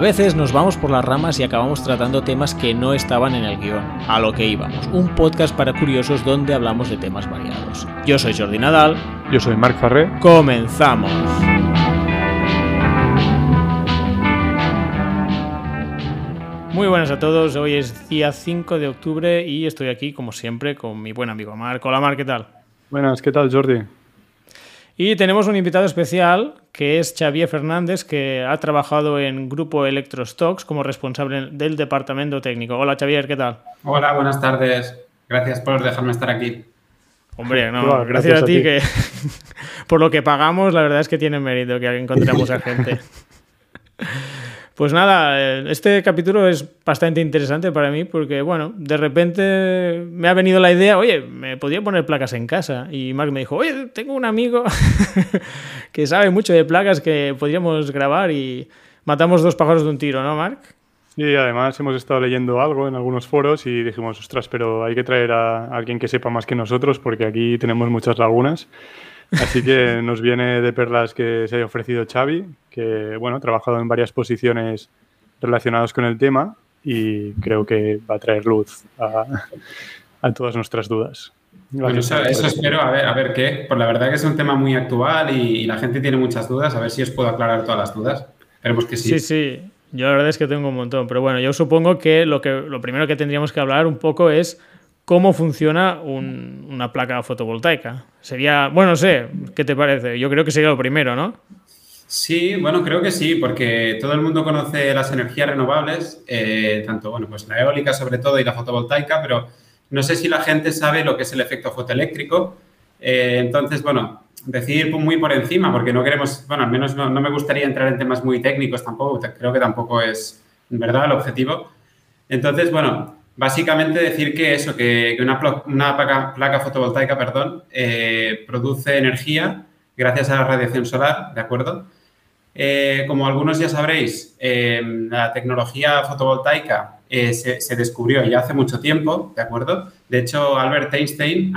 veces nos vamos por las ramas y acabamos tratando temas que no estaban en el guión. A lo que íbamos, un podcast para curiosos donde hablamos de temas variados. Yo soy Jordi Nadal. Yo soy Marc Farré. ¡Comenzamos! Muy buenas a todos, hoy es día 5 de octubre y estoy aquí, como siempre, con mi buen amigo Marc. Hola Marc, ¿qué tal? Buenas, ¿qué tal, Jordi? Y tenemos un invitado especial, que es Xavier Fernández, que ha trabajado en Grupo Electrostocks como responsable del departamento técnico. Hola Xavier, ¿qué tal? Hola, buenas tardes. Gracias por dejarme estar aquí. Hombre, no, gracias a ti, que por lo que pagamos, la verdad es que tiene mérito que encontremos a gente. Pues nada, este capítulo es bastante interesante para mí porque, bueno, de repente me ha venido la idea, oye, me podría poner placas en casa. Y Marc me dijo, oye, tengo un amigo que sabe mucho de placas que podríamos grabar y matamos dos pájaros de un tiro, ¿no, Marc? Y además hemos estado leyendo algo en algunos foros y dijimos, ostras, pero hay que traer a alguien que sepa más que nosotros porque aquí tenemos muchas lagunas. Así que nos viene de perlas que se haya ofrecido Xavi, que bueno, ha trabajado en varias posiciones relacionadas con el tema y creo que va a traer luz a todas nuestras dudas. Bueno, eso espero, a ver qué. Pues la verdad que es un tema muy actual y la gente tiene muchas dudas. A ver si os puedo aclarar todas las dudas. Esperemos que sí. Sí. Yo la verdad es que tengo un montón. Pero bueno, yo supongo que lo primero que tendríamos que hablar un poco es cómo funciona una placa fotovoltaica. Sería, bueno, no sé, ¿qué te parece? Yo creo que sería lo primero, ¿no? Sí, bueno, creo que sí, porque todo el mundo conoce las energías renovables, tanto, bueno, pues la eólica sobre todo y la fotovoltaica, pero no sé si la gente sabe lo que es el efecto fotoeléctrico. Entonces, bueno, decir muy por encima, porque no queremos, bueno, al menos no me gustaría entrar en temas muy técnicos tampoco, creo que tampoco es, en verdad, el objetivo. Entonces, bueno, básicamente decir que eso, que una placa fotovoltaica, produce energía gracias a la radiación solar, ¿de acuerdo? Como algunos ya sabréis, la tecnología fotovoltaica se descubrió ya hace mucho tiempo, ¿de acuerdo? De hecho, Albert Einstein,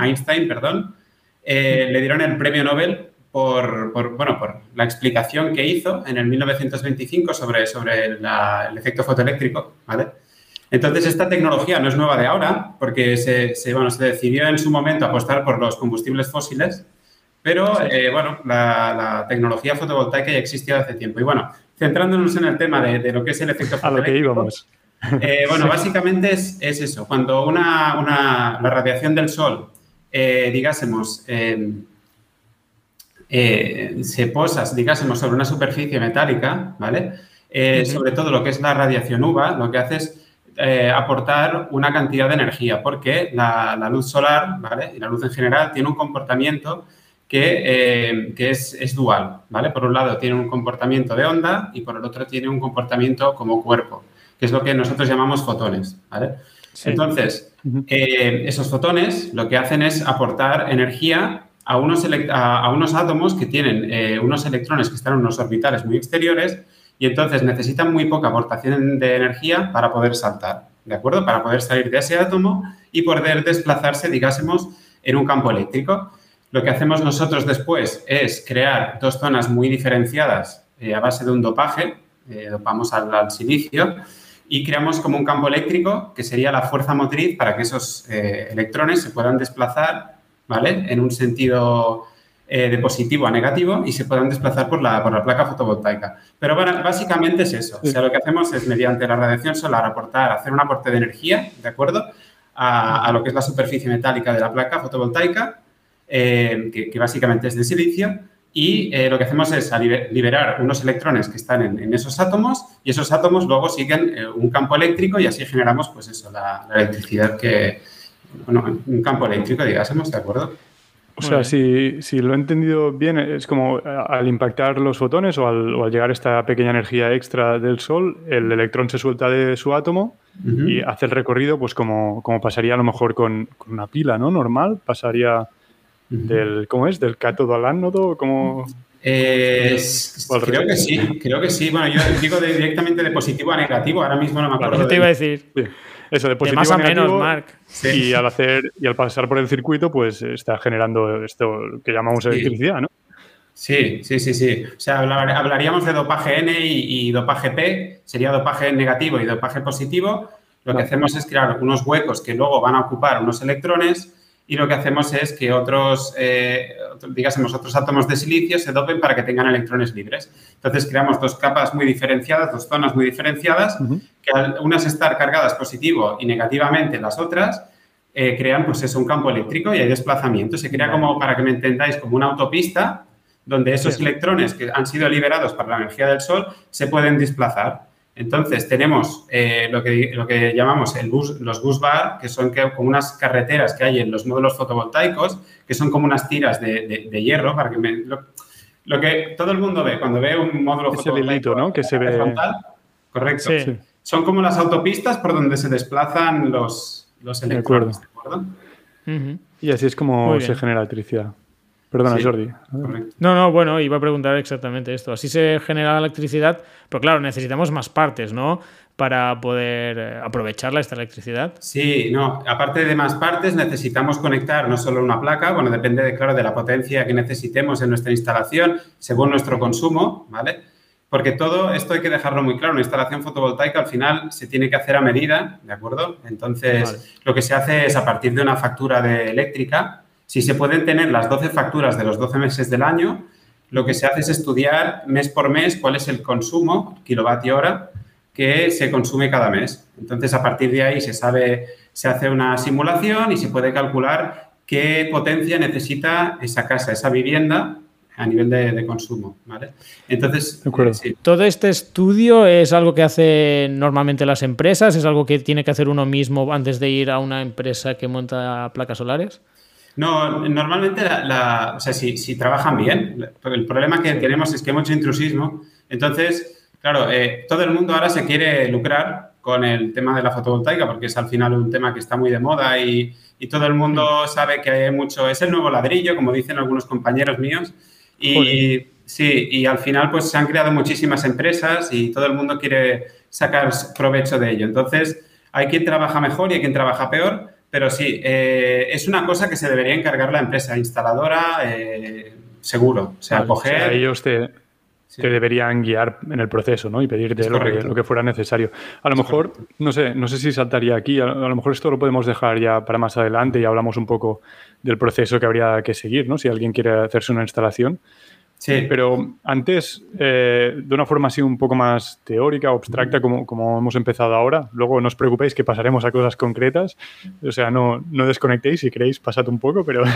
le dieron el premio Nobel por la explicación que hizo en el 1925 sobre el efecto fotoeléctrico, ¿vale? Entonces, esta tecnología no es nueva de ahora, porque se decidió en su momento apostar por los combustibles fósiles, pero, la tecnología fotovoltaica ya existía hace tiempo. Y, bueno, centrándonos en el tema de lo que es el efecto fotoeléctrico. A lo que íbamos. Básicamente es eso. Cuando la radiación del sol, se posa, sobre una superficie metálica, ¿vale? Sobre todo lo que es la radiación UVA, lo que hace es aportar una cantidad de energía, porque la luz solar, ¿vale? Y la luz en general tiene un comportamiento que es dual, ¿vale? Por un lado tiene un comportamiento de onda y por el otro tiene un comportamiento como cuerpo, que es lo que nosotros llamamos fotones, ¿vale? Sí. Entonces, esos fotones lo que hacen es aportar energía a unos átomos que tienen unos electrones que están en unos orbitales muy exteriores y entonces necesitan muy poca aportación de energía para poder saltar, ¿de acuerdo? Para poder salir de ese átomo y poder desplazarse, en un campo eléctrico. Lo que hacemos nosotros después es crear dos zonas muy diferenciadas a base de un dopaje, dopamos al silicio y creamos como un campo eléctrico que sería la fuerza motriz para que esos electrones se puedan desplazar, ¿vale? En un sentido de positivo a negativo y se puedan desplazar por la placa fotovoltaica. Pero básicamente es eso. O sea, lo que hacemos es, mediante la radiación solar, hacer un aporte de energía, ¿de acuerdo? A lo que es la superficie metálica de la placa fotovoltaica, que básicamente es de silicio, y lo que hacemos es liberar unos electrones que están en esos átomos y esos átomos luego siguen un campo eléctrico y así generamos, pues eso, la electricidad un campo eléctrico, ¿de acuerdo? O sea, si lo he entendido bien, es como al impactar los fotones o al llegar esta pequeña energía extra del Sol, el electrón se suelta de su átomo y hace el recorrido, pues como pasaría a lo mejor con una pila, ¿no? Normal, pasaría del cátodo al ánodo, ¿cómo? Creo que sí. Bueno, yo digo directamente de positivo a negativo, ahora mismo no me acuerdo. Eso te iba a decir. Sí. Eso, de positivo de más a negativo, menos, Marc. Sí. Y al pasar por el circuito, pues está generando esto que llamamos electricidad, ¿no? Sí. O sea, hablaríamos de dopaje N y dopaje P, sería dopaje negativo y dopaje positivo. Lo que hacemos es crear unos huecos que luego van a ocupar unos electrones y lo que hacemos es que otros átomos de silicio se dopen para que tengan electrones libres. Entonces, creamos dos capas muy diferenciadas, dos zonas muy diferenciadas, que al unas estar cargadas positivo y negativamente las otras, crean, pues eso, un campo eléctrico y hay desplazamiento. Se crea como, para que me entendáis, como una autopista donde esos electrones que han sido liberados por la energía del Sol se pueden desplazar. Entonces, tenemos lo que llamamos los bus bar, que son como unas carreteras que hay en los módulos fotovoltaicos, que son como unas tiras de hierro, para que lo que todo el mundo ve cuando ve un módulo fotovoltaico, hilito, ¿no? Que se ve frontal, correcto. Sí. Son como las autopistas por donde se desplazan los electrones, ¿de acuerdo? Y así es como se genera electricidad. Perdona, Jordi. No, bueno, iba a preguntar exactamente esto. Así se genera la electricidad, pero claro, necesitamos más partes, ¿no? Para poder aprovecharla, esta electricidad. Sí, no. Aparte de más partes, necesitamos conectar no solo una placa, bueno, depende, claro, de la potencia que necesitemos en nuestra instalación, según nuestro consumo, ¿vale? Porque todo esto hay que dejarlo muy claro. Una instalación fotovoltaica al final se tiene que hacer a medida, ¿de acuerdo? Entonces, lo que se hace es a partir de una factura eléctrica. Si se pueden tener las 12 facturas de los 12 meses del año, lo que se hace es estudiar mes por mes cuál es el consumo, kilovatio hora, que se consume cada mes. Entonces, a partir de ahí se hace una simulación y se puede calcular qué potencia necesita esa casa, esa vivienda, a nivel de consumo, ¿vale? Entonces, sí. ¿Todo este estudio es algo que hacen normalmente las empresas? ¿Es algo que tiene que hacer uno mismo antes de ir a una empresa que monta placas solares? No, normalmente, o sea, si trabajan bien, el problema que tenemos es que hay mucho intrusismo. Entonces, claro, todo el mundo ahora se quiere lucrar con el tema de la fotovoltaica porque es al final un tema que está muy de moda y todo el mundo sabe que hay mucho, es el nuevo ladrillo, como dicen algunos compañeros míos. Y al final pues se han creado muchísimas empresas y todo el mundo quiere sacar provecho de ello. Entonces, hay quien trabaja mejor y hay quien trabaja peor. Pero sí, es una cosa que se debería encargar la empresa instaladora, seguro. O sea, coger... O sea, ellos te deberían guiar en el proceso, ¿no? Y pedirte lo que fuera necesario. A lo mejor, no sé si saltaría aquí, a lo mejor esto lo podemos dejar ya para más adelante y hablamos un poco del proceso que habría que seguir, ¿no? Si alguien quiere hacerse una instalación. Sí. Pero antes, de una forma así un poco más teórica o abstracta, como hemos empezado ahora, luego no os preocupéis que pasaremos a cosas concretas. O sea, no desconectéis, si queréis, pasad un poco, pero...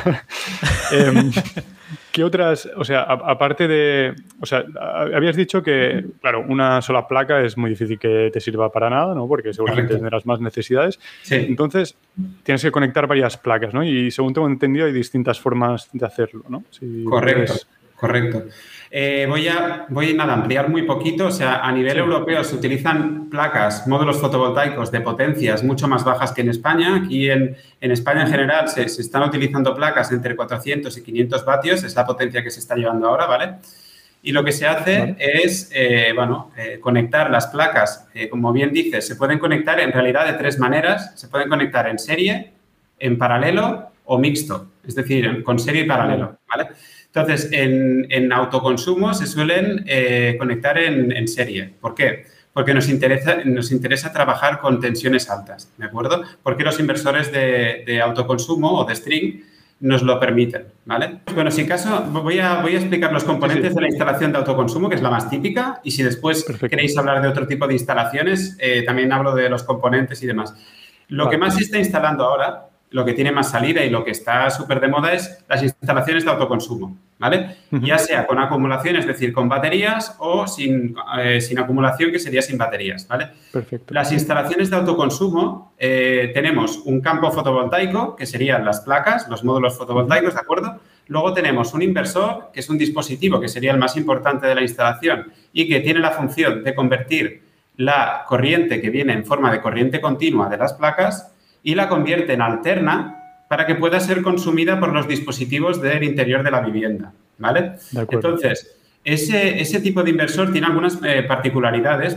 ¿Qué otras, o sea, aparte de... O sea, habías dicho que, claro, una sola placa es muy difícil que te sirva para nada, ¿no? Porque seguramente tendrás más necesidades. Sí. Entonces, tienes que conectar varias placas, ¿no? Y según tengo entendido, hay distintas formas de hacerlo, ¿no? Si correcto. Voy a ampliar muy poquito. O sea, a nivel europeo se utilizan placas, módulos fotovoltaicos de potencias mucho más bajas que en España. Aquí en España en general se están utilizando placas entre 400 y 500 vatios. Es la potencia que se está llevando ahora, ¿vale? Y lo que se hace es, conectar las placas. Como bien dices, se pueden conectar en realidad de tres maneras. Se pueden conectar en serie, en paralelo o mixto. Es decir, con serie y paralelo, ¿vale? Entonces, en autoconsumo se suelen conectar en serie. ¿Por qué? Porque nos interesa trabajar con tensiones altas, ¿de acuerdo? Porque los inversores de autoconsumo o de string nos lo permiten, ¿vale? Bueno, sin caso, voy a explicar los componentes de la instalación de autoconsumo, que es la más típica, y si después queréis hablar de otro tipo de instalaciones, también hablo de los componentes y demás. Lo que más se está instalando ahora, lo que tiene más salida y lo que está súper de moda es las instalaciones de autoconsumo, ¿vale? Ya sea con acumulación, es decir, con baterías o sin acumulación, que sería sin baterías, ¿vale? Perfecto. Las instalaciones de autoconsumo, tenemos un campo fotovoltaico, que serían las placas, los módulos fotovoltaicos, ¿de acuerdo? Luego tenemos un inversor, que es un dispositivo que sería el más importante de la instalación y que tiene la función de convertir la corriente que viene en forma de corriente continua de las placas y la convierte en alterna para que pueda ser consumida por los dispositivos del interior de la vivienda, ¿vale? Entonces, ese tipo de inversor tiene algunas peculiaridades,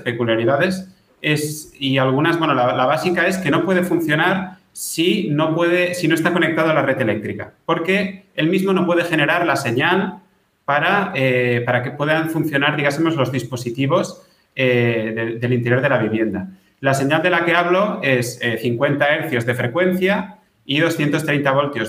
y algunas, bueno, la básica es que no puede funcionar si no está conectado a la red eléctrica, porque él mismo no puede generar la señal para que puedan funcionar, digamos, los dispositivos del interior de la vivienda. La señal de la que hablo es 50 hercios de frecuencia y 230 voltios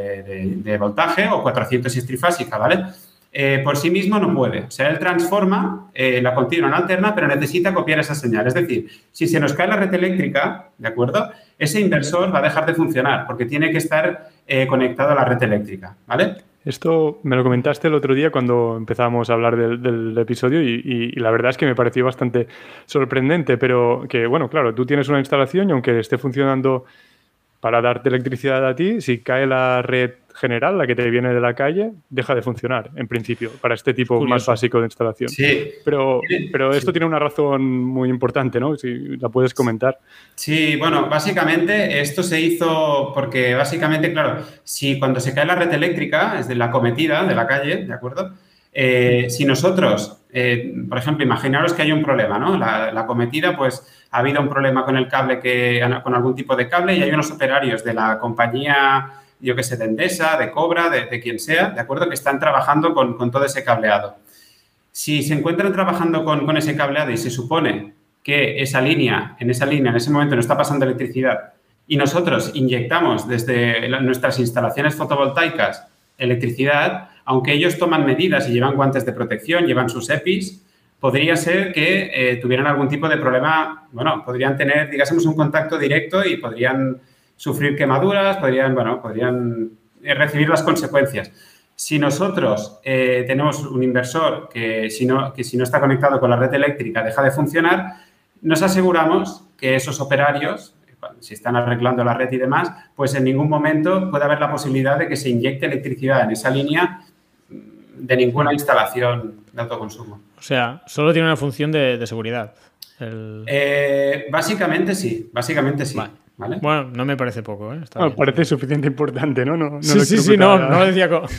de voltaje o 400 si es trifásica, ¿vale? Por sí mismo no puede. O sea, él transforma la continua en alterna, pero necesita copiar esa señal. Es decir, si se nos cae la red eléctrica, ¿de acuerdo? Ese inversor va a dejar de funcionar porque tiene que estar conectado a la red eléctrica, ¿vale? Esto me lo comentaste el otro día cuando empezábamos a hablar del episodio y la verdad es que me pareció bastante sorprendente, pero que, bueno, claro, tú tienes una instalación y aunque esté funcionando para darte electricidad a ti, si cae la red general, la que te viene de la calle, deja de funcionar, en principio, para este tipo más básico de instalación. Sí. Pero esto tiene una razón muy importante, ¿no? Si la puedes comentar. Sí, bueno, básicamente esto se hizo porque básicamente, claro, si cuando se cae la red eléctrica, es de la acometida de la calle, ¿de acuerdo? Si nosotros, por ejemplo, imaginaros que hay un problema, ¿no? La acometida, pues ha habido un problema con el cable, con algún tipo de cable y hay unos operarios de la compañía, yo qué sé, de Endesa, de Cobra, de quien sea, ¿de acuerdo? Que están trabajando con todo ese cableado. Si se encuentran trabajando con ese cableado y se supone que en esa línea, en ese momento no está pasando electricidad y nosotros inyectamos desde nuestras instalaciones fotovoltaicas electricidad, aunque ellos toman medidas y llevan guantes de protección, llevan sus EPIs, podría ser que tuvieran algún tipo de problema, bueno, podrían tener, digamos, un contacto directo y podrían sufrir quemaduras, podrían recibir las consecuencias. Si nosotros tenemos un inversor que si no está conectado con la red eléctrica deja de funcionar, nos aseguramos que esos operarios, si están arreglando la red y demás, pues en ningún momento puede haber la posibilidad de que se inyecte electricidad en esa línea de ninguna instalación de autoconsumo. O sea, solo tiene una función de seguridad. Básicamente sí. Vale. Bueno, no me parece poco, ¿eh? Parece suficiente importante, ¿no? Sí, no decía como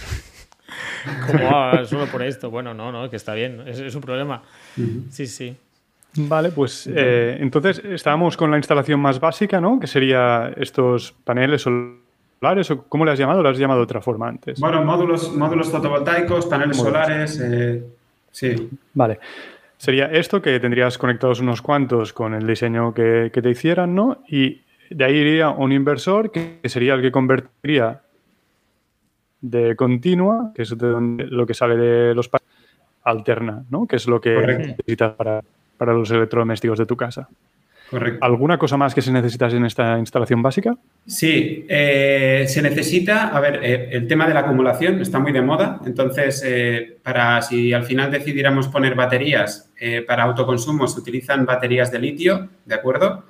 solo por esto. Bueno, no, que está bien, es un problema. Sí. Vale, pues entonces estábamos con la instalación más básica, ¿no? Que sería estos paneles solares, o ¿cómo le has llamado? ¿Lo has llamado de otra forma antes? Bueno, módulos fotovoltaicos, paneles solares, sí. Vale. Sería esto, que tendrías conectados unos cuantos con el diseño que te hicieran, ¿no? Y de ahí iría un inversor que sería el que convertiría de continua, que es lo que sale de los paneles, alterna, ¿no? Que es lo que necesitas para los electrodomésticos de tu casa. Correcto. ¿Alguna cosa más que se necesita en esta instalación básica? Sí, se necesita, el tema de la acumulación está muy de moda, entonces si al final decidiéramos poner baterías para autoconsumo, se utilizan baterías de litio, ¿de acuerdo?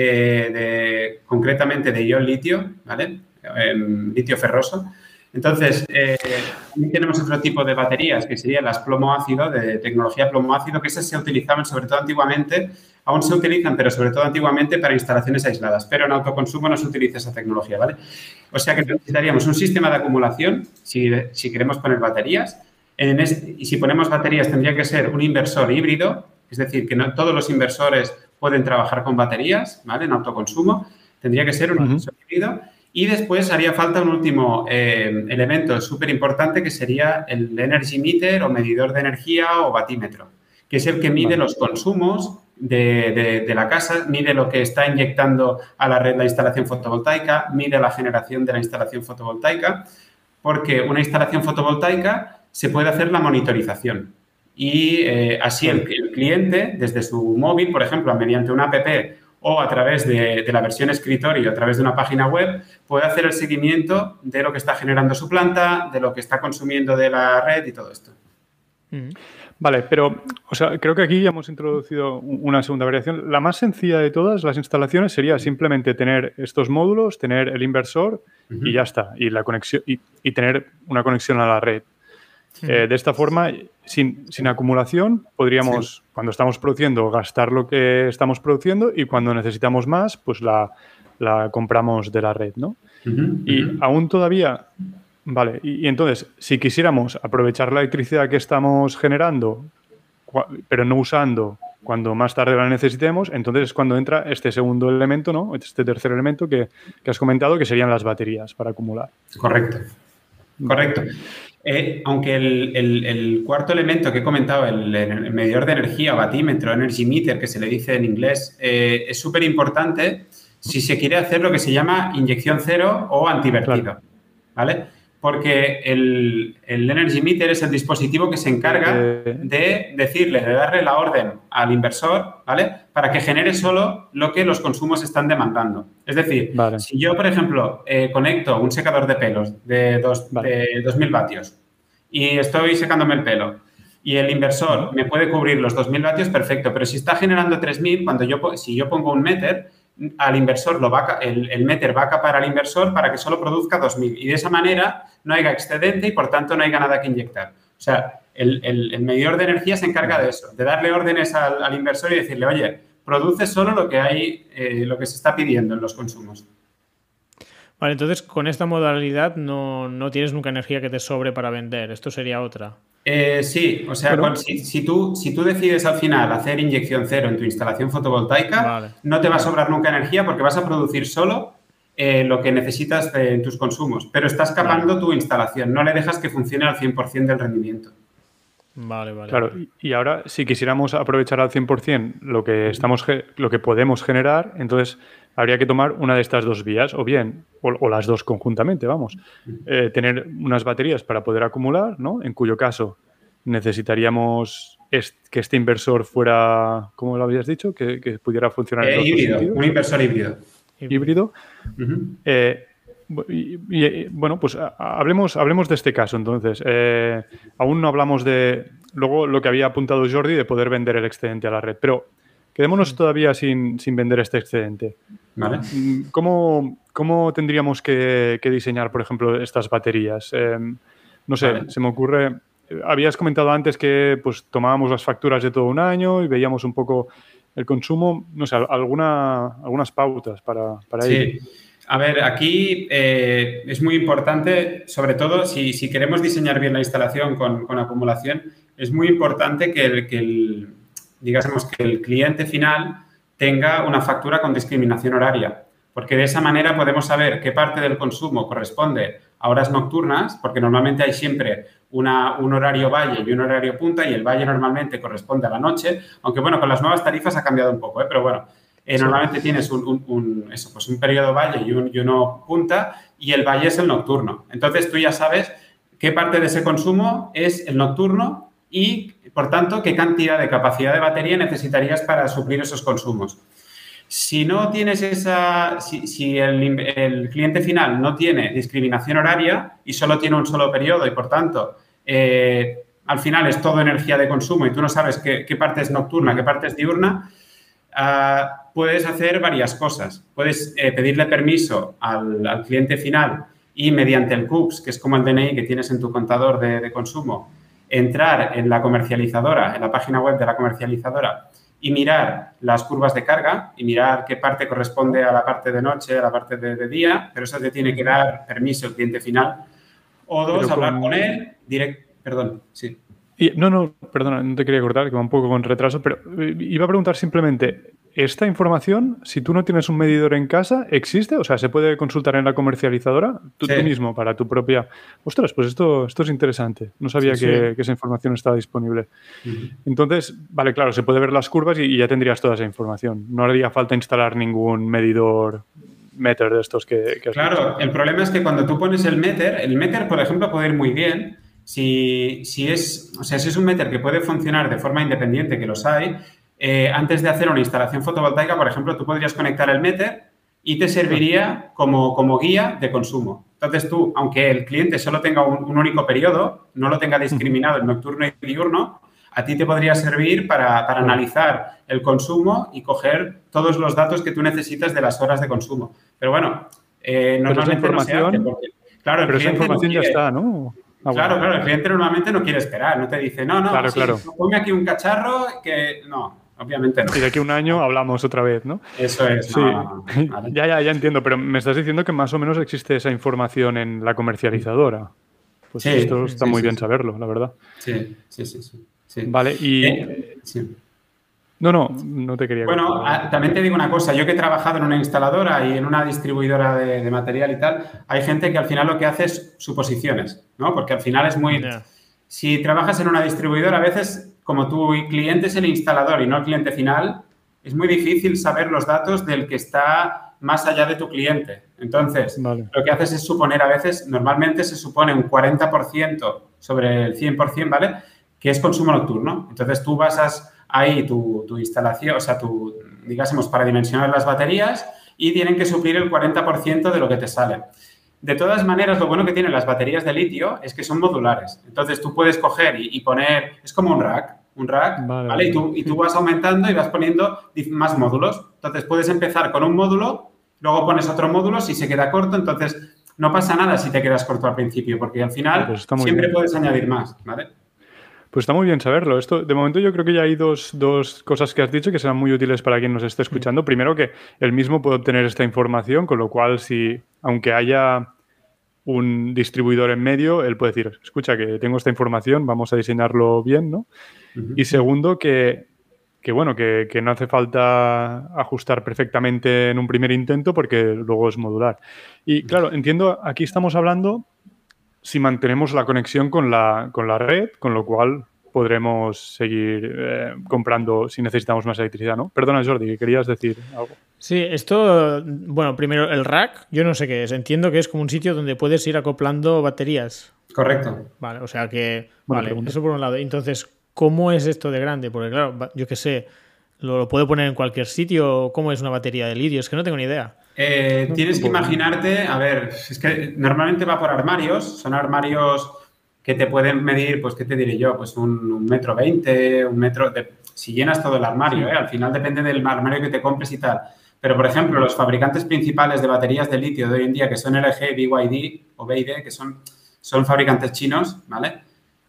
Concretamente de ion litio, ¿vale? Litio ferroso. Entonces, también tenemos otro tipo de baterías que serían las plomo-ácido, de tecnología plomo-ácido, que esas se utilizaban sobre todo antiguamente, aún se utilizan, pero sobre todo antiguamente para instalaciones aisladas, pero en autoconsumo no se utiliza esa tecnología, ¿vale? O sea que necesitaríamos un sistema de acumulación si queremos poner baterías. Y si ponemos baterías tendría que ser un inversor híbrido, es decir, que no todos los inversores pueden trabajar con baterías, ¿vale? En autoconsumo. Tendría que ser un inversor híbrido. Y después haría falta un último elemento súper importante que sería el energy meter o medidor de energía o batímetro, que es el que mide los consumos de la casa, mide lo que está inyectando a la red la instalación fotovoltaica, mide la generación de la instalación fotovoltaica, porque una instalación fotovoltaica se puede hacer la monitorización y así el cliente desde su móvil, por ejemplo, mediante una app o a través de la versión escritorio, a través de una página web, puede hacer el seguimiento de lo que está generando su planta, de lo que está consumiendo de la red y todo esto. Vale, pero creo que aquí ya hemos introducido una segunda variación. La más sencilla de todas las instalaciones sería simplemente tener estos módulos, tener el inversor y ya está, y la conexión y tener una conexión a la red. De esta forma, sin acumulación, podríamos, cuando estamos produciendo, gastar lo que estamos produciendo y cuando necesitamos más, pues la compramos de la red, ¿no? Y aún todavía... Vale, y entonces, si quisiéramos aprovechar la electricidad que estamos generando, pero no usando cuando más tarde la necesitemos, entonces es cuando entra este segundo elemento, ¿no? Este tercer elemento que has comentado, que serían las baterías para acumular. Correcto. Aunque el cuarto elemento que he comentado, el medidor de energía o batímetro, energy meter, que se le dice en inglés, es súper importante si se quiere hacer lo que se llama inyección cero o antivertido, claro. ¿Vale? Porque el energy meter es el dispositivo que se encarga de decirle, de darle la orden al inversor, ¿vale? Para que genere solo lo que los consumos están demandando. Es decir, vale. Si yo, por ejemplo, conecto un secador de pelos de 2000 vatios y estoy secándome el pelo y el inversor me puede cubrir los 2000 vatios, perfecto. Pero si está generando 3000, si yo pongo un meter, al inversor el meter va a capar al inversor para que solo produzca 2000 y de esa manera no haya excedente y por tanto no haya nada que inyectar. O sea, el medidor de energía se encarga de eso, de darle órdenes al inversor y decirle, oye, produce solo lo que lo que se está pidiendo en los consumos. Vale, entonces con esta modalidad no tienes nunca energía que te sobre para vender. Esto sería otra. Sí, o sea, bueno, si tú decides al final hacer inyección cero en tu instalación fotovoltaica, vale. No te va a sobrar nunca energía porque vas a producir solo lo que necesitas en tus consumos, pero estás capando vale. Tu instalación, no le dejas que funcione al 100% del rendimiento. Vale, vale. Claro, y ahora si quisiéramos aprovechar al 100% lo que podemos generar, entonces habría que tomar una de estas dos vías, o bien, o las dos conjuntamente, vamos. Tener unas baterías para poder acumular, ¿no? En cuyo caso necesitaríamos que este inversor fuera, ¿cómo lo habías dicho? Que pudiera funcionar en híbrido, un inversor híbrido. Híbrido. Bueno, pues hablemos de este caso, entonces. Aún no hablamos de, luego, lo que había apuntado Jordi de poder vender el excedente a la red, pero quedémonos todavía sin vender este excedente. Vale. ¿Cómo tendríamos que diseñar, por ejemplo, estas baterías? No sé, vale. Se me ocurre... Habías comentado antes que pues tomábamos las facturas de todo un año y veíamos un poco el consumo. No sé, algunas pautas para ello. Sí. A ver, aquí es muy importante, sobre todo si queremos diseñar bien la instalación con acumulación, es muy importante que el cliente final tenga una factura con discriminación horaria, porque de esa manera podemos saber qué parte del consumo corresponde a horas nocturnas, porque normalmente hay siempre un horario valle y un horario punta, y el valle normalmente corresponde a la noche, aunque bueno, con las nuevas tarifas ha cambiado un poco, pero bueno. Normalmente tienes un periodo valle y uno punta, y el valle es el nocturno. Entonces, tú ya sabes qué parte de ese consumo es el nocturno y, por tanto, qué cantidad de capacidad de batería necesitarías para suplir esos consumos. Si no tienes si el cliente final no tiene discriminación horaria y solo tiene un solo periodo y, por tanto, al final es todo energía de consumo y tú no sabes qué parte es nocturna, qué parte es diurna, puedes hacer varias cosas. Puedes pedirle permiso al cliente final y mediante el CUPS, que es como el DNI que tienes en tu contador de consumo, entrar en la comercializadora, en la página web de la comercializadora y mirar las curvas de carga y mirar qué parte corresponde a la parte de noche, a la parte de día, pero eso te tiene que dar permiso el cliente final. O dos, hablar con él Perdón, sí. No, perdona, no te quería cortar, que va un poco con retraso, pero iba a preguntar simplemente, ¿esta información, si tú no tienes un medidor en casa, existe? O sea, ¿se puede consultar en la comercializadora? Tú mismo, para tu propia... Ostras, pues esto es interesante. No sabía que esa información estaba disponible. Entonces, vale, claro, se puede ver las curvas y ya tendrías toda esa información. No haría falta instalar ningún medidor meter de estos que has Claro, dicho. El problema es que cuando tú pones el meter, por ejemplo, puede ir muy bien. Si es un meter que puede funcionar de forma independiente, que los hay, antes de hacer una instalación fotovoltaica, por ejemplo, tú podrías conectar el meter y te serviría como guía de consumo. Entonces tú, aunque el cliente solo tenga un único periodo, no lo tenga discriminado en nocturno y diurno, a ti te podría servir para analizar el consumo y coger todos los datos que tú necesitas de las horas de consumo. Pero bueno, normalmente no se hace porque, claro, el cliente esa información ya está, ¿no? Claro, el cliente normalmente no quiere esperar, no te dice, claro. Ponme aquí un cacharro que... No, obviamente no. Y de aquí a un año hablamos otra vez, ¿no? Eso es. Sí. Vale. Ya entiendo, pero me estás diciendo que más o menos existe esa información en la comercializadora. Pues esto está muy bien saberlo, la verdad. Sí. Vale, y... No te quería Bueno, también te digo una cosa. Yo que he trabajado en una instaladora y en una distribuidora de material y tal, hay gente que al final lo que hace es suposiciones, ¿no? Porque al final es muy... Ya. Si trabajas en una distribuidora, a veces, como tu cliente es el instalador y no el cliente final, es muy difícil saber los datos del que está más allá de tu cliente. Entonces, lo que haces es suponer a veces, normalmente se supone un 40% sobre el 100%, ¿vale? Que es consumo nocturno. Entonces, tú basas ahí tu instalación, o sea, digásemos, para dimensionar las baterías y tienen que suplir el 40% de lo que te sale. De todas maneras, lo bueno que tienen las baterías de litio es que son modulares. Entonces, tú puedes coger y poner, es como un rack, ¿vale? Y tú vas aumentando y vas poniendo más módulos. Entonces, puedes empezar con un módulo, luego pones otro módulo, si se queda corto, entonces no pasa nada si te quedas corto al principio, porque al final pues siempre puedes añadir más, ¿vale? Pues está muy bien saberlo. Esto, de momento, yo creo que ya hay dos cosas que has dicho que serán muy útiles para quien nos esté escuchando. Primero, que él mismo puede obtener esta información, con lo cual, aunque haya un distribuidor en medio, él puede decir, escucha, que tengo esta información, vamos a diseñarlo bien, ¿no? Y segundo, que no hace falta ajustar perfectamente en un primer intento porque luego es modular. Y claro, entiendo, aquí estamos hablando si mantenemos la conexión con la red, con lo cual podremos seguir comprando si necesitamos más electricidad, ¿no? Perdona, Jordi, que querías decir algo. Sí, esto, bueno, primero el rack, yo no sé qué es. Entiendo que es como un sitio donde puedes ir acoplando baterías. Correcto. Vale, o sea que, Vale, eso por un lado. Entonces, ¿cómo es esto de grande? Porque claro, yo qué sé, ¿lo puedo poner en cualquier sitio? ¿Cómo es una batería de litio? Es que no tengo ni idea. Tienes que imaginarte, a ver, es que normalmente va por armarios, son armarios que te pueden medir, pues, ¿qué te diré yo? Pues un metro 20, un metro, si llenas todo el armario, al final depende del armario que te compres y tal. Pero, por ejemplo, los fabricantes principales de baterías de litio de hoy en día, que son LG, BYD o BYD, que son fabricantes chinos, ¿vale?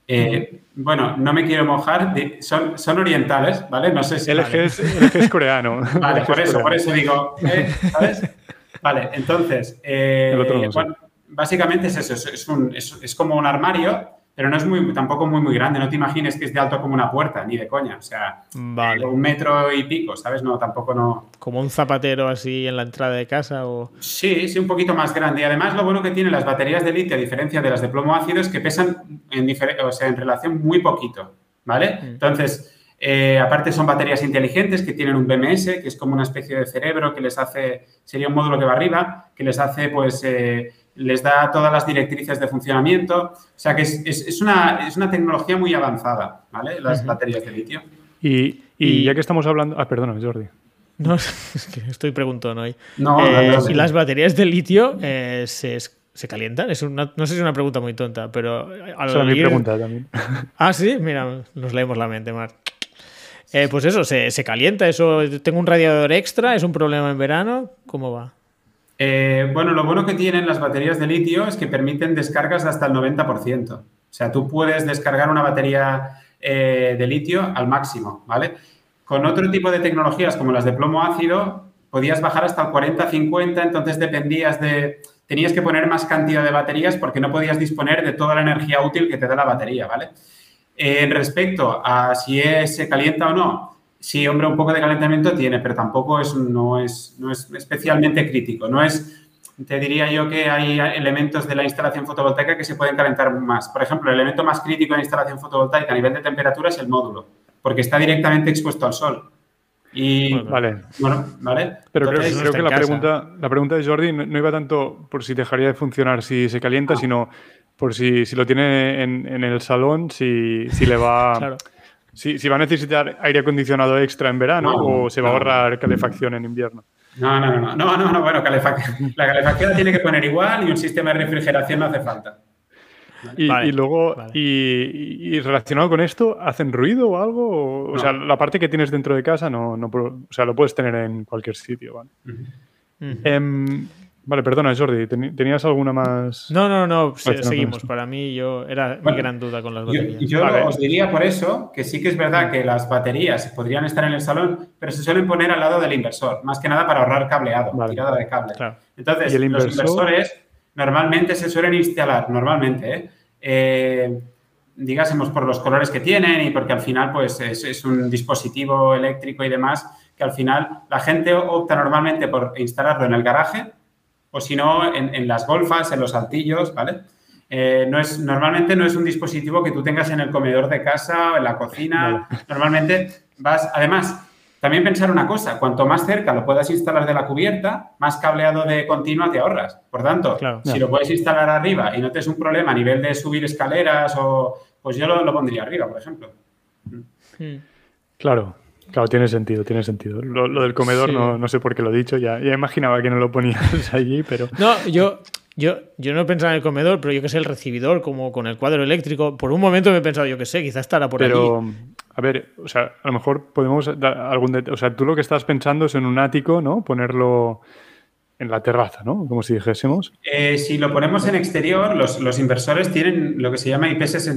Bueno, no me quiero mojar, son orientales, ¿vale? No sé si... LG es coreano. Vale, por eso digo, ¿sabes? Vale, entonces, bueno, básicamente es eso, es como un armario, pero no es tampoco muy grande, no te imagines que es de alto como una puerta, ni de coña, o sea, un metro y pico, ¿sabes? No, tampoco no... ¿Como un zapatero así en la entrada de casa o...? Sí, un poquito más grande. Y además lo bueno que tienen las baterías de litio, a diferencia de las de plomo ácido, es que pesan en relación muy poquito, ¿vale? Entonces... aparte son baterías inteligentes que tienen un BMS, que es como una especie de cerebro que les hace, sería un módulo que va arriba, que les hace, pues, les da todas las directrices de funcionamiento. O sea que es una tecnología muy avanzada, ¿vale? Las baterías de litio. Y ya que estamos hablando... Perdona, Jordi. No, es que estoy preguntando hoy. No, ¿y las baterías de litio se calientan? No sé si es una pregunta muy tonta, pero... Esa es mi pregunta también. Ah, sí, mira, nos leemos la mente, Marc. Pues eso, se calienta, eso. Tengo un radiador extra, es un problema en verano, ¿cómo va? Bueno, lo bueno que tienen las baterías de litio es que permiten descargas de hasta el 90%. O sea, tú puedes descargar una batería de litio al máximo, ¿vale? Con otro tipo de tecnologías como las de plomo ácido, podías bajar hasta el 40-50, entonces tenías que poner más cantidad de baterías porque no podías disponer de toda la energía útil que te da la batería, ¿vale? Respecto a si se calienta o no, sí, hombre, un poco de calentamiento tiene, pero tampoco no es especialmente crítico. Te diría yo que hay elementos de la instalación fotovoltaica que se pueden calentar más. Por ejemplo, el elemento más crítico de la instalación fotovoltaica a nivel de temperatura es el módulo, porque está directamente expuesto al sol. Y, vale. Bueno, ¿vale? Pero creo que la pregunta de Jordi no iba tanto por si dejaría de funcionar si se calienta, sino por si lo tiene en el salón, si le va... Claro. Si va a necesitar aire acondicionado extra en verano o se va a ahorrar calefacción en invierno. No, bueno, la calefacción la tiene que poner igual y un sistema de refrigeración no hace falta. Y luego, y relacionado con esto, ¿hacen ruido o algo? O sea, la parte que tienes dentro de casa o sea, lo puedes tener en cualquier sitio, ¿vale? Vale, perdona, Jordi, ¿tenías alguna más? No, seguimos. Para mí era mi gran duda con las baterías. Yo os diría por eso que sí que es verdad que las baterías podrían estar en el salón, pero se suelen poner al lado del inversor, más que nada para ahorrar cableado, tirada de cable. Claro. Entonces, los inversores normalmente se suelen instalar, digásemos, por los colores que tienen y porque al final pues es un dispositivo eléctrico y demás que al final la gente opta normalmente por instalarlo en el garaje o si no en las golfas, en los altillos, ¿vale? Normalmente no es un dispositivo que tú tengas en el comedor de casa o en la cocina. Vale. Normalmente además, también pensar una cosa, cuanto más cerca lo puedas instalar de la cubierta, más cableado de continua te ahorras. Por tanto, claro, si lo puedes instalar arriba y no te es un problema a nivel de subir escaleras pues yo lo pondría arriba, por ejemplo. Claro, tiene sentido. Lo del comedor no sé por qué lo he dicho, ya imaginaba que no lo ponías allí, pero... No, yo no pensaba en el comedor, pero yo que sé, el recibidor, como con el cuadro eléctrico, por un momento me he pensado, yo que sé, quizás estará por allí. Pero, a ver, o sea, a lo mejor podemos dar algún detalle. O sea, tú lo que estás pensando es en un ático, ¿no? Ponerlo en la terraza, ¿no? Como si dijésemos. Si lo ponemos en exterior, los inversores tienen lo que se llama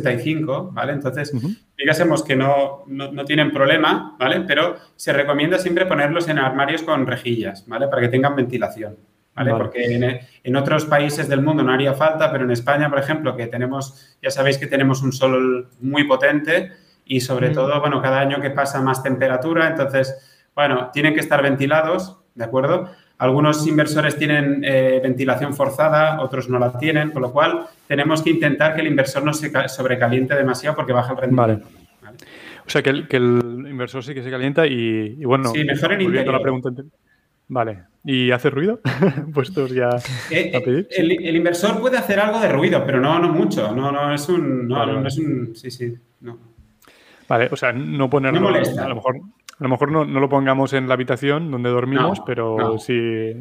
IP65, ¿vale? Entonces, digásemos que no tienen problema, ¿vale? Pero se recomienda siempre ponerlos en armarios con rejillas, ¿vale? Para que tengan ventilación, ¿vale? Porque en otros países del mundo no haría falta, pero en España, por ejemplo, que tenemos, ya sabéis que tenemos un sol muy potente y sobre todo, bueno, cada año que pasa más temperatura, entonces, bueno, tienen que estar ventilados, ¿de acuerdo? Algunos inversores tienen ventilación forzada, otros no la tienen, con lo cual tenemos que intentar que el inversor no se sobrecaliente demasiado porque baja el rendimiento. Vale. O sea, que el inversor sí que se calienta y bueno... Sí, mejor en interior. La pregunta vale. ¿Y hace ruido? Puestos ya a pedir. El inversor puede hacer algo de ruido, pero no mucho. No es un... No es un... Sí, no. Vale, o sea, no ponerlo... No molesta. A lo mejor no lo pongamos en la habitación donde dormimos, pero sí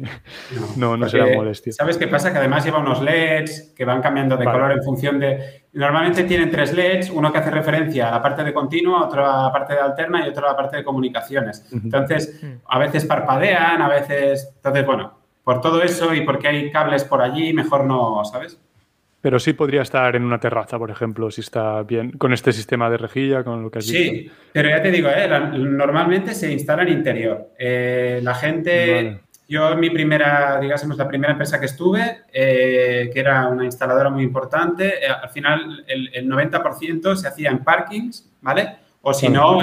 no será molestia. ¿Sabes qué pasa? Que además lleva unos LEDs que van cambiando de color en función de... Normalmente tienen 3 LEDs, uno que hace referencia a la parte de continua, otro a la parte de alterna y otro a la parte de comunicaciones. Entonces, a veces parpadean, a veces... Entonces, bueno, por todo eso y porque hay cables por allí, mejor no, ¿sabes? Pero sí podría estar en una terraza, por ejemplo, si está bien con este sistema de rejilla, con lo que has visto. Sí, pero ya te digo, normalmente se instala en interior. La gente... Vale. Yo en mi primera, digásemos, la primera empresa que estuve, que era una instaladora muy importante, al final el 90% se hacía en parkings, ¿vale? O si no,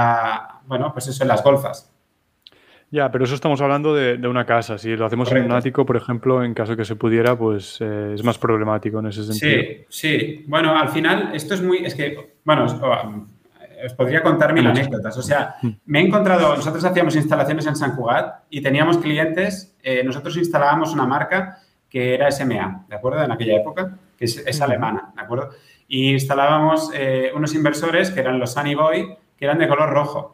bueno, pues eso en las golfas. Ya, pero eso estamos hablando de una casa. Si lo hacemos en un ático, por ejemplo, en caso que se pudiera, pues es más problemático en ese sentido. Sí. Bueno, al final esto es muy... Es que, bueno, os podría contar 1000 anécdotas. O sea, me he encontrado... Nosotros hacíamos instalaciones en Sant Cugat y teníamos clientes... nosotros instalábamos una marca que era SMA, ¿de acuerdo? En aquella época, que es alemana, ¿de acuerdo? Y instalábamos unos inversores que eran los Sunny Boy, que eran de color rojo.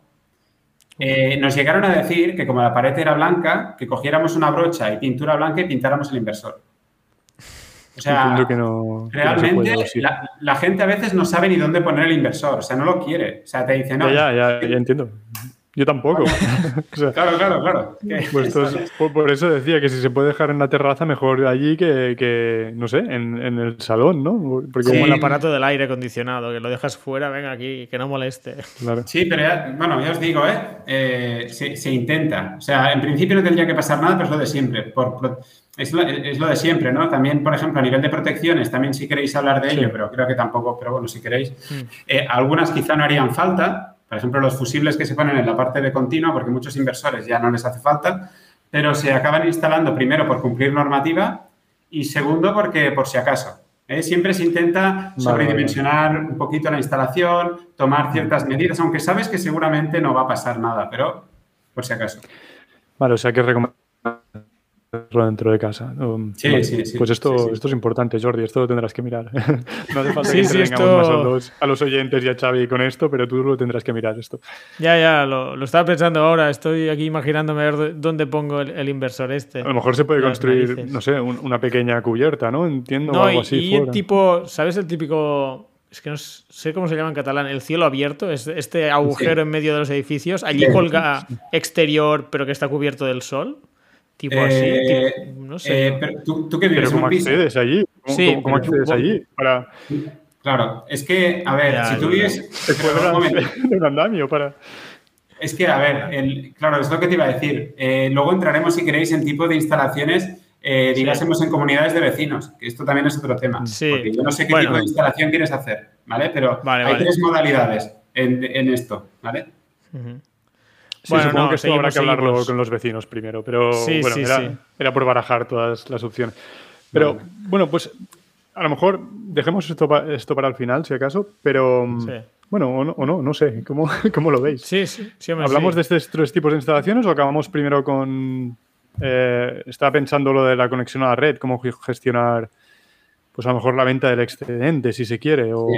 Nos llegaron a decir que como la pared era blanca, que cogiéramos una brocha y pintura blanca y pintáramos el inversor. O sea, realmente la gente a veces no sabe ni dónde poner el inversor, o sea, no lo quiere. O sea, te dice, no. Ya entiendo. Yo tampoco. O sea, claro. Pues por eso decía que si se puede dejar en la terraza, mejor allí que no sé, en el salón, ¿no? Porque como el aparato del aire acondicionado, que lo dejas fuera, venga aquí, que no moleste. Claro. Sí, pero ya os digo, se intenta. O sea, en principio no tendría que pasar nada, pero es lo de siempre. Es lo de siempre, ¿no? También, por ejemplo, a nivel de protecciones, también si queréis hablar de ello, pero creo que tampoco, pero bueno, si queréis. Algunas quizá no harían falta. Por ejemplo, los fusibles que se ponen en la parte de continua, porque muchos inversores ya no les hace falta, pero se acaban instalando primero por cumplir normativa y segundo porque por si acaso. Siempre se intenta sobredimensionar un poquito la instalación, tomar ciertas medidas, aunque sabes que seguramente no va a pasar nada, pero por si acaso. Vale, o sea que recomendamos dentro de casa. Sí. Pues esto es importante, Jordi, esto lo tendrás que mirar. No hace falta que entretengamos más a los oyentes y a Xavi con esto, pero tú lo tendrás que mirar esto. Ya, lo estaba pensando ahora, estoy aquí imaginándome a ver dónde pongo el inversor este. A lo mejor se puede construir, no sé, una pequeña cubierta, ¿no? Entiendo, o algo así. Y tipo, ¿sabes el típico...? Es que no sé cómo se llama en catalán, el cielo abierto, este agujero en medio de los edificios, allí colga exterior, pero que está cubierto del sol. Tipo así, no sé. Pero ¿tú qué vives? ¿Pero cómo accedes allí? ¿Cómo accedes allí? Claro, es que, a ver, si tú vives... un andamio para... Es que, a ver, claro, es lo que te iba a decir. Luego entraremos, si queréis, en tipo de instalaciones, digásemos, en comunidades de vecinos, que esto también es otro tema. Sí. Porque yo no sé qué tipo de instalación quieres hacer. ¿vale? Pero hay tres modalidades en esto, ¿vale? Sí, bueno, supongo que esto habrá que hablarlo con los vecinos primero, pero era por barajar todas las opciones. Pero bueno, pues a lo mejor dejemos esto para el final, si acaso, pero bueno, o no sé, ¿cómo lo veis? Sí, ¿Hablamos de estos tres tipos de instalaciones o acabamos primero con... estaba pensando lo de la conexión a la red, cómo gestionar, pues a lo mejor la venta del excedente, si se quiere, o...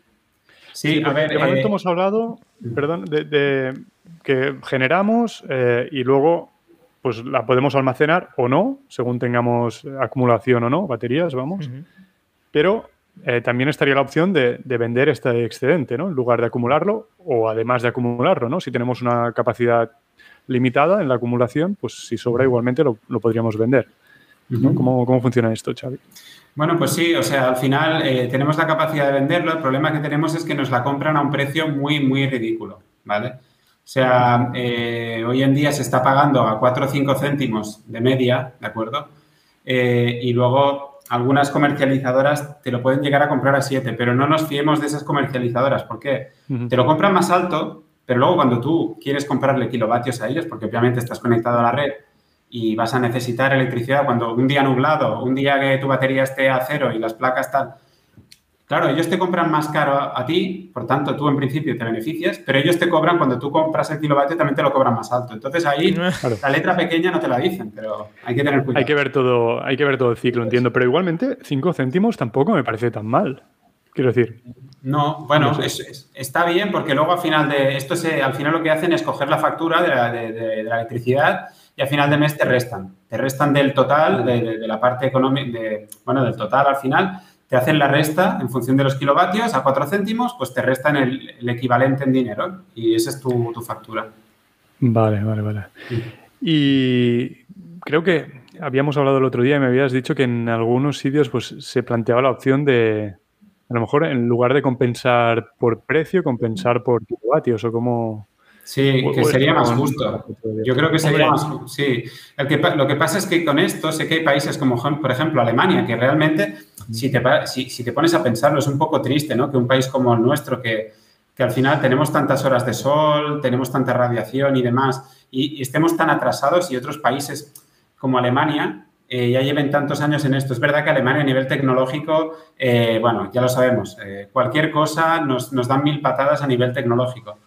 Sí, a ver... De momento hemos hablado, perdón, de que generamos y luego pues la podemos almacenar o no, según tengamos acumulación o no, baterías, vamos. Pero también estaría la opción de vender este excedente, ¿no? En lugar de acumularlo o además de acumularlo, ¿no? Si tenemos una capacidad limitada en la acumulación, pues si sobra igualmente lo podríamos vender, ¿no? ¿Cómo funciona esto, Xavi? Bueno, pues sí, o sea, al final tenemos la capacidad de venderlo, el problema que tenemos es que nos la compran a un precio muy, muy ridículo, ¿vale? O sea, hoy en día se está pagando a 4 o 5 céntimos de media, ¿de acuerdo? Y luego algunas comercializadoras te lo pueden llegar a comprar a 7, pero no nos fiemos de esas comercializadoras. ¿Por qué? Te lo compran más alto, pero luego cuando tú quieres comprarle kilovatios a ellos, porque obviamente estás conectado a la red y vas a necesitar electricidad cuando un día nublado, un día que tu batería esté a 0 y las placas tal... Claro, ellos te compran más caro a ti, por tanto, tú en principio te beneficias, pero ellos te cobran, cuando tú compras el kilovatio, también te lo cobran más alto. Entonces, ahí la letra pequeña no te la dicen, pero hay que tener cuidado. Hay que ver todo el ciclo, entiendo. Pero igualmente, 5 céntimos tampoco me parece tan mal. Quiero decir... No, bueno, no sé. Está bien porque luego al final al final lo que hacen es coger la factura de la electricidad y al final de mes te restan. Te restan del total, de la parte económica, del total al final... Te hacen la resta en función de los kilovatios a 4 céntimos, pues te restan el equivalente en dinero y esa es tu factura. Vale. Y creo que habíamos hablado el otro día y me habías dicho que en algunos sitios pues se planteaba la opción de, a lo mejor en lugar de compensar por precio, compensar por kilovatios o como... Sí, que sería más justo. Yo creo que sería más justo. Sí. Lo que pasa es que con esto sé que hay países como, por ejemplo, Alemania, que realmente, si te pones a pensarlo, es un poco triste, ¿no? Que un país como el nuestro, que al final tenemos tantas horas de sol, tenemos tanta radiación y demás, y estemos tan atrasados y otros países como Alemania ya lleven tantos años en esto. Es verdad que Alemania a nivel tecnológico, ya lo sabemos, cualquier cosa nos dan 1000 patadas a nivel tecnológico.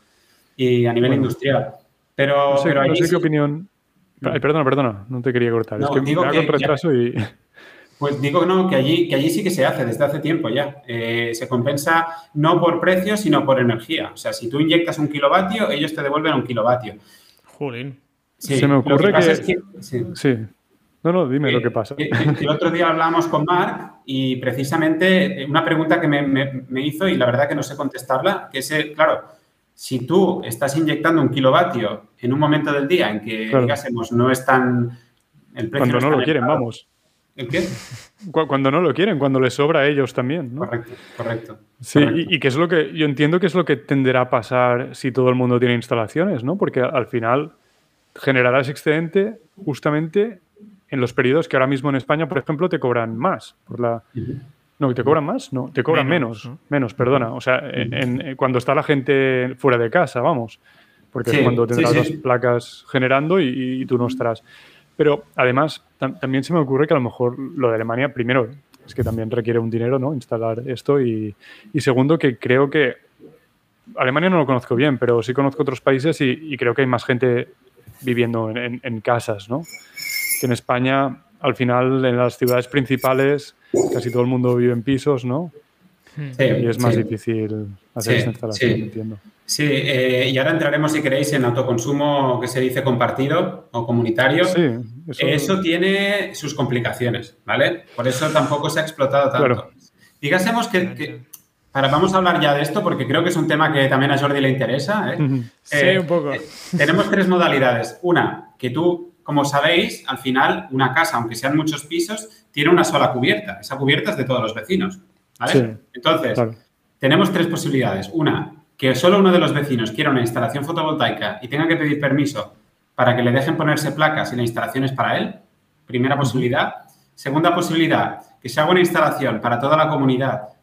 Y a nivel industrial. Pero no sé qué opinión... Perdona, no te quería cortar. Es que me hago con retraso y... Pues digo que allí sí que se hace desde hace tiempo ya. Se compensa no por precio, sino por energía. O sea, si tú inyectas 1 kilovatio, ellos te devuelven 1 kilovatio. Jolín. Sí, se me ocurre que... Sí. No, dime lo que pasa. El otro día hablamos con Marc y precisamente una pregunta que me hizo y la verdad que no sé contestarla, que es, claro... Si tú estás inyectando 1 kilovatio en un momento del día en que, digásemos, no es tan... El precio cuando no lo quieren, vamos. ¿El qué? Cuando no lo quieren, cuando les sobra a ellos también, ¿no? Correcto. Sí, y que es lo que... Yo entiendo que es lo que tenderá a pasar si todo el mundo tiene instalaciones, ¿no? Porque al final generarás excedente justamente en los periodos que ahora mismo en España, por ejemplo, te cobran más por la... No, ¿te cobran más? No, te cobran menos, perdona. O sea, cuando está la gente fuera de casa, vamos. Porque es cuando tendrás las placas generando y tú no estarás. Pero además, también se me ocurre que a lo mejor lo de Alemania, primero, es que también requiere un dinero, ¿no? Instalar esto. Y segundo, que creo que Alemania no lo conozco bien, pero sí conozco otros países y creo que hay más gente viviendo en casas, ¿no? Que en España, al final, en las ciudades principales... Casi todo el mundo vive en pisos, ¿no? Sí, y es más difícil hacer esta instalación, entiendo. Sí, y ahora entraremos, si queréis, en autoconsumo que se dice compartido o comunitario. Sí, eso tiene sus complicaciones, ¿vale? Por eso tampoco se ha explotado tanto. Claro. Digásemos que vamos a hablar ya de esto porque creo que es un tema que también a Jordi le interesa. Sí, un poco. Tenemos 3 modalidades. Una, que tú, como sabéis, al final, una casa, aunque sean muchos pisos, tiene una sola cubierta. Esa cubierta es de todos los vecinos, ¿vale? Sí, entonces, tenemos 3 posibilidades. Una, que solo uno de los vecinos quiera una instalación fotovoltaica y tenga que pedir permiso para que le dejen ponerse placas y la instalación es para él. Primera posibilidad. Segunda posibilidad, que se haga una instalación para toda la comunidad,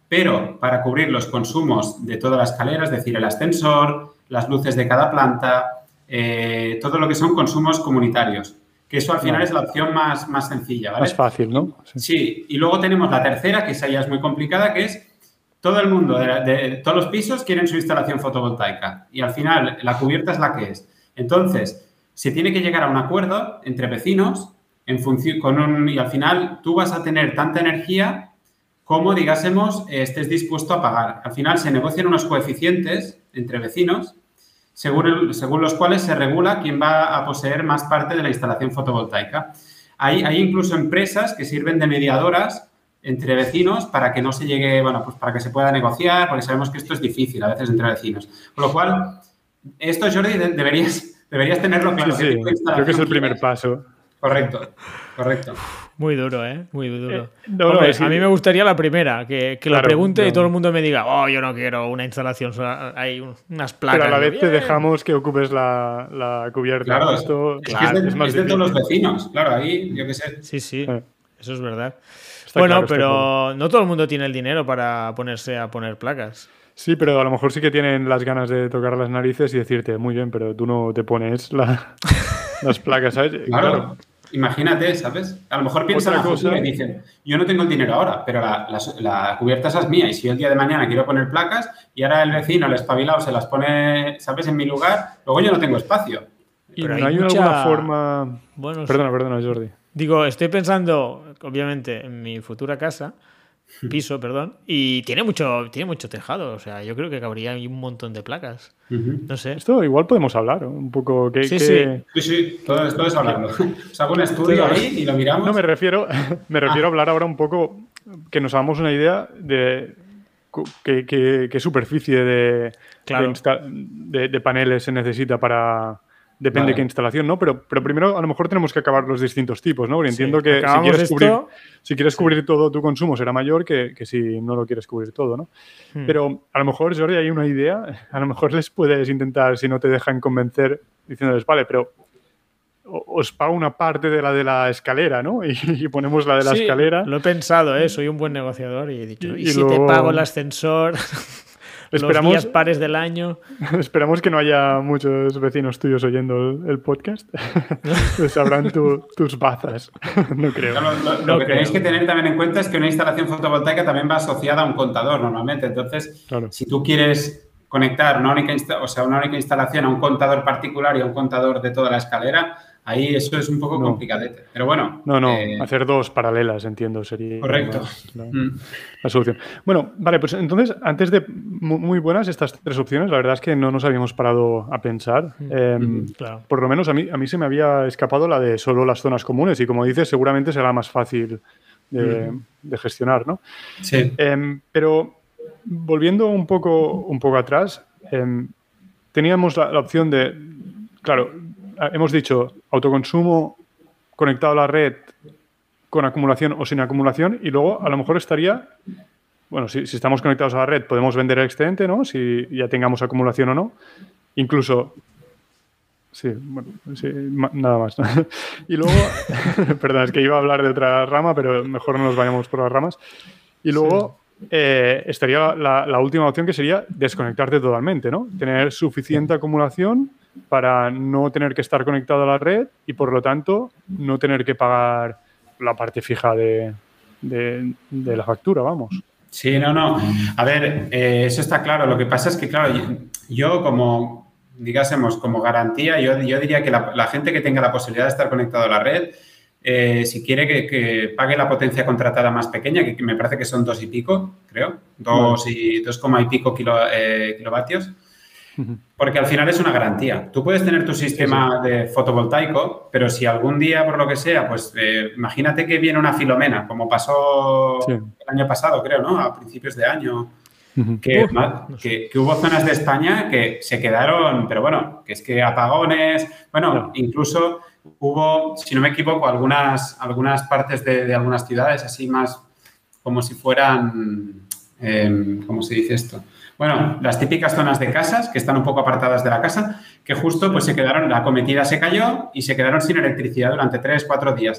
pero para cubrir los consumos de toda la escalera, es decir, el ascensor, las luces de cada planta, todo lo que son consumos comunitarios. Que eso al final es la opción más sencilla, ¿vale? Más fácil, ¿no? Sí, y luego tenemos la tercera, que esa ya es muy complicada, que es todo el mundo de todos los pisos quieren su instalación fotovoltaica y al final la cubierta es la que es. Entonces, se tiene que llegar a un acuerdo entre vecinos en función y al final tú vas a tener tanta energía como, digásemos, estés dispuesto a pagar. Al final se negocian unos coeficientes entre vecinos según los cuales se regula quién va a poseer más parte de la instalación fotovoltaica. Hay incluso empresas que sirven de mediadoras entre vecinos para que no se llegue, bueno, pues para que se pueda negociar, porque sabemos que esto es difícil a veces entre vecinos. Con lo cual, esto, Jordi, deberías tenerlo claro. Sí, creo que es el primer paso. Correcto. Muy duro, ¿eh? Muy duro. Hombre, a mí me gustaría la primera, que lo pregunte y todo el mundo me diga, yo no quiero una instalación, hay unas placas. Pero a la vez te dejamos que ocupes la cubierta. Claro, es de todos los vecinos, claro, ahí yo qué sé. Sí, eso es verdad. Pero no todo el mundo tiene el dinero para ponerse a poner placas. Sí, pero a lo mejor sí que tienen las ganas de tocar las narices y decirte, muy bien, pero tú no te pones las placas, ¿sabes? Claro. Imagínate, ¿sabes? A lo mejor piensan a futuro y dicen, yo no tengo el dinero ahora, pero la cubierta esa es mía y si yo el día de mañana quiero poner placas y ahora el vecino, el espabilado, se las pone, ¿sabes?, en mi lugar, luego yo no tengo espacio. Pero no hay alguna forma... Bueno, Perdona, Jordi. Digo, estoy pensando, obviamente, en mi futura casa, piso, y tiene mucho tejado, o sea, yo creo que cabría ahí un montón de placas. No sé. Esto igual podemos hablar un poco. Sí, todo es hablarlo. Os hago un estudio ahí y lo miramos. No, me refiero a hablar ahora un poco, que nos hagamos una idea de qué superficie de paneles se necesita para... Depende de qué instalación, ¿no? Pero primero a lo mejor tenemos que acabar los distintos tipos, ¿no? Porque entiendo que si quieres cubrir todo tu consumo será mayor que si no lo quieres cubrir todo, ¿no? Pero a lo mejor, Jordi, hay una idea. A lo mejor les puedes intentar, si no te dejan convencer, diciéndoles, vale, pero os pago una parte de la escalera, ¿no? Y ponemos la de la escalera. Lo he pensado, soy un buen negociador y he dicho, ¿y si te pago el ascensor? Los días pares del año. Esperamos que no haya muchos vecinos tuyos oyendo el podcast. Pues sabrán tus bazas. No creo. Lo que tenéis que tener también en cuenta es que una instalación fotovoltaica también va asociada a un contador normalmente. Entonces, si tú quieres conectar una única instalación a un contador particular y a un contador de toda la escalera, ahí eso es un poco complicadete. Pero bueno. Hacer dos paralelas, entiendo, sería correcto. La solución. Bueno, vale, pues entonces, antes de muy buenas estas tres opciones, la verdad es que no nos habíamos parado a pensar. Claro. Por lo menos a mí se me había escapado la de solo las zonas comunes y como dices, seguramente será más fácil de gestionar, ¿no? Sí. Pero volviendo un poco atrás, teníamos la opción de, claro, hemos dicho autoconsumo conectado a la red con acumulación o sin acumulación y luego a lo mejor estaría, bueno, si estamos conectados a la red podemos vender el excedente, ¿no? Si ya tengamos acumulación o no. Incluso, nada más. Y luego, perdón, es que iba a hablar de otra rama, pero mejor no nos vayamos por las ramas. Y luego estaría la última opción que sería desconectarte totalmente, ¿no? Tener suficiente acumulación para no tener que estar conectado a la red y, por lo tanto, no tener que pagar la parte fija de la factura, vamos. Sí, no. A ver, eso está claro. Lo que pasa es que, claro, yo como garantía, yo diría que la gente que tenga la posibilidad de estar conectado a la red, si quiere que pague la potencia contratada más pequeña, que me parece que son 2 y pico, creo, 2 y pico kilovatios, porque al final es una garantía. Tú puedes tener tu sistema de fotovoltaico, pero si algún día, por lo que sea, pues imagínate que viene una Filomena, como pasó el año pasado, creo, ¿no? A principios de año, que hubo zonas de España que se quedaron, pero bueno, que es que apagones, incluso hubo, si no me equivoco, algunas partes de algunas ciudades así más como si fueran, ¿cómo se dice esto? Bueno, las típicas zonas de casas que están un poco apartadas de la casa, que justo pues la acometida se cayó y se quedaron sin electricidad durante 3-4 días.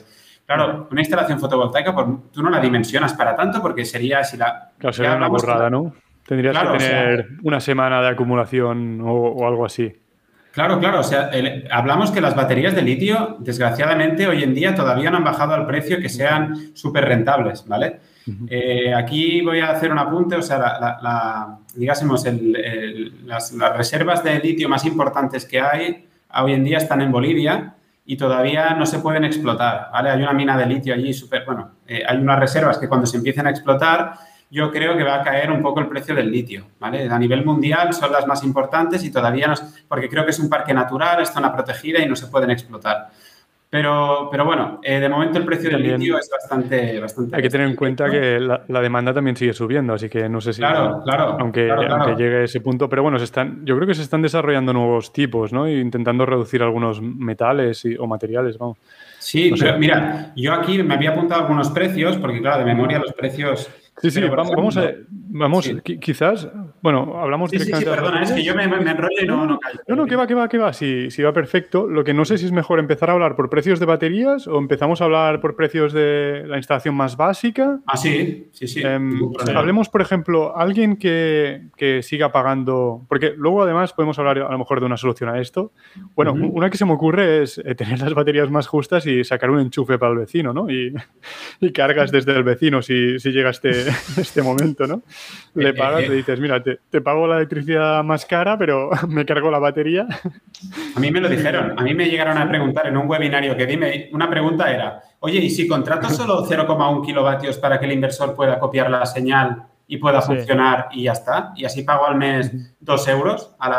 Claro, una instalación fotovoltaica, tú no la dimensionas para tanto porque sería si la... Claro, sería una burrada, ¿no? Tendrías que tener una semana de acumulación o algo así. Claro, o sea, hablamos que las baterías de litio, desgraciadamente, hoy en día todavía no han bajado al precio que sean súper rentables, ¿vale? Aquí voy a hacer un apunte, o sea, digásemos, las reservas de litio más importantes que hay hoy en día están en Bolivia y todavía no se pueden explotar, ¿vale? Hay una mina de litio allí súper, hay unas reservas que cuando se empiecen a explotar, yo creo que va a caer un poco el precio del litio, ¿vale? A nivel mundial son las más importantes y todavía no, porque creo que es un parque natural, es zona protegida y no se pueden explotar. Pero bueno, de momento el precio del litio es bastante... Hay que tener en cuenta que la demanda también sigue subiendo, así que no sé si... Aunque llegue a ese punto, pero bueno, yo creo que se están desarrollando nuevos tipos, ¿no? E intentando reducir algunos metales o materiales, vamos. Sí, no sé. Pero mira, yo aquí me había apuntado algunos precios, porque claro, de memoria los precios... Sí, vamos, sí. Quizás, bueno, hablamos directamente... Sí, perdona, es que yo me enrollo y no callo. No, que va, sí, va perfecto. Lo que no sé si es mejor empezar a hablar por precios de baterías o empezamos a hablar por precios de la instalación más básica. Sí. Hablemos, por ejemplo, alguien que siga pagando... Porque luego, además, podemos hablar a lo mejor de una solución a esto. Bueno, una que se me ocurre es tener las baterías más justas y sacar un enchufe para el vecino, ¿no? Y cargas desde el vecino si llega este momento, ¿no? Le pagas, le dices, mira, te pago la electricidad más cara, pero me cargo la batería. A mí me lo dijeron. A mí me llegaron a preguntar en un webinario una pregunta era, oye, ¿y si contrato solo 0,1 kilovatios para que el inversor pueda copiar la señal y pueda funcionar y ya está? Y así pago al mes 2 euros a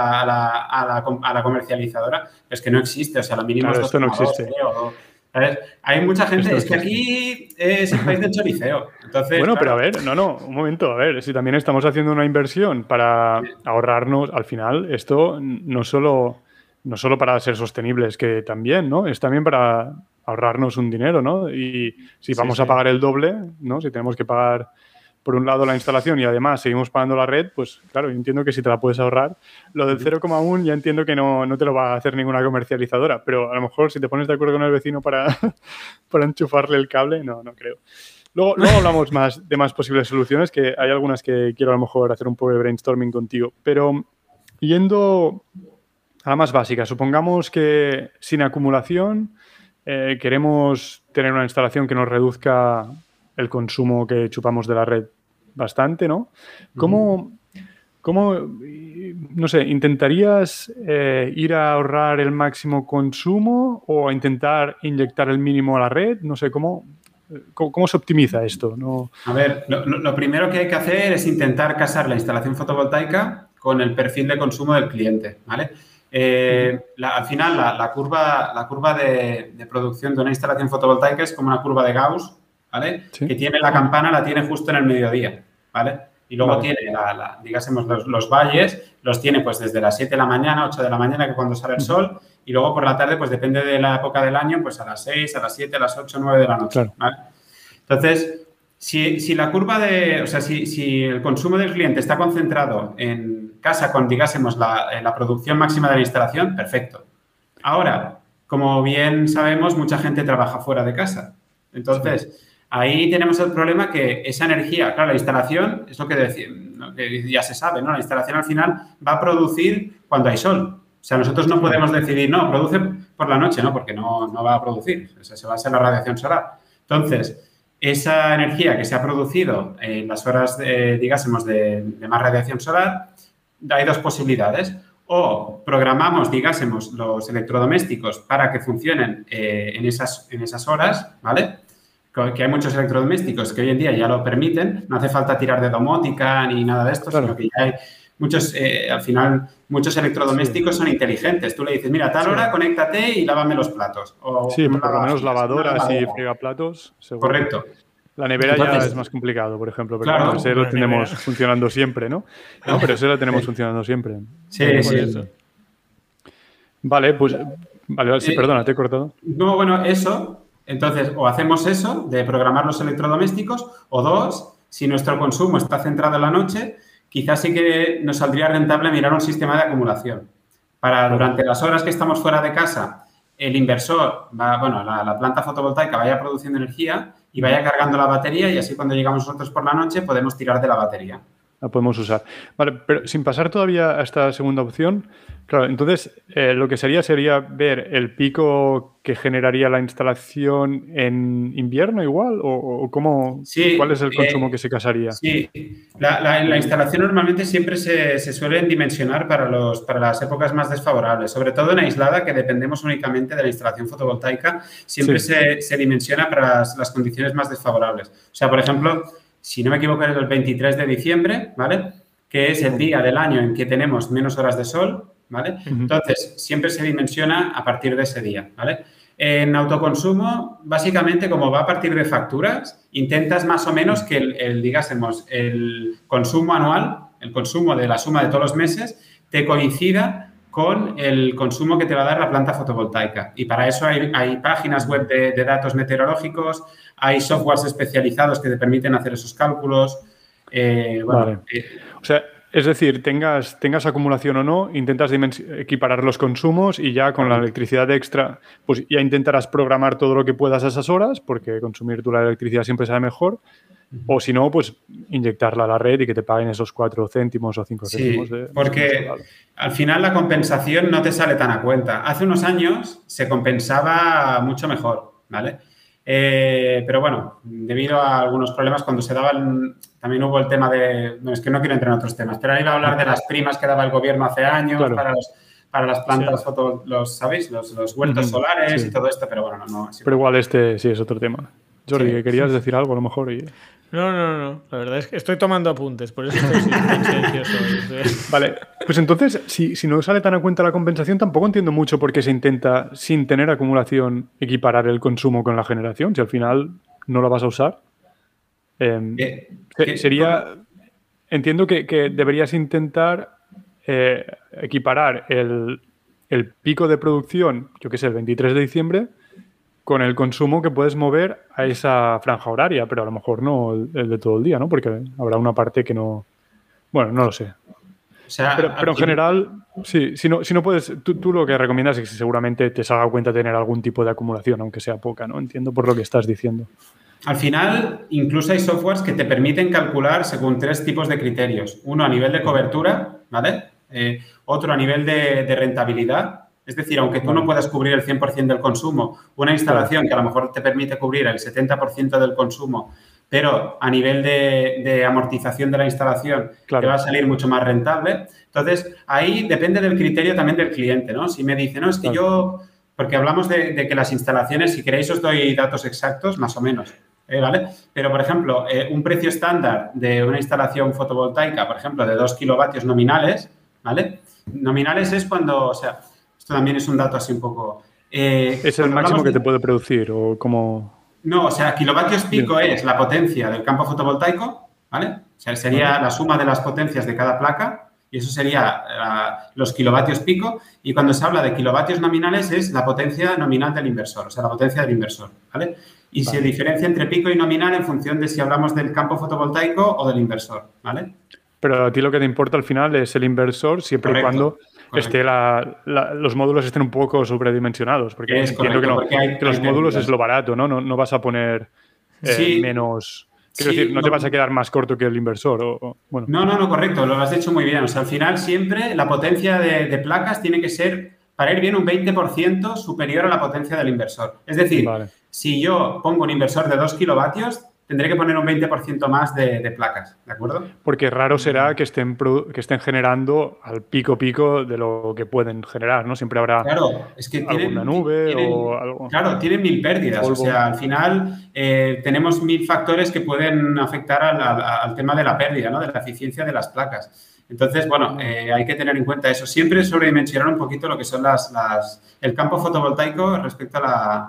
la comercializadora. Es que no existe, o sea, lo mínimo claro, es 2,2, esto no existe. ¿Sabes? Hay mucha gente, es que aquí es el país del choriceo. Entonces, bueno, claro. Pero a ver, un momento, a ver, si también estamos haciendo una inversión para ahorrarnos, al final, esto no solo para ser sostenibles, que también, ¿no? Es también para ahorrarnos un dinero, ¿no? Y si vamos a pagar el doble, ¿no? Si tenemos que pagar por un lado la instalación y además seguimos pagando la red, pues claro, yo entiendo que si te la puedes ahorrar. Lo del 0,1 ya entiendo que no te lo va a hacer ninguna comercializadora, pero a lo mejor si te pones de acuerdo con el vecino para enchufarle el cable, no creo. Luego hablamos de más posibles soluciones, que hay algunas que quiero a lo mejor hacer un poco de brainstorming contigo, pero yendo a la más básica, supongamos que sin acumulación queremos tener una instalación que nos reduzca el consumo que chupamos de la red bastante, ¿no? ¿Cómo no sé, intentarías ir a ahorrar el máximo consumo o intentar inyectar el mínimo a la red? No sé, ¿cómo se optimiza esto? ¿No? A ver, lo primero que hay que hacer es intentar casar la instalación fotovoltaica con el perfil de consumo del cliente, ¿vale? Al final, la curva de producción de una instalación fotovoltaica es como una curva de Gauss, ¿vale? Sí. Que tiene la campana, la tiene justo en el mediodía, ¿vale? Y luego tiene, digásemos, los valles, los tiene pues desde las 7 de la mañana, 8 de la mañana, que cuando sale el sol, y luego por la tarde, pues depende de la época del año, pues a las 6, a las 7, a las 8, 9 de la noche, claro. ¿Vale? Entonces, si la curva si el consumo del cliente está concentrado en casa con, digásemos, la producción máxima de la instalación, perfecto. Ahora, como bien sabemos, mucha gente trabaja fuera de casa. Entonces, ahí tenemos el problema que esa energía, claro, la instalación, es lo que ya se sabe, ¿no? La instalación al final va a producir cuando hay sol. O sea, nosotros no podemos decidir, no, produce por la noche, ¿no? Porque no va a producir. O sea, se va a hacer la radiación solar. Entonces, esa energía que se ha producido en las horas, digásemos, de más radiación solar, hay dos posibilidades. O programamos, digásemos, los electrodomésticos para que funcionen en esas horas, ¿vale? Que hay muchos electrodomésticos que hoy en día ya lo permiten. No hace falta tirar de domótica ni nada de esto, sino que ya hay muchos, al final, muchos electrodomésticos son inteligentes. Tú le dices, mira, a tal hora conéctate y lávame los platos. O por lo menos lavadoras y fregaplatos. Seguro. Correcto. La nevera ya es más complicado, por ejemplo, pero claro, ese lo tenemos funcionando siempre, ¿no? No, pero ese lo tenemos funcionando siempre. Sí. Vale, pues... Vale, sí, perdona, te he cortado. No, bueno, eso... Entonces, o hacemos eso de programar los electrodomésticos, o dos, si nuestro consumo está centrado en la noche, quizás sí que nos saldría rentable mirar un sistema de acumulación. Para durante las horas que estamos fuera de casa, el inversor, la planta fotovoltaica vaya produciendo energía y vaya cargando la batería y así cuando llegamos nosotros por la noche podemos tirar de la batería. La podemos usar. Vale, pero sin pasar todavía a esta segunda opción, claro, entonces lo que sería ver el pico que generaría la instalación en invierno igual o cómo, sí, ¿cuál es el consumo que se casaría? Sí, la instalación normalmente siempre se suele dimensionar para las épocas más desfavorables, sobre todo en aislada, que dependemos únicamente de la instalación fotovoltaica, siempre se dimensiona para las condiciones más desfavorables. O sea, por ejemplo, si no me equivoco, es el 23 de diciembre, ¿vale? Que es el día del año en que tenemos menos horas de sol, ¿vale? Entonces, siempre se dimensiona a partir de ese día, ¿vale? En autoconsumo, básicamente, como va a partir de facturas, intentas más o menos que el consumo anual, el consumo de la suma de todos los meses, te coincida con el consumo que te va a dar la planta fotovoltaica. Y para eso hay páginas web de datos meteorológicos, hay softwares especializados que te permiten hacer esos cálculos. Vale. O sea, es decir, tengas acumulación o no, intentas equiparar los consumos y ya con la electricidad extra, pues ya intentarás programar todo lo que puedas a esas horas, porque consumir tú la electricidad siempre sale mejor. O si no, pues inyectarla a la red y que te paguen esos 4 céntimos o 5 céntimos. Porque al final la compensación no te sale tan a cuenta. Hace unos años se compensaba mucho mejor, ¿vale? Pero bueno, debido a algunos problemas cuando se daban, también hubo el tema de, no, es que no quiero entrar en otros temas, pero ahí iba a hablar de las primas que daba el gobierno hace años para las plantas, ¿sabéis? Los huertos solares y todo esto, pero bueno, no. Pero igual sí es otro tema. Jordi, que querías decir algo a lo mejor. No. La verdad es que estoy tomando apuntes, por eso estoy silencioso. Vale, pues entonces, si no sale tan a cuenta la compensación, tampoco entiendo mucho por qué se intenta, sin tener acumulación, equiparar el consumo con la generación. Si al final no la vas a usar. Entiendo que deberías intentar equiparar el pico de producción, yo qué sé, el 23 de diciembre, con el consumo que puedes mover a esa franja horaria, pero a lo mejor no el de todo el día, ¿no? Porque habrá una parte que no... Bueno, no lo sé. O sea, pero en general, sí, si no puedes... Tú lo que recomiendas es que seguramente te salga a cuenta tener algún tipo de acumulación, aunque sea poca, ¿no? Entiendo por lo que estás diciendo. Al final, incluso hay softwares que te permiten calcular según 3 tipos de criterios. Uno a nivel de cobertura, ¿vale? Otro a nivel de rentabilidad. Es decir, aunque tú no puedas cubrir el 100% del consumo, una instalación que a lo mejor te permite cubrir el 70% del consumo, pero a nivel de amortización de la instalación te va a salir mucho más rentable. Entonces, ahí depende del criterio también del cliente, ¿no? Si me dice, no, es que yo... Porque hablamos de que las instalaciones, si queréis os doy datos exactos, más o menos, ¿vale? Pero, por ejemplo, un precio estándar de una instalación fotovoltaica, por ejemplo, de 2 kilovatios nominales, ¿vale? Nominales es cuando, o sea... Esto también es un dato así un poco... ¿Es el máximo que te puede producir o cómo...? No, o sea, kilovatios pico es la potencia del campo fotovoltaico, ¿vale? O sea, sería la suma de las potencias de cada placa y eso sería los kilovatios pico. Y cuando se habla de kilovatios nominales es la potencia nominal del inversor, o sea, la potencia del inversor, ¿vale? Y se diferencia entre pico y nominal en función de si hablamos del campo fotovoltaico o del inversor, ¿vale? Pero a ti lo que te importa al final es el inversor siempre y cuando... los módulos estén un poco sobredimensionados, porque entiendo que los módulos es lo barato, ¿no? No vas a poner menos... Quiero decir, no te vas a quedar más corto que el inversor. Bueno. No, correcto, lo has dicho muy bien. O sea, al final siempre la potencia de placas tiene que ser, para ir bien, un 20% superior a la potencia del inversor. Es decir, si yo pongo un inversor de 2 kilovatios, tendré que poner un 20% más de placas, ¿de acuerdo? Porque raro será que estén generando al pico de lo que pueden generar, ¿no? Siempre habrá alguna nube o algo. Claro, tienen 1000 pérdidas. Polvo. O sea, al final tenemos 1000 factores que pueden afectar al tema de la pérdida, ¿no? De la eficiencia de las placas. Entonces, bueno, hay que tener en cuenta eso. Siempre sobredimensionar un poquito lo que son el campo fotovoltaico respecto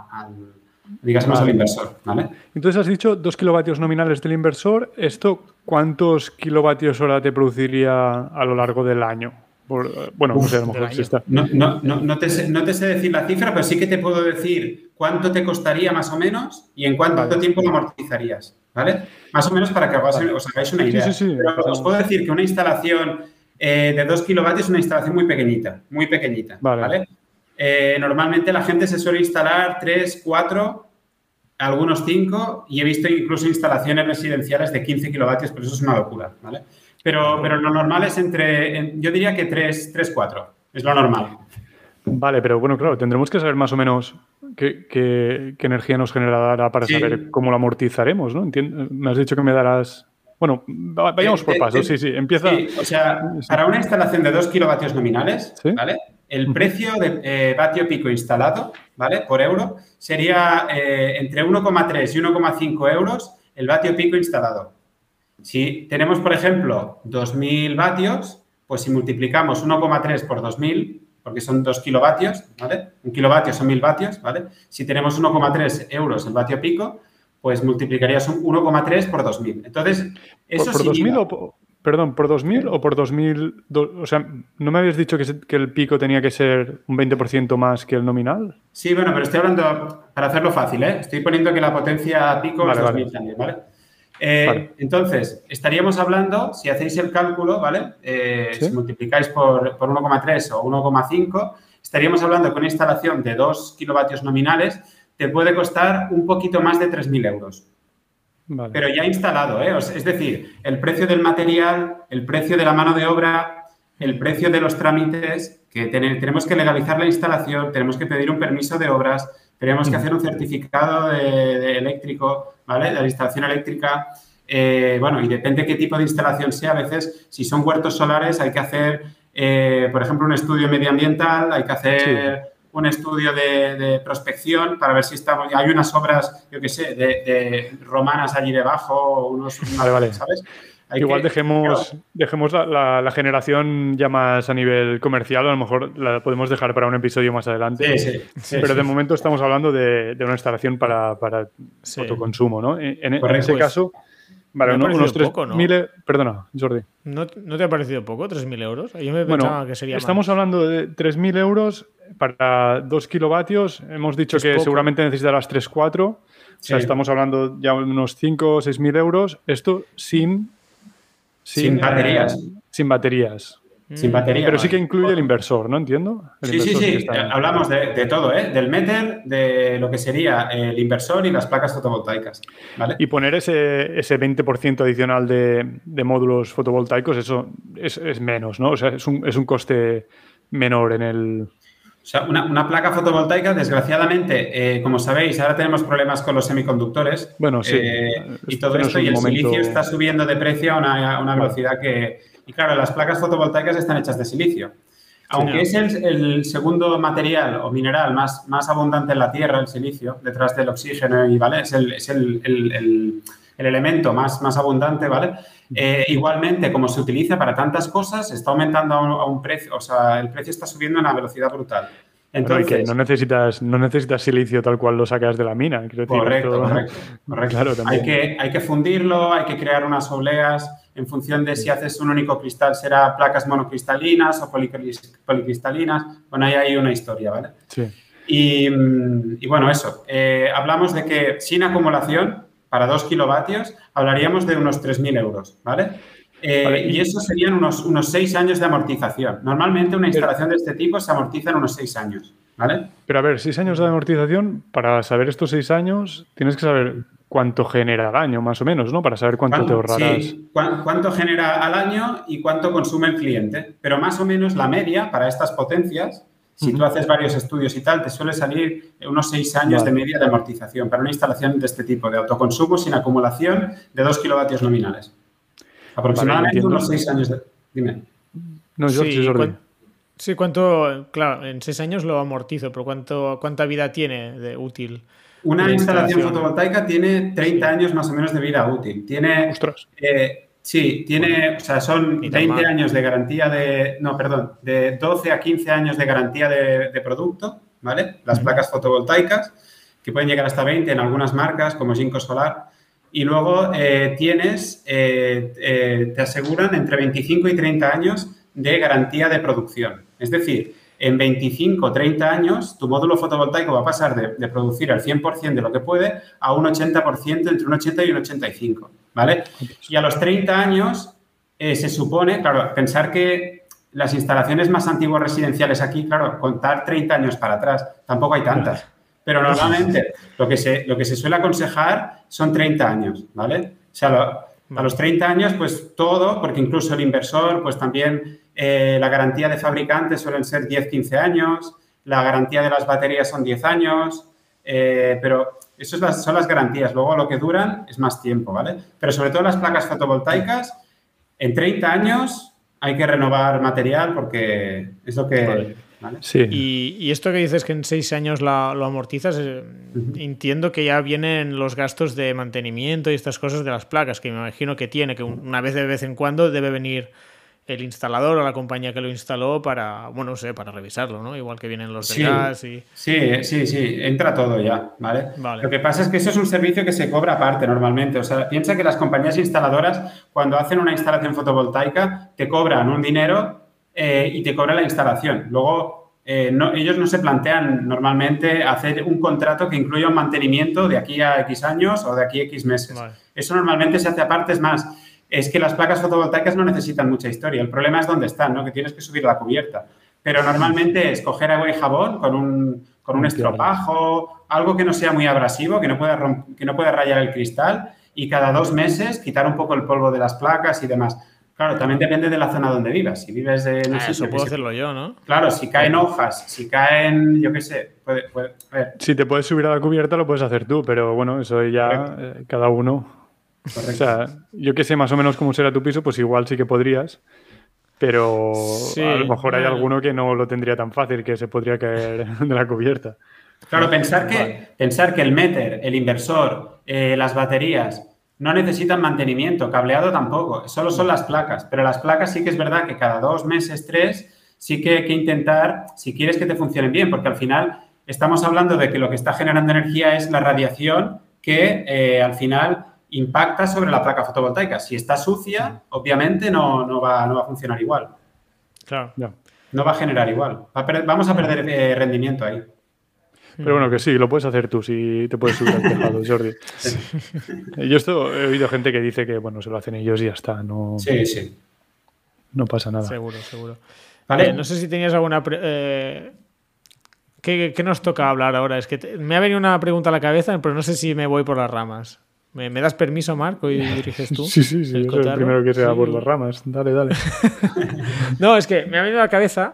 al inversor, ¿vale? Entonces has dicho 2 kilovatios nominales del inversor. ¿Esto cuántos kilovatios hora te produciría a lo largo del año? No sé, a lo mejor sí está. No te sé decir la cifra, pero sí que te puedo decir cuánto te costaría más o menos y en cuánto tiempo lo amortizarías, ¿vale? Más o menos para que os hagáis una idea. Sí. Pero os puedo decir que una instalación de 2 kilovatios es una instalación muy pequeñita, ¿vale? normalmente la gente se suele instalar 3, 4, algunos 5 y he visto incluso instalaciones residenciales de 15 kilovatios, pero eso es una locura, ¿vale? Pero lo normal es yo diría que 3, 4, es lo normal. Vale, pero bueno, claro, tendremos que saber más o menos qué energía nos generará para saber cómo lo amortizaremos, ¿no? Me has dicho que me darás... Bueno, vayamos por pasos, sí, empieza... Sí, o sea, para una instalación de 2 kilovatios nominales, ¿vale? El precio de vatio pico instalado, ¿vale? Por euro, sería entre 1,3 y 1,5 euros el vatio pico instalado. Si tenemos, por ejemplo, 2.000 vatios, pues si multiplicamos 1,3 por 2.000, porque son 2 kilovatios, ¿vale? 1 kilovatio son 1.000 vatios, ¿vale? Si tenemos 1,3 euros el vatio pico, pues multiplicarías 1,3 por 2.000. Entonces, eso ¿Por 2.000 perdón, por 2.000 o por 2.000? O sea, ¿no me habías dicho que el pico tenía que ser un 20% más que el nominal? Sí, bueno, pero estoy hablando, para hacerlo fácil, ¿eh? Estoy poniendo que la potencia pico es 2.000 también, ¿vale? Vale. Entonces, estaríamos hablando, si hacéis el cálculo, ¿vale? Si multiplicáis por 1,3 o 1,5, estaríamos hablando que una instalación de 2 kilovatios nominales te puede costar un poquito más de 3.000 euros. Vale. Pero ya instalado, ¿eh? Es decir, el precio del material, el precio de la mano de obra, el precio de los trámites, que tenemos que legalizar la instalación, tenemos que pedir un permiso de obras, tenemos que hacer un certificado de eléctrico, ¿vale? De la instalación eléctrica. Bueno, y depende qué tipo de instalación sea. A veces, si son huertos solares, hay que hacer, por ejemplo, un estudio medioambiental, hay que hacer un estudio de prospección para ver si hay unas obras, yo qué sé, de romanas allí debajo, vale. ¿Sabes? Igual dejemos la generación ya más a nivel comercial, a lo mejor la podemos dejar para un episodio más adelante. Pero de momento estamos hablando de una instalación para autoconsumo, ¿no? En ese caso, vale, unos 3.000... ¿no? Perdona, Jordi. ¿No te ha parecido poco, 3.000 euros? Yo me pensaba que sería estamos más. hablando de 3.000 euros para 2 kilovatios. Hemos dicho que seguramente necesitarás 3, 4. O sea, estamos hablando ya de unos 5 o 6.000 euros. Esto sin baterías. Sin baterías. Sin batería. Pero sí que incluye el inversor, ¿no? Entiendo. Sí. Hablamos de todo, ¿eh? Del meter, de lo que sería el inversor y las placas fotovoltaicas, ¿vale? Y poner ese 20% adicional de módulos fotovoltaicos, eso es menos, ¿no? O sea, es un coste menor en el... O sea, una placa fotovoltaica, desgraciadamente, como sabéis, ahora tenemos problemas con los semiconductores. Bueno, sí. Y todo esto, y el silicio está subiendo de precio a una velocidad que... Y claro, las placas fotovoltaicas están hechas de silicio. Aunque es el segundo material o mineral más abundante en la Tierra, el silicio, detrás del oxígeno, y ¿vale? Es el elemento más abundante, ¿vale? Igualmente, como se utiliza para tantas cosas, está aumentando a un precio, o sea, el precio está subiendo a una velocidad brutal. Entonces, no necesitas silicio tal cual lo sacas de la mina. Quiero decir, correcto. Claro, Hay que fundirlo, hay que crear unas obleas en función de si haces un único cristal, será placas monocristalinas o policristalinas. Bueno, ahí hay una historia, ¿vale? Sí. Y bueno, eso. Hablamos de que sin acumulación, para 2 kilovatios, hablaríamos de unos 3.000 euros, ¿vale? Y eso serían unos 6 años de amortización. Normalmente una instalación de este tipo se amortiza en unos 6 años, ¿vale? Pero a ver, 6 años de amortización, para saber estos 6 años tienes que saber cuánto genera al año, más o menos, ¿no? Para saber cuánto te ahorrarás. Sí, cuánto genera al año y cuánto consume el cliente. Pero más o menos la media para estas potencias, si tú haces varios estudios y tal, te suele salir unos 6 años de media de amortización para una instalación de este tipo, de autoconsumo sin acumulación de 2 kilovatios nominales. Aproximadamente unos 6 años de... Dime. No, Jordi. Sí, ¿cuánto? Claro, en 6 años lo amortizo, pero ¿cuánta vida tiene de útil? Una instalación fotovoltaica tiene 30 años más o menos de vida útil. Tiene... ¡Ostras! O sea, son 20 años de garantía de 12 a 15 años de garantía de producto, ¿vale? Las placas fotovoltaicas, que pueden llegar hasta 20 en algunas marcas, como Jinko Solar. Y luego te aseguran entre 25 y 30 años de garantía de producción. Es decir, en 25 o 30 años, tu módulo fotovoltaico va a pasar de producir el 100% de lo que puede a un 80%, entre un 80 y un 85%, ¿vale? Y a los 30 años se supone, claro, pensar que las instalaciones más antiguas residenciales aquí, claro, contar 30 años para atrás, tampoco hay tantas. Pero normalmente lo que se suele aconsejar son 30 años, ¿vale? O sea, a los 30 años, pues todo, porque incluso el inversor, pues también la garantía de fabricante suelen ser 10-15 años, la garantía de las baterías son 10 años, pero esas son las garantías. Luego lo que duran es más tiempo, ¿vale? Pero sobre todo las placas fotovoltaicas, en 30 años hay que renovar material porque es lo que... Vale. ¿Vale? Sí. Y esto que dices que en 6 años lo amortizas, entiendo que ya vienen los gastos de mantenimiento y estas cosas de las placas, que me imagino que tiene, que una vez de vez en cuando debe venir el instalador o la compañía que lo instaló para, bueno, no sé, para revisarlo, ¿no? Igual que vienen los de gas y... Sí, entra todo ya, ¿vale? Lo que pasa es que eso es un servicio que se cobra aparte normalmente. O sea, piensa que las compañías instaladoras, cuando hacen una instalación fotovoltaica, te cobran un dinero y te cobran la instalación. Luego, ellos no se plantean normalmente hacer un contrato que incluya un mantenimiento de aquí a X años o de aquí a X meses. Vale. Eso normalmente se hace aparte. Es más, es que las placas fotovoltaicas no necesitan mucha historia. El problema es dónde están, ¿no? Que tienes que subir la cubierta. Pero normalmente es coger agua y jabón con un estropajo, algo que no sea muy abrasivo, que no pueda rayar el cristal, y cada 2 meses quitar un poco el polvo de las placas y demás. Claro, también depende de la zona donde vivas. Si vives en un sitio... Eso puedo hacerlo yo, ¿no? Claro, si caen hojas, si caen, yo qué sé, puede a ver. Si te puedes subir a la cubierta, lo puedes hacer tú, pero bueno, eso ya cada uno... Correcto. O sea, yo que sé más o menos cómo será tu piso, pues igual sí que podrías, pero sí, a lo mejor hay alguno que no lo tendría tan fácil, que se podría caer de la cubierta. Claro, pensar que el meter, el inversor, las baterías no necesitan mantenimiento, cableado tampoco, solo son las placas, pero las placas sí que es verdad que cada 2 meses, 3, sí que hay que intentar, si quieres que te funcionen bien, porque al final estamos hablando de que lo que está generando energía es la radiación que al final impacta sobre la placa fotovoltaica. Si está sucia, obviamente no va a funcionar igual. Claro. No va a generar igual. Vamos a perder rendimiento ahí. Pero bueno, que sí, lo puedes hacer tú si te puedes subir al tejado, Jordi. Yo he oído gente que dice que, bueno, se lo hacen ellos y ya está. No, sí. No pasa nada. Seguro. Vale. No sé si tenías alguna... ¿Qué nos toca hablar ahora? Es que me ha venido una pregunta a la cabeza, pero no sé si me voy por las ramas. ¿Me das permiso, Marco, y diriges tú? Sí, yo soy el primero que se va por las ramas. Dale. No, es que me ha venido a la cabeza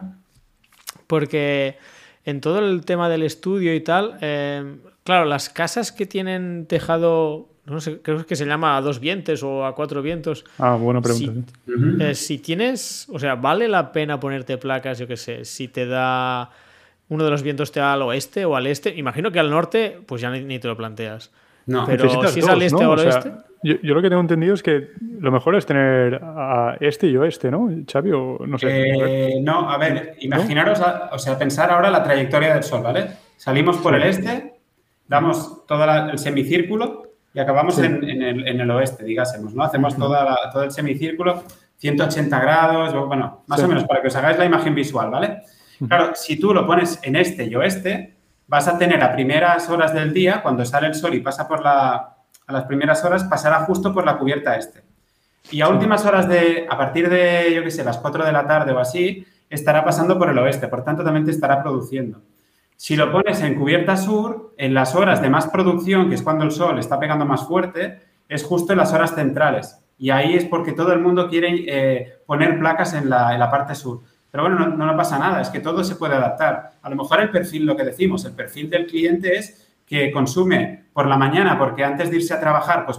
porque en todo el tema del estudio y tal, claro, las casas que tienen tejado, no sé, creo que se llama a 2 vientos o a 4 vientos. Buena pregunta. Si tienes, o sea, ¿vale la pena ponerte placas, yo qué sé, si te da... Uno de los vientos te da al oeste o al este? Imagino que al norte, pues ya ni te lo planteas. No, pero si es al este o al oeste... Yo lo que tengo entendido es que lo mejor es tener a este y oeste, ¿no, Xavi? O no sé. No, a ver, imaginaros, pensar ahora la trayectoria del Sol, ¿vale? Salimos por el este, damos todo el semicírculo y acabamos en el oeste, digásemos, ¿no? Hacemos todo el semicírculo, 180 grados, bueno, más o menos para que os hagáis la imagen visual, ¿vale? Claro, si tú lo pones en este y oeste, vas a tener a primeras horas del día, cuando sale el sol y pasa a las primeras horas, pasará justo por la cubierta este. Y a últimas horas a partir de, yo qué sé, las 4 de la tarde o así, estará pasando por el oeste, por tanto también te estará produciendo. Si lo pones en cubierta sur, en las horas de más producción, que es cuando el sol está pegando más fuerte, es justo en las horas centrales. Y ahí es porque todo el mundo quiere poner placas en la parte sur. Pero bueno, no pasa nada, es que todo se puede adaptar. A lo mejor el perfil, lo que decimos, el perfil del cliente es que consume por la mañana porque antes de irse a trabajar pues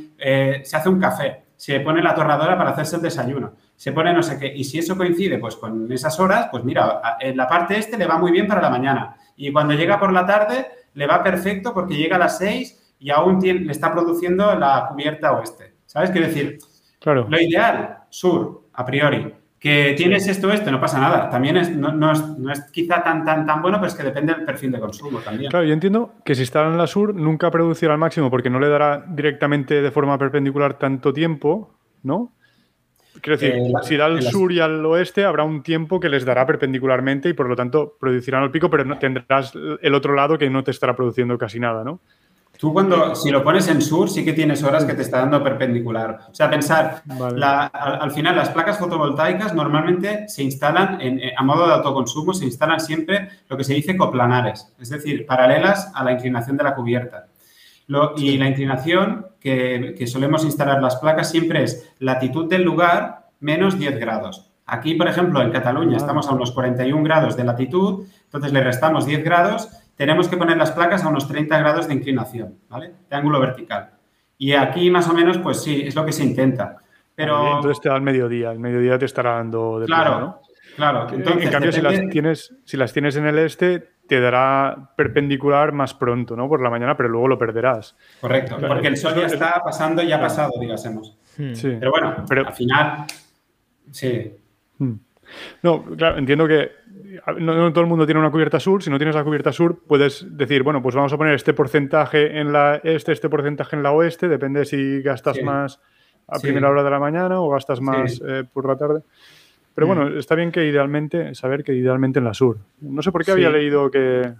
se hace un café, se pone la torradora para hacerse el desayuno, se pone no sé qué. Y si eso coincide pues con esas horas, pues mira, en la parte este le va muy bien para la mañana. Y cuando llega por la tarde le va perfecto porque llega a las 6 y aún le está produciendo la cubierta oeste. ¿Sabes? Quiero decir, claro. Lo ideal, sur, a priori. Que tienes esto, no pasa nada. También no es quizá tan bueno, pero es que depende del perfil de consumo también. Claro, yo entiendo que si está en la sur nunca producirá al máximo porque no le dará directamente de forma perpendicular tanto tiempo, ¿no? Quiero decir, si da al sur y al oeste habrá un tiempo que les dará perpendicularmente y por lo tanto producirán al pico, pero no tendrás el otro lado que no te estará produciendo casi nada, ¿no? si lo pones en sur, sí que tienes horas que te está dando perpendicular. O sea, pensar, Vale. al final las placas fotovoltaicas normalmente se instalan a modo de autoconsumo, se instalan siempre lo que se dice coplanares, es decir, paralelas a la inclinación de la cubierta. Y la inclinación que solemos instalar las placas siempre es latitud del lugar menos 10 grados. Aquí, por ejemplo, en Cataluña estamos a unos 41 grados de latitud, entonces le restamos 10 grados, tenemos que poner las placas a unos 30 grados de inclinación, ¿vale? De ángulo vertical. Y aquí, más o menos, pues sí, es lo que se intenta. Pero... Entonces te da el mediodía te estará dando de claro, pleno, ¿no? Claro. Entonces, en cambio, si las tienes en el este, te dará perpendicular más pronto, ¿no? Por la mañana, pero luego lo perderás. Correcto, porque el sol ya está pasando, ya ha pasado, digásemos. Sí. Pero bueno, al final, sí. No, claro, entiendo que no todo el mundo tiene una cubierta sur. Si no tienes la cubierta sur, puedes decir, bueno, pues vamos a poner este porcentaje en la este porcentaje en la oeste, depende si gastas más a primera hora de la mañana o gastas más por la tarde. Pero bueno, está bien saber que idealmente en la sur. No sé por qué había leído que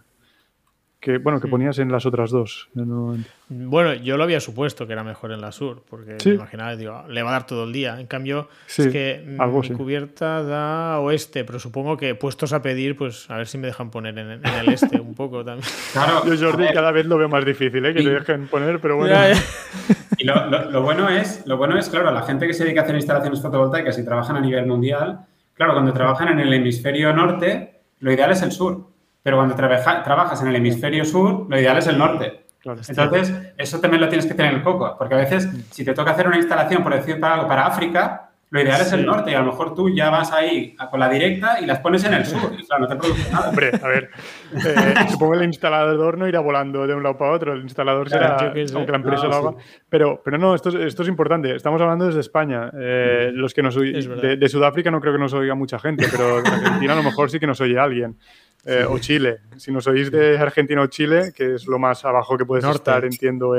ponías en las otras dos. Bueno, yo lo había supuesto que era mejor en la sur, porque me imaginaba, digo, le va a dar todo el día. En cambio, es que mi cubierta da oeste, pero supongo que puestos a pedir, pues a ver si me dejan poner en el este un poco también. Claro, yo, Jordi, cada vez lo veo más difícil, que te dejen poner, pero bueno. Y lo bueno es, claro, la gente que se dedica a hacer instalaciones fotovoltaicas y trabajan a nivel mundial, claro, cuando trabajan en el hemisferio norte, lo ideal es el sur. Pero cuando trabajas en el hemisferio sur, lo ideal es el norte. Claro, entonces, eso también lo tienes que tener en el coco. Porque a veces, si te toca hacer una instalación, por decir algo, para África, lo ideal es el norte. Y a lo mejor tú ya vas ahí con la directa y las pones en el sur. Y claro, no te produce nada. Hombre, a ver, supongo que el instalador no irá volando de un lado para otro. El instalador será, aunque la empresa lo haga. Pero no, esto es importante. Estamos hablando desde España. Los que nos de Sudáfrica no creo que nos oiga mucha gente, pero de Argentina a lo mejor sí que nos oye alguien. O Chile. Si nos oís de Argentina o Chile, que es lo más abajo que puedes estar, entiendo,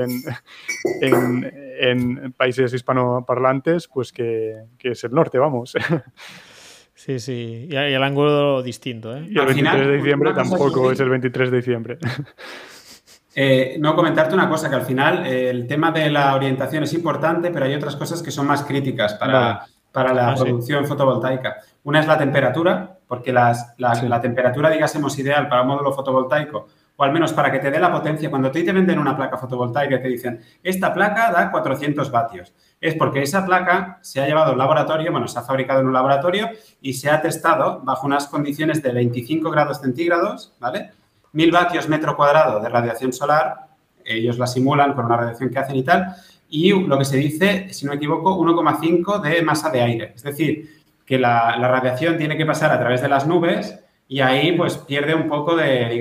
en países hispanoparlantes, pues que es el norte, vamos. Sí. Y el ángulo distinto, ¿eh? Y el 23 de diciembre tampoco es el 23 de diciembre. No, comentarte una cosa, que al final el tema de la orientación es importante, pero hay otras cosas que son más críticas para la producción fotovoltaica. Una es la temperatura, porque la temperatura, digásemos, ideal para un módulo fotovoltaico, o al menos para que te dé la potencia. Cuando a ti te venden una placa fotovoltaica y te dicen, esta placa da 400 vatios, es porque esa placa se ha llevado al laboratorio, se ha fabricado en un laboratorio y se ha testado bajo unas condiciones de 25 grados centígrados, ¿vale? 1000 vatios metro cuadrado de radiación solar, ellos la simulan con una radiación que hacen y tal, y lo que se dice, si no me equivoco, 1,5 de masa de aire. Es decir, que la radiación tiene que pasar a través de las nubes y ahí pues pierde un poco de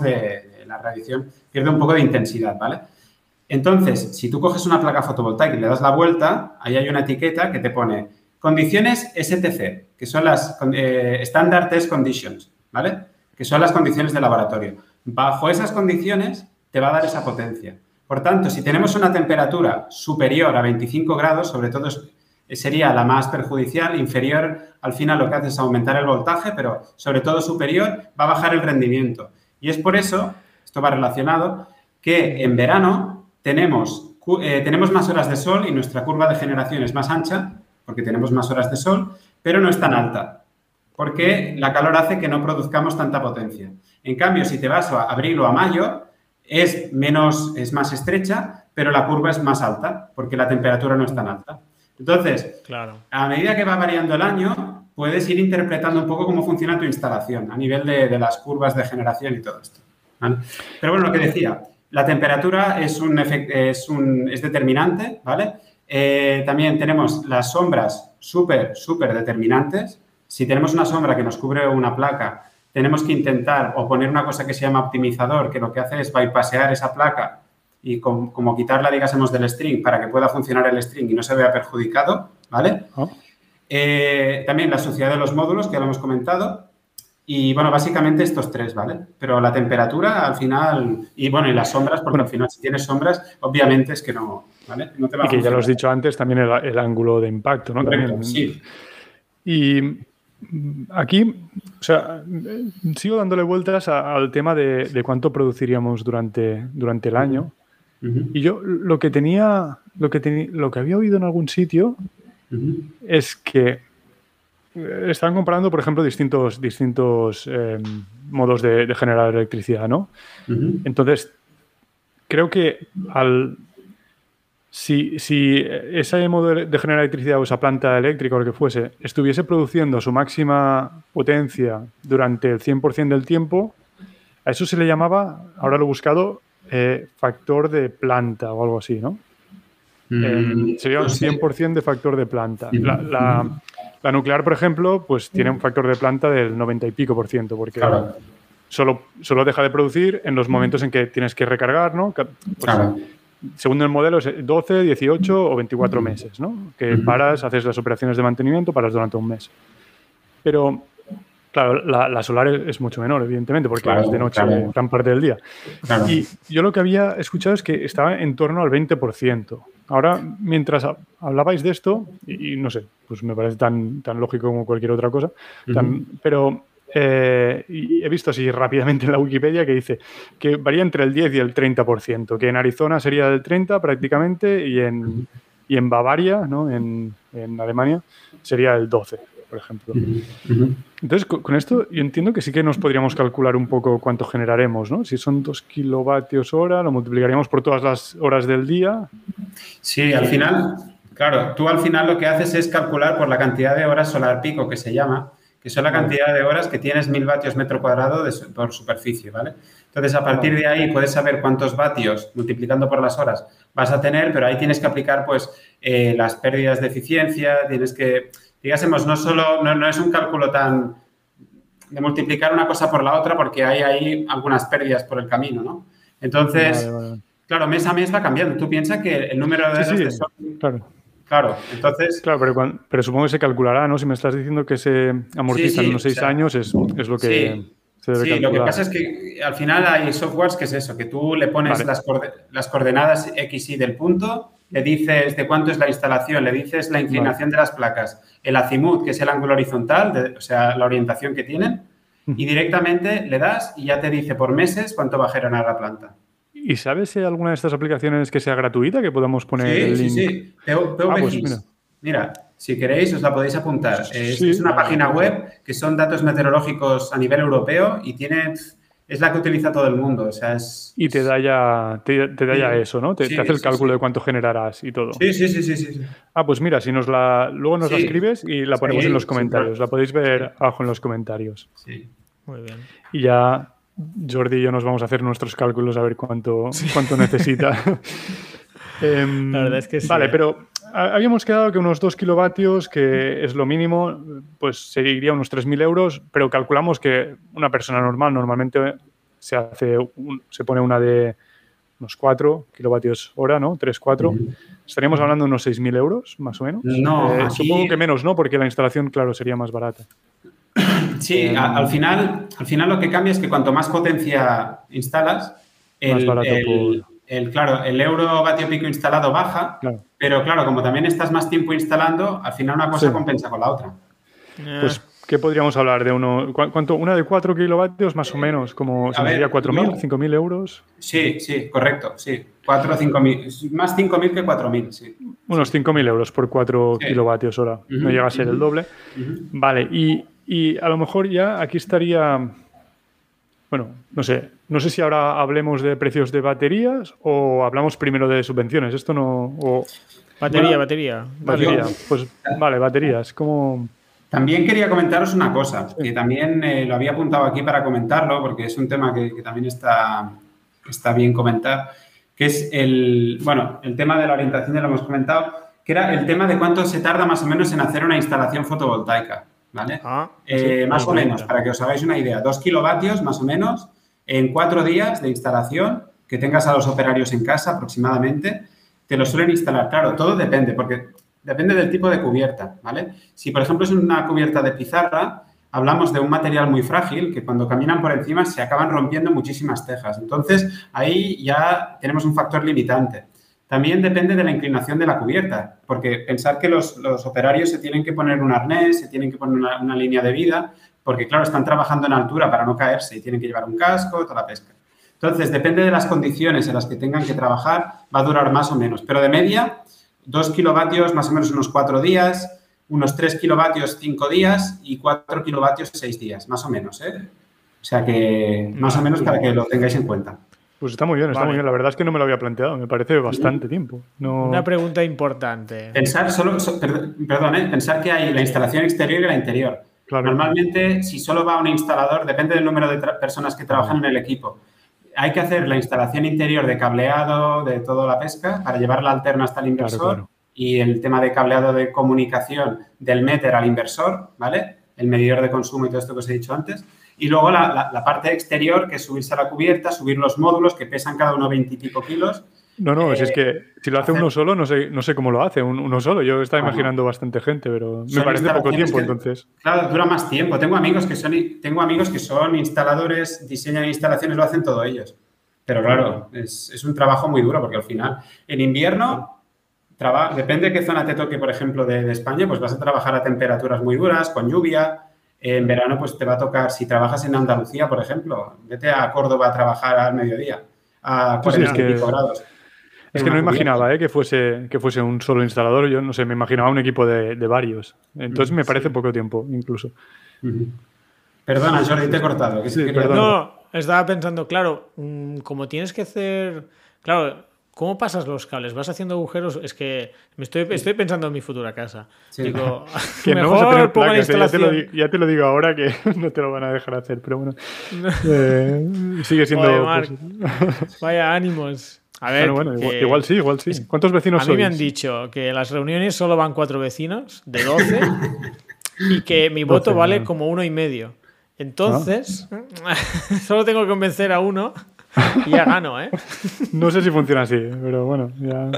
la radiación, pierde un poco de intensidad, ¿vale? Entonces, si tú coges una placa fotovoltaica y le das la vuelta, ahí hay una etiqueta que te pone condiciones STC, que son las Standard Test Conditions, ¿vale? Que son las condiciones de laboratorio. Bajo esas condiciones te va a dar esa potencia. Por tanto, si tenemos una temperatura superior a 25 grados, sobre todo sería la más perjudicial, inferior, al final lo que hace es aumentar el voltaje, pero sobre todo superior, va a bajar el rendimiento. Y es por eso, esto va relacionado, que en verano tenemos más horas de sol y nuestra curva de generación es más ancha, porque tenemos más horas de sol, pero no es tan alta, porque la calor hace que no produzcamos tanta potencia. En cambio, si te vas a abril o a mayo, es más estrecha, pero la curva es más alta, porque la temperatura no es tan alta. Entonces, a medida que va variando el año, puedes ir interpretando un poco cómo funciona tu instalación a nivel de las curvas de generación y todo esto, ¿vale? Pero bueno, lo que decía, la temperatura es determinante, ¿vale? También tenemos las sombras súper determinantes. Si tenemos una sombra que nos cubre una placa, tenemos que intentar o poner una cosa que se llama optimizador, que lo que hace es bypassear esa placa y como quitarla, digásemos, del string para que pueda funcionar el string y no se vea perjudicado, ¿vale? También la suciedad de los módulos, que ya lo hemos comentado. Y, bueno, básicamente estos tres, ¿vale? Pero la temperatura, al final... Y, bueno, y las sombras, porque al final, si tienes sombras, obviamente es que no, ¿vale? No te va a funcionar. Y que ya lo has dicho antes, también el ángulo de impacto, ¿no? Correcto, también. Sí. Y aquí, o sea, sigo dándole vueltas al tema de cuánto produciríamos durante el año. Y yo lo que había oído en algún sitio es que estaban comparando, por ejemplo, distintos modos de generar electricidad, ¿no? Entonces, creo que si ese modo de generar electricidad o esa planta eléctrica o lo que fuese estuviese produciendo su máxima potencia durante el 100% del tiempo, a eso se le llamaba, ahora lo he buscado, factor de planta o algo así, ¿no? Sería un 100% de factor de planta. La nuclear, por ejemplo, pues tiene un factor de planta del 90 y pico por ciento, porque solo deja de producir en los momentos en que tienes que recargar, ¿no? Pues, según el modelo es 12, 18 o 24 meses, ¿no? Que paras, haces las operaciones de mantenimiento, paras durante un mes. Pero, claro, la solar es mucho menor, evidentemente, porque es de noche gran parte del día. Y yo lo que había escuchado es que estaba en torno al 20%. Ahora, mientras hablabais de esto, y no sé, pues me parece tan lógico como cualquier otra cosa, pero y he visto así rápidamente en la Wikipedia que dice que varía entre el 10 y el 30%, que en Arizona sería el 30% prácticamente y en Bavaria, ¿no? en Alemania, sería el 12%. Por ejemplo. Entonces, con esto yo entiendo que sí que nos podríamos calcular un poco cuánto generaremos, ¿no? Si son 2 kilovatios hora, lo multiplicaríamos por todas las horas del día. Sí, al final, claro, tú al final lo que haces es calcular por la cantidad de horas solar pico, que se llama, que son la cantidad de horas que tienes 1000 vatios metro cuadrado por superficie, ¿vale? Entonces, a partir de ahí puedes saber cuántos vatios, multiplicando por las horas, vas a tener, pero ahí tienes que aplicar, pues, las pérdidas de eficiencia, tienes que... Digásemos, no es un cálculo tan de multiplicar una cosa por la otra porque hay ahí algunas pérdidas por el camino, ¿no? Entonces, claro, mes a mes va cambiando. Tú piensas que el número de horas de sol... Claro, entonces... Claro, pero supongo que se calculará, ¿no? Si me estás diciendo que se amortiza en unos 6 años, es lo que se debe calcular. Lo que pasa es que al final hay softwares que es eso, que tú le pones las coordenadas X, Y del punto, le dices de cuánto es la instalación, le dices la inclinación de las placas, el azimut, que es el ángulo horizontal, o sea, la orientación que tienen, y directamente le das y ya te dice por meses cuánto va a generar la planta. ¿Y sabes si hay alguna de estas aplicaciones que sea gratuita, que podamos poner el link? Sí. PVGIS. Mira, si queréis os la podéis apuntar. Es una página web que son datos meteorológicos a nivel europeo y es la que utiliza todo el mundo. O sea, y te da ya eso, ¿no? Te hace el cálculo de cuánto generarás y todo. Sí. Pues mira, si luego nos la escribes y la ponemos en los comentarios. La podéis ver abajo en los comentarios. Sí. Muy bien. Y ya Jordi y yo nos vamos a hacer nuestros cálculos a ver cuánto necesita. La verdad es que sí. Vale, pero habíamos quedado que unos 2 kilovatios, que es lo mínimo, pues sería unos 3.000 euros, pero calculamos que una persona normal normalmente se pone una de unos 4 kilovatios hora, ¿no? 3, 4. Estaríamos hablando de unos 6.000 euros, más o menos. No, supongo que menos, ¿no? Porque la instalación, claro, sería más barata. Sí, al final lo que cambia es que cuanto más potencia instalas, más barato el euro vatio pico instalado baja, pero claro, como también estás más tiempo instalando, al final una cosa compensa con la otra. Pues, ¿qué podríamos hablar de uno? ¿Una de 4 kilovatios más o menos? Como sería 4.000, 5.000 euros. Sí, correcto, sí. 4 o 5.000, más 5.000 que 4.000, sí. Unos 5.000 euros por 4 kilovatios hora. No llega a ser el doble. Vale, y a lo mejor ya aquí estaría... Bueno, no sé si ahora hablemos de precios de baterías o hablamos primero de subvenciones. Esto no... Batería. Pues vale, baterías. ¿Cómo...? También quería comentaros una cosa, que también lo había apuntado aquí para comentarlo, porque es un tema que también está bien comentar, que es el tema de la orientación, ya lo hemos comentado, que era el tema de cuánto se tarda más o menos en hacer una instalación fotovoltaica. ¿Vale? Más o menos, para que os hagáis una idea, 2 kilovatios más o menos en 4 días de instalación, que tengas a los operarios en casa aproximadamente, te lo suelen instalar. Claro, todo depende, porque depende del tipo de cubierta, ¿vale? Si, por ejemplo, es una cubierta de pizarra, hablamos de un material muy frágil que cuando caminan por encima se acaban rompiendo muchísimas tejas. Entonces, ahí ya tenemos un factor limitante. También depende de la inclinación de la cubierta, porque pensar que los operarios se tienen que poner un arnés, se tienen que poner una línea de vida, porque, claro, están trabajando en altura para no caerse y tienen que llevar un casco, toda la pesca. Entonces, depende de las condiciones en las que tengan que trabajar, va a durar más o menos. Pero de media, 2 kilovatios más o menos unos 4 días, unos 3 kilovatios 5 días y 4 kilovatios 6 días, más o menos, ¿eh? O sea que, más o menos para que lo tengáis en cuenta. Pues está muy bien, está muy bien. La verdad es que no me lo había planteado, me parece bastante tiempo. No... Una pregunta importante. Pensar pensar que hay la instalación exterior y la interior. Claro. Normalmente, si solo va un instalador, depende del número de personas que trabajan en el equipo. Hay que hacer la instalación interior de cableado, de toda la pesca, para llevar la alterna hasta el inversor y el tema de cableado de comunicación del meter al inversor, ¿vale? El medidor de consumo y todo esto que os he dicho antes. Y luego la parte exterior, que es subirse a la cubierta, subir los módulos que pesan cada uno 20 y pico kilos. No, es que si lo hace uno solo, no sé cómo lo hace uno solo. Yo estaba imaginando bastante gente, pero me parece poco tiempo, entonces. Claro, dura más tiempo. Tengo amigos que son instaladores, diseñan instalaciones, lo hacen todos ellos. Pero claro, es un trabajo muy duro porque al final, en invierno, depende de qué zona te toque, por ejemplo, de España, pues vas a trabajar a temperaturas muy duras, con lluvia. En verano, pues te va a tocar, si trabajas en Andalucía, por ejemplo, vete a Córdoba a trabajar al mediodía, a 45 grados. Es que no imaginaba que fuese un solo instalador. Yo no sé, me imaginaba un equipo de varios. Entonces me parece poco tiempo, incluso. Perdona, Jordi, te he cortado. No, estaba pensando, claro, como tienes que hacer... Claro, ¿cómo pasas los cables? ¿Vas haciendo agujeros? Es que estoy pensando en mi futura casa. Sí. Digo, que no vamos a tener placas. Ya te lo digo ahora que no te lo van a dejar hacer, pero bueno. Sigue siendo... Oye, Marc, vaya ánimos. A ver, bueno, igual sí. ¿Cuántos vecinos sois? A mí me han dicho que en las reuniones solo van 4 vecinos, de 12, y que mi voto vale como 1,5. Entonces, solo tengo que convencer a uno y ya gano, ¿eh? No sé si funciona así, pero bueno, ya...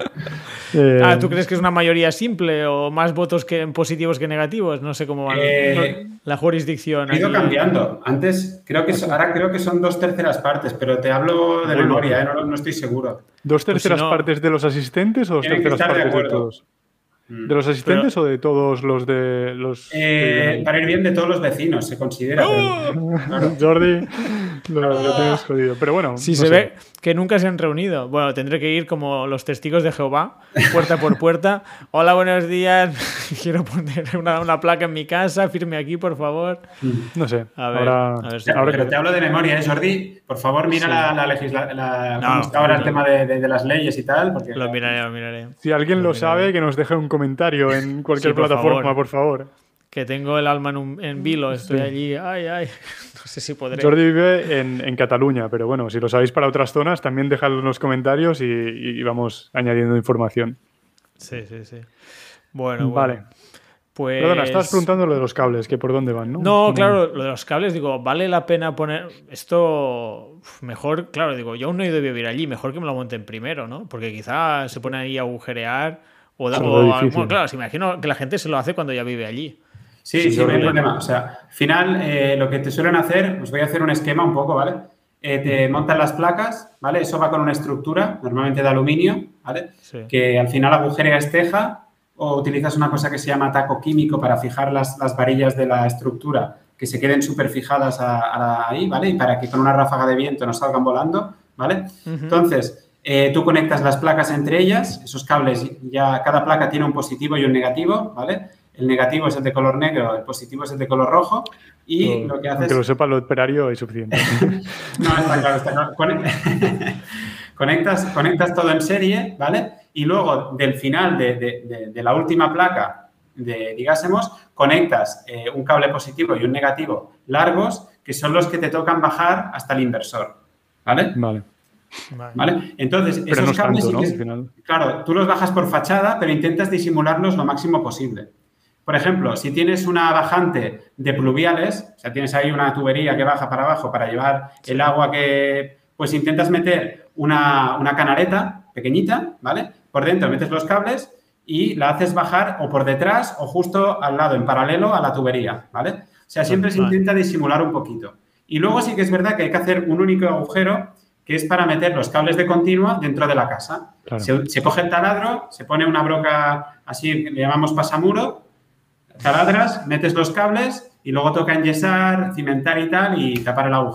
¿Tú crees que es una mayoría simple o más votos positivos que negativos? No sé cómo va la jurisdicción. Ha ido cambiando. Antes, ahora creo que son 2/3 partes, pero te hablo de memoria, no estoy seguro. ¿2/3 partes de los asistentes o 2/3 partes de todos? ¿De los asistentes o de todos los de los...? Para ir bien de todos los vecinos, se considera. Claro. Jordi, lo tienes jodido. Pero bueno... Si se ve que nunca se han reunido. Bueno, tendré que ir como los testigos de Jehová, puerta por puerta. Hola, buenos días. Quiero poner una placa en mi casa. Firme aquí, por favor. No sé. A ver si pero te hablo de memoria, Jordi. Por favor, mira la legislación. ¿Cómo está ahora el tema de las leyes y tal? Porque, lo miraré. Si alguien lo sabe, que nos deje un comentario en cualquier plataforma, por favor. Que tengo el alma en vilo, estoy allí, no sé si podré. Jordi vive en Cataluña, pero bueno, si lo sabéis para otras zonas, también dejadlo en los comentarios y vamos añadiendo información. Sí. Bueno. Pues... Perdona, estabas preguntando lo de los cables, que por dónde van, ¿no? No, claro, lo de los cables, digo, ¿vale la pena poner esto? Mejor, claro, digo, yo aún no he ido a vivir allí, mejor que me lo monten primero, ¿no? Porque quizá se pone ahí a agujerear bueno, claro, se imagino que la gente se lo hace cuando ya vive allí. Sí, no hay problema. O sea, al final, lo que te suelen hacer, os voy a hacer un esquema un poco, ¿vale? Te montan las placas, ¿vale? Eso va con una estructura, normalmente de aluminio, ¿vale? Sí. Que al final agujereas teja o utilizas una cosa que se llama taco químico para fijar las varillas de la estructura, que se queden súper fijadas ahí, ¿vale? Y para que con una ráfaga de viento no salgan volando, ¿vale? Entonces, tú conectas las placas entre ellas, esos cables, ya cada placa tiene un positivo y un negativo, ¿vale? El negativo es el de color negro, el positivo es el de color rojo y lo que haces... Aunque lo sepa lo operario es suficiente. No, está claro. Conectas todo en serie, ¿vale? Y luego, del final de la última placa, digásemos, conectas un cable positivo y un negativo largos, que son los que te tocan bajar hasta el inversor, ¿vale? ¿Vale? Entonces, pero esos no cables, tanto, ¿no? Al final. Claro, tú los bajas por fachada, pero intentas disimularlos lo máximo posible. Por ejemplo, si tienes una bajante de pluviales, o sea, tienes ahí una tubería que baja para abajo para llevar el agua pues intentas meter una canaleta pequeñita, ¿vale? Por dentro metes los cables y la haces bajar o por detrás o justo al lado, en paralelo a la tubería, ¿vale? O sea, siempre se intenta disimular un poquito. Y luego sí que es verdad que hay que hacer un único agujero que es para meter los cables de continua dentro de la casa. Claro. Se coge el taladro, se pone una broca así, le llamamos pasamuro, taladras, metes los cables y luego toca enyesar, cimentar y tal y tapar el agujero,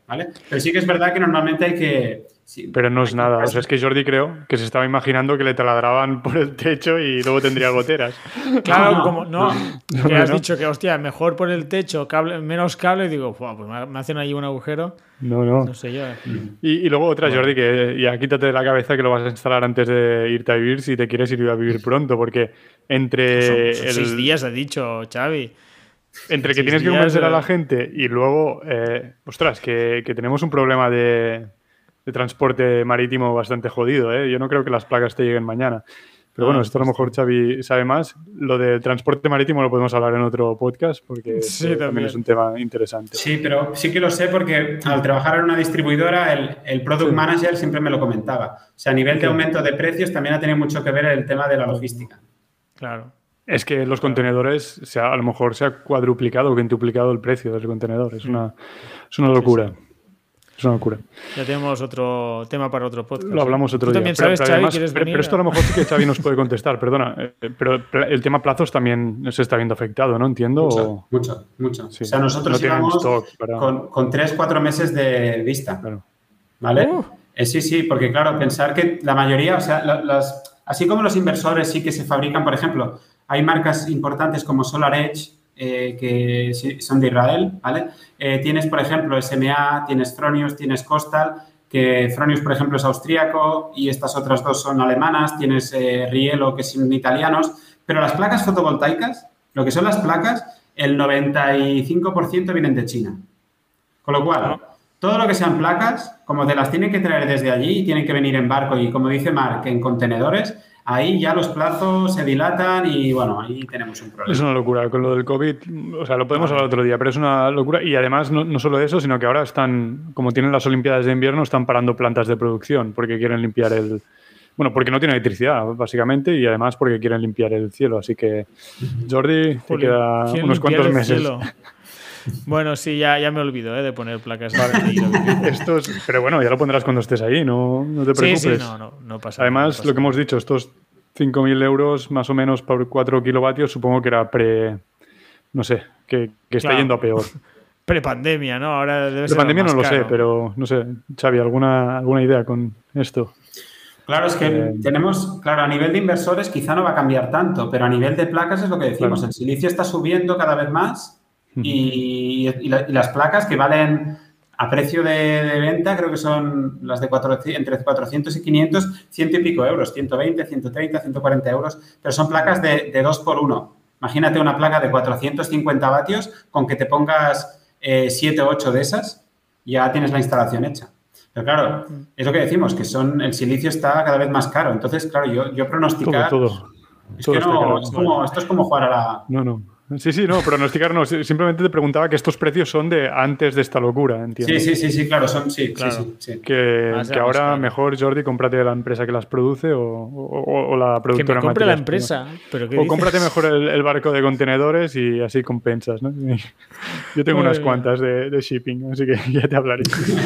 ¿vale? Pero sí que es verdad que normalmente hay que... Sí, pero no es nada. O sea, es que Jordi creo que se estaba imaginando que le taladraban por el techo y luego tendría goteras. Claro, que has dicho que, hostia, mejor por el techo, menos cable, y digo, pues me hacen ahí un agujero. No sé yo. Y luego otra, Jordi, que ya quítate de la cabeza que lo vas a instalar antes de irte a vivir si te quieres ir a vivir pronto, porque entre... Son 6 días, ha dicho Xavi. Entre que tienes que convencer a la gente y luego, ostras, que tenemos un problema de transporte marítimo bastante jodido, ¿eh? Yo no creo que las placas te lleguen mañana. Pero bueno, esto a lo mejor Xavi sabe más. Lo del transporte marítimo lo podemos hablar en otro podcast porque también es un tema interesante. Sí, pero sí que lo sé porque al trabajar en una distribuidora, el Product Manager siempre me lo comentaba. O sea, a nivel de aumento de precios también ha tenido mucho que ver el tema de la logística. Claro. Es que los contenedores, a lo mejor se ha cuadruplicado o quintuplicado el precio del contenedor. Es una locura. Sí. Es una locura. Ya tenemos otro tema para otro podcast. Lo hablamos otro día. También sabes, pero Xavi, además, ¿quieres venir? Pero esto a lo mejor sí que Xavi nos puede contestar, perdona. Pero el tema plazos también se está viendo afectado, ¿no? Entiendo. Mucho. Sí. O sea, nosotros íbamos para... con 3-4 meses de vista. Claro. ¿Vale? Sí, porque claro, pensar que la mayoría, o sea, así como los inversores sí que se fabrican, por ejemplo, hay marcas importantes como SolarEdge, que son de Israel, ¿vale? Tienes, por ejemplo, SMA, tienes Fronius, tienes Costal, que Fronius, por ejemplo, es austríaco y estas otras dos son alemanas, tienes Riello, que son italianos, pero las placas fotovoltaicas, lo que son las placas, el 95% vienen de China. Con lo cual, todo lo que sean placas, como te las tienen que traer desde allí y tienen que venir en barco y, como dice Marc, en contenedores, ahí ya los plazos se dilatan y, bueno, ahí tenemos un problema. Es una locura. Con lo del COVID, o sea, lo podemos hablar otro día, pero es una locura. Y además, no solo eso, sino que ahora están, como tienen las Olimpiadas de invierno, están parando plantas de producción porque quieren limpiar Bueno, porque no tiene electricidad, básicamente, y además porque quieren limpiar el cielo. Así que, Jordi, te queda unos cuantos meses. Bueno, sí, ya me olvido de poner placas. Pero bueno, ya lo pondrás cuando estés ahí, no te preocupes. Sí, no pasa nada. Además, lo que hemos dicho, estos 5.000 euros más o menos por 4 kilovatios, supongo que era no sé, que está yendo a peor. Prepandemia, ¿no? Ahora debe ser Prepandemia más no lo caro. sé, pero no sé, Xavi, ¿alguna idea con esto? Claro, es que tenemos, a nivel de inversores quizá no va a cambiar tanto, pero a nivel de placas es lo que decimos, el silicio está subiendo cada vez más. Y las placas que valen a precio de venta, creo que son las de entre 400 y 500, 100 y pico euros, 120, 130, 140 euros, pero son placas de 2x1. Imagínate una placa de 450 vatios con que te pongas 7 o 8 de esas, ya tienes la instalación hecha. Pero claro, es lo que decimos, que el silicio está cada vez más caro. Entonces, claro, yo pronosticar... Todo que no, esto es como jugar a la... No. Sí, no, pronosticar no. Simplemente te preguntaba que estos precios son de antes de esta locura, entiendo. Sí, claro, son, sí. Que ahora mejor, Jordi, cómprate la empresa que las produce o la productora. Que me compre la empresa. ¿Pero qué o cómprate mejor el barco de contenedores y así compensas, ¿no? Yo tengo unas cuantas de shipping, así que ya te hablaré.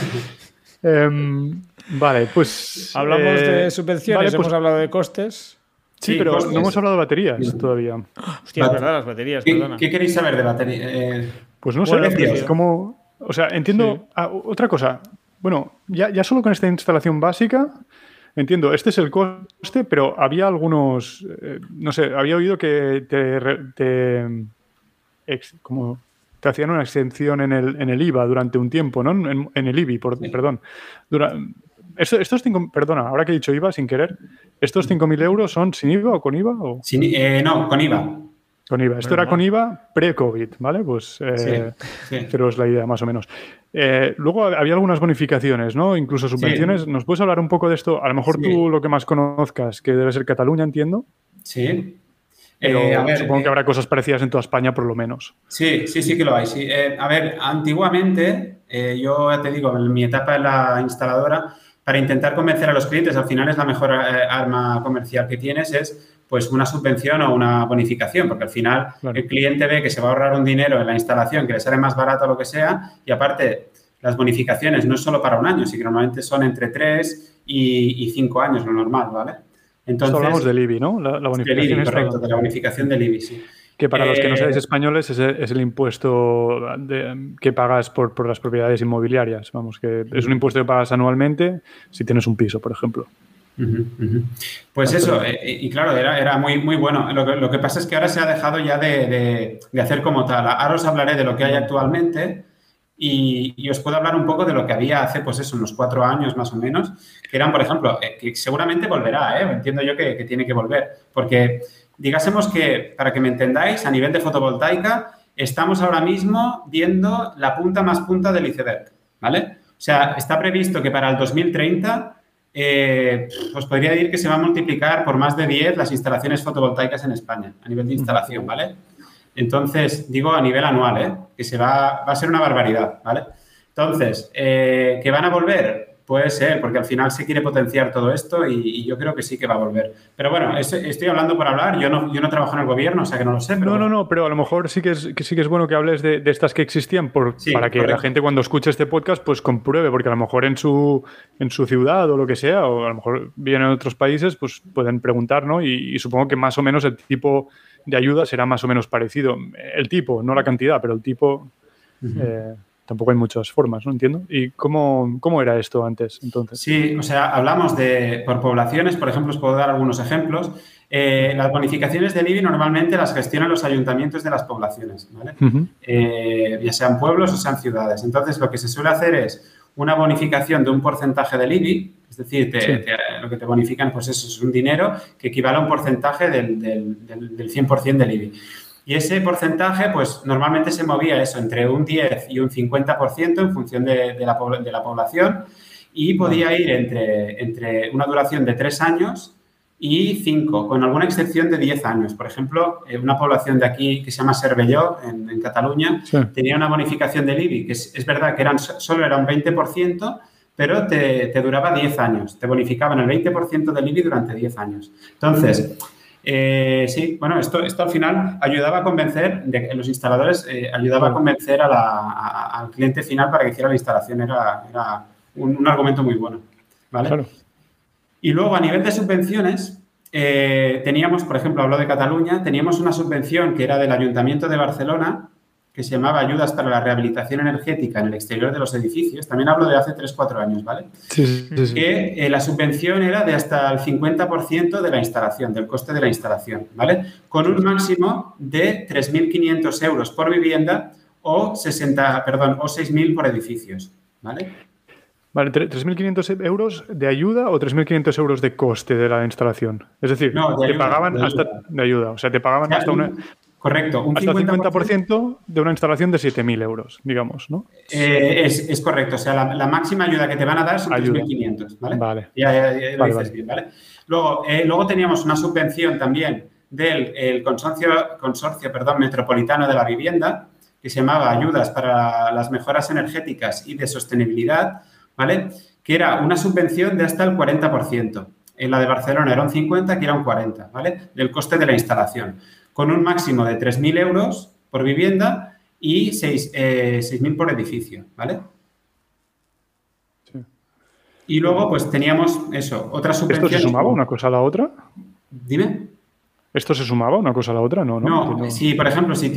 Vale, pues... Hablamos de subvenciones, hemos hablado de costes... Sí, pero no hemos hablado de baterías todavía. Hostia, es verdad, las baterías, perdona. ¿Qué queréis saber de baterías? Pues no sé, es como... O sea, entiendo... Sí. Otra cosa. Bueno, ya solo con esta instalación básica, entiendo, este es el coste, pero había algunos... no sé, había oído que te hacían una exención en el IVA durante un tiempo, ¿no? En el IBI, perdón. Perdona, ahora que he dicho IVA sin querer, ¿estos 5.000 euros son sin IVA o con IVA? O? No, con IVA. Con IVA. Esto era con IVA pre-COVID, ¿vale? Pues pero es la idea más o menos. Luego había algunas bonificaciones, ¿no? Incluso subvenciones. ¿Nos puedes hablar un poco de esto? A lo mejor tú lo que más conozcas, que debe ser Cataluña, entiendo. Sí. Pero supongo que habrá cosas parecidas en toda España, por lo menos. Sí que lo hay. Sí. Antiguamente, yo ya te digo, en mi etapa en la instaladora, para intentar convencer a los clientes, al final es la mejor arma comercial que tienes, es pues una subvención o una bonificación, porque al final el cliente ve que se va a ahorrar un dinero en la instalación, que le sale más barato o lo que sea, y aparte las bonificaciones no es solo para un año, sino que normalmente son entre 3 y 5 años lo normal, ¿vale? Entonces, hablamos del IBI, ¿no? La bonificación del IBI, correcto, de la bonificación del IBI, sí. Que para los que no seáis españoles es el impuesto que pagas por las propiedades inmobiliarias. Vamos, que es un impuesto que pagas anualmente si tienes un piso, por ejemplo. Pues eso, y claro, era muy, muy bueno. Lo que pasa es que ahora se ha dejado ya de hacer como tal. Ahora os hablaré de lo que hay actualmente y os puedo hablar un poco de lo que había hace, pues eso, unos 4 años más o menos, que eran, por ejemplo, que seguramente volverá, entiendo yo que tiene que volver, porque digásemos que, para que me entendáis, a nivel de fotovoltaica, estamos ahora mismo viendo la punta más punta del iceberg, ¿vale? O sea, está previsto que para el 2030 os podría decir que se va a multiplicar por más de 10 las instalaciones fotovoltaicas en España, a nivel de instalación, ¿vale? Entonces, digo a nivel anual, que va a ser una barbaridad, ¿vale? Entonces, ¿que van a volver? Puede ser, porque al final se quiere potenciar todo esto y yo creo que sí que va a volver. Pero bueno, estoy hablando por hablar, yo no trabajo en el gobierno, o sea que no lo sé. Pero no, pero a lo mejor sí que es bueno que hables de estas que existían para que correcto. La gente cuando escuche este podcast pues compruebe, porque a lo mejor en su ciudad o lo que sea, o a lo mejor vienen en otros países, pues pueden preguntar, ¿no? Y supongo que más o menos el tipo de ayuda será más o menos parecido. El tipo, no la cantidad, pero el tipo... Tampoco hay muchas formas, ¿no? Entiendo. ¿Y cómo era esto antes, entonces? Sí, o sea, hablamos por poblaciones, por ejemplo, os puedo dar algunos ejemplos. Las bonificaciones del IBI normalmente las gestionan los ayuntamientos de las poblaciones, ¿vale? Ya sean pueblos o sean ciudades. Entonces, lo que se suele hacer es una bonificación de un porcentaje del IBI, es decir, lo que te bonifican, pues eso es un dinero que equivale a un porcentaje del 100% del IBI. Y ese porcentaje, pues, normalmente se movía eso, entre un 10 y un 50% en función de la población y podía ir entre una duración de 3 años y 5, con alguna excepción de 10 años. Por ejemplo, una población de aquí que se llama Cervelló, en Cataluña, tenía una bonificación del IBI, que es verdad que solo era un 20%, pero te duraba 10 años. Te bonificaban el 20% del IBI durante 10 años. Entonces... sí, bueno, esto al final ayudaba a convencer, los instaladores ayudaba a convencer al cliente final para que hiciera la instalación. Era un argumento muy bueno, ¿vale? Claro. Y luego, a nivel de subvenciones, teníamos, por ejemplo, hablo de Cataluña, teníamos una subvención que era del Ayuntamiento de Barcelona, que se llamaba Ayudas para la Rehabilitación Energética en el Exterior de los Edificios. También hablo de hace 3-4 años, ¿vale? Sí. Que la subvención era de hasta el 50% de la instalación, del coste de la instalación, ¿vale? Con un máximo de 3.500 euros por vivienda o 6.000 por edificios, ¿vale? Vale, 3.500 euros de ayuda o 3.500 euros de coste de la instalación. Es decir, te pagaban hasta de ayuda. O sea, te pagaban hasta una... Correcto. Hasta el 50% de una instalación de 7.000 euros, digamos, ¿no? Es correcto. O sea, la máxima ayuda que te van a dar son 3.500, ¿vale? Vale. Ya lo dices bien, ¿vale? Luego teníamos una subvención también del consorcio metropolitano de la vivienda, que se llamaba Ayudas para las Mejoras Energéticas y de Sostenibilidad, ¿vale? Que era una subvención de hasta el 40%. En la de Barcelona era un 50%, que era un 40%, ¿vale? Del coste de la instalación, con un máximo de 3.000 euros por vivienda y 6.000 por edificio, ¿vale? Sí. Y luego, pues, teníamos eso, otras subvenciones. ¿Esto se sumaba una cosa a la otra? Dime. ¿Esto se sumaba una cosa a la otra? No, si por ejemplo, si